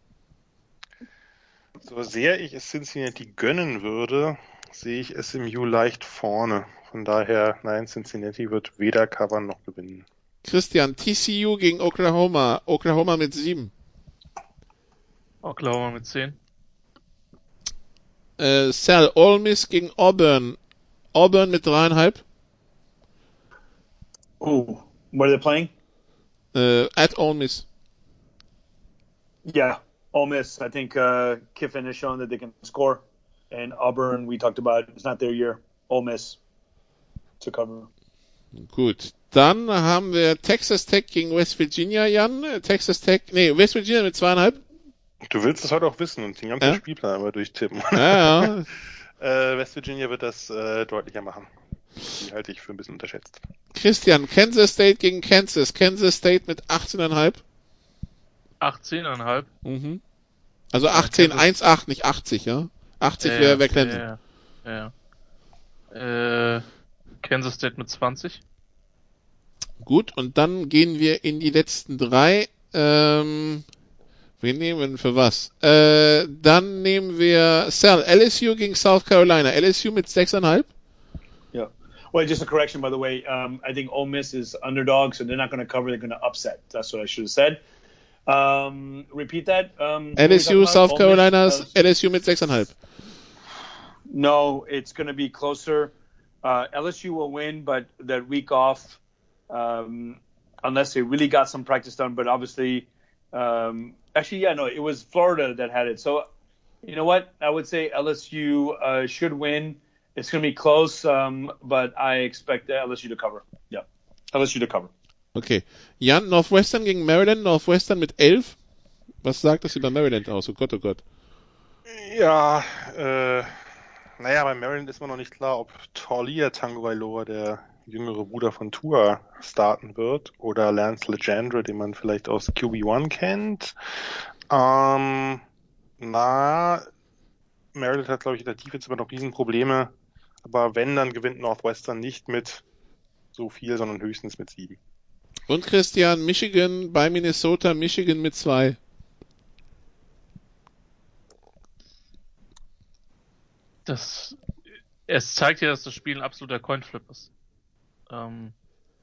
So sehr ich es Cincinnati gönnen würde, sehe ich S M U leicht vorne. Von daher, nein, Cincinnati wird weder covern noch gewinnen. Christian, T C U gegen Oklahoma, Oklahoma mit sieben. Oklahoma mit zehn. Äh, Sal, Ole Miss gegen Auburn, Auburn mit dreieinhalb. Oh, what are they playing? Uh, at Ole Miss. Yeah, Ole Miss. I think uh, Kiffin has shown that they can score. And Auburn, we talked about, it's not their year. Ole Miss to cover. Gut. Dann haben wir Texas Tech gegen West Virginia, Jan. Texas Tech, nee, West Virginia mit zweieinhalb. Du willst es heute auch wissen und den ganzen Ja? Spielplan einmal durchtippen. Ja, ja. äh, West Virginia wird das äh, deutlicher machen. Die halte ich für ein bisschen unterschätzt. Christian, Kansas State gegen Kansas. Kansas State mit achtzehn Komma fünf. achtzehn Komma fünf. Mhm. Also achtzehn, Kansas- eins Komma acht, nicht achtzig, ja? achtzig wäre wär Clemson. Ja, ja. ja. Äh, Kansas State mit zwanzig. Gut, und dann gehen wir in die letzten drei. Ähm, wir nehmen für was? Äh, dann nehmen wir Sal, L S U gegen South Carolina. L S U mit sechs Komma fünf. Yeah. Well, just a correction, by the way. Um, I think Ole Miss is underdog, so they're not going to cover. They're going to upset. That's what I should have said. Um, repeat that. Um, what were L we S U, talking about? South Ole Carolina, Miss, uh, L S U mit sechs Komma fünf. No, it's going to be closer. Uh, L S U will win, but that week off, um, unless they really got some practice done. But obviously, um, actually, yeah, no, it was Florida that had it. So, you know what? I would say L S U uh, should win. It's going to be close, um, but I expect L S U to cover. Yeah, L S U to cover. Okay. Jan, Northwestern gegen Maryland. Northwestern mit elf. Was sagt das über Maryland aus? Oh Gott, oh Gott. Ja, äh, naja, bei Maryland ist mir noch nicht klar, ob Taulia Tagovailoa, der jüngere Bruder von Tua, starten wird, oder Lance Legendre, den man vielleicht aus Q B eins kennt. Ähm, na, Maryland hat, glaube ich, in der Defense immer noch Riesenprobleme, aber wenn, dann gewinnt Northwestern nicht mit so viel, sondern höchstens mit sieben. Und Christian, Michigan bei Minnesota, Michigan mit zwei. Das, es zeigt ja, dass das Spiel ein absoluter Coinflip ist. Ähm,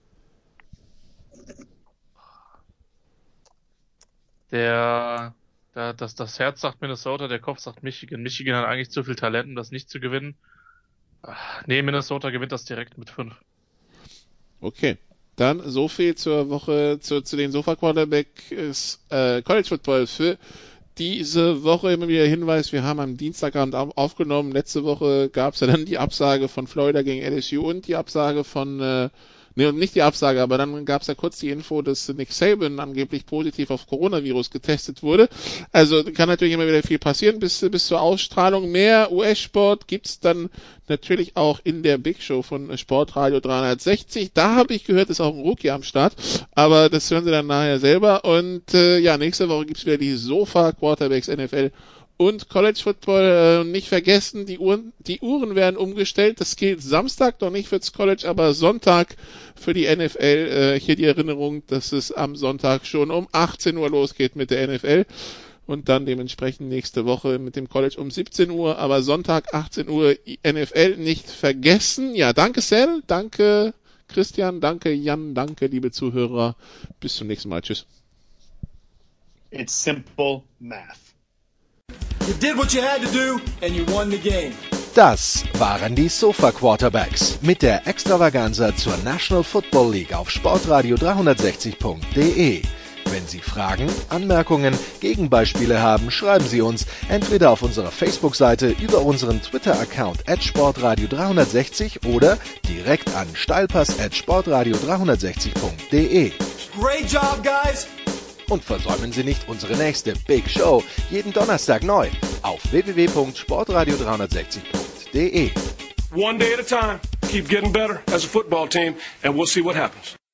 der, der, das, das Herz sagt Minnesota, der Kopf sagt Michigan. Michigan hat eigentlich zu viel Talent, um das nicht zu gewinnen. Ach, nee, Minnesota gewinnt das direkt mit fünf. Okay. Dann so viel zur Woche, zu, zu den Sofa-Quarterbacks äh, College Football für diese Woche. Immer wieder Hinweis, wir haben am Dienstagabend aufgenommen. Letzte Woche gab es ja dann die Absage von Florida gegen L S U und die Absage von, äh, ne, nicht die Absage, aber dann gab es ja kurz die Info, dass Nick Saban angeblich positiv auf Coronavirus getestet wurde. Also kann natürlich immer wieder viel passieren bis, bis zur Ausstrahlung. Mehr U S-Sport gibt's dann natürlich auch in der Big Show von Sportradio dreihundertsechzig. Da habe ich gehört, ist auch ein Rookie am Start, aber das hören Sie dann nachher selber. Und äh, ja, nächste Woche gibt's wieder die Sofa Quarterbacks N F L und College Football. Äh, nicht vergessen, die Uhren, die Uhren werden umgestellt. Das gilt Samstag noch nicht fürs College, aber Sonntag für die N F L. Äh, hier die Erinnerung, dass es am Sonntag schon um achtzehn Uhr losgeht mit der N F L. Und dann dementsprechend nächste Woche mit dem College um siebzehn Uhr, aber Sonntag achtzehn Uhr N F L nicht vergessen. Ja, danke Sel, danke Christian, danke Jan, danke liebe Zuhörer. Bis zum nächsten Mal. Tschüss. It's simple math. You did what you had to do and you won the game. Das waren die Sofa Quarterbacks mit der Extravaganza zur National Football League auf sportradio dreihundertsechzig punkt de. Wenn Sie Fragen, Anmerkungen, Gegenbeispiele haben, schreiben Sie uns entweder auf unserer Facebook-Seite, über unseren Twitter-Account at sportradio dreihundertsechzig oder direkt an steilpass at sportradio dreihundertsechzig punkt de. Great job, guys. Und versäumen Sie nicht unsere nächste Big Show, jeden Donnerstag neu auf w w w punkt sportradio dreihundertsechzig punkt de. One day at a time. Keep getting better as a football team, and we'll see what happens.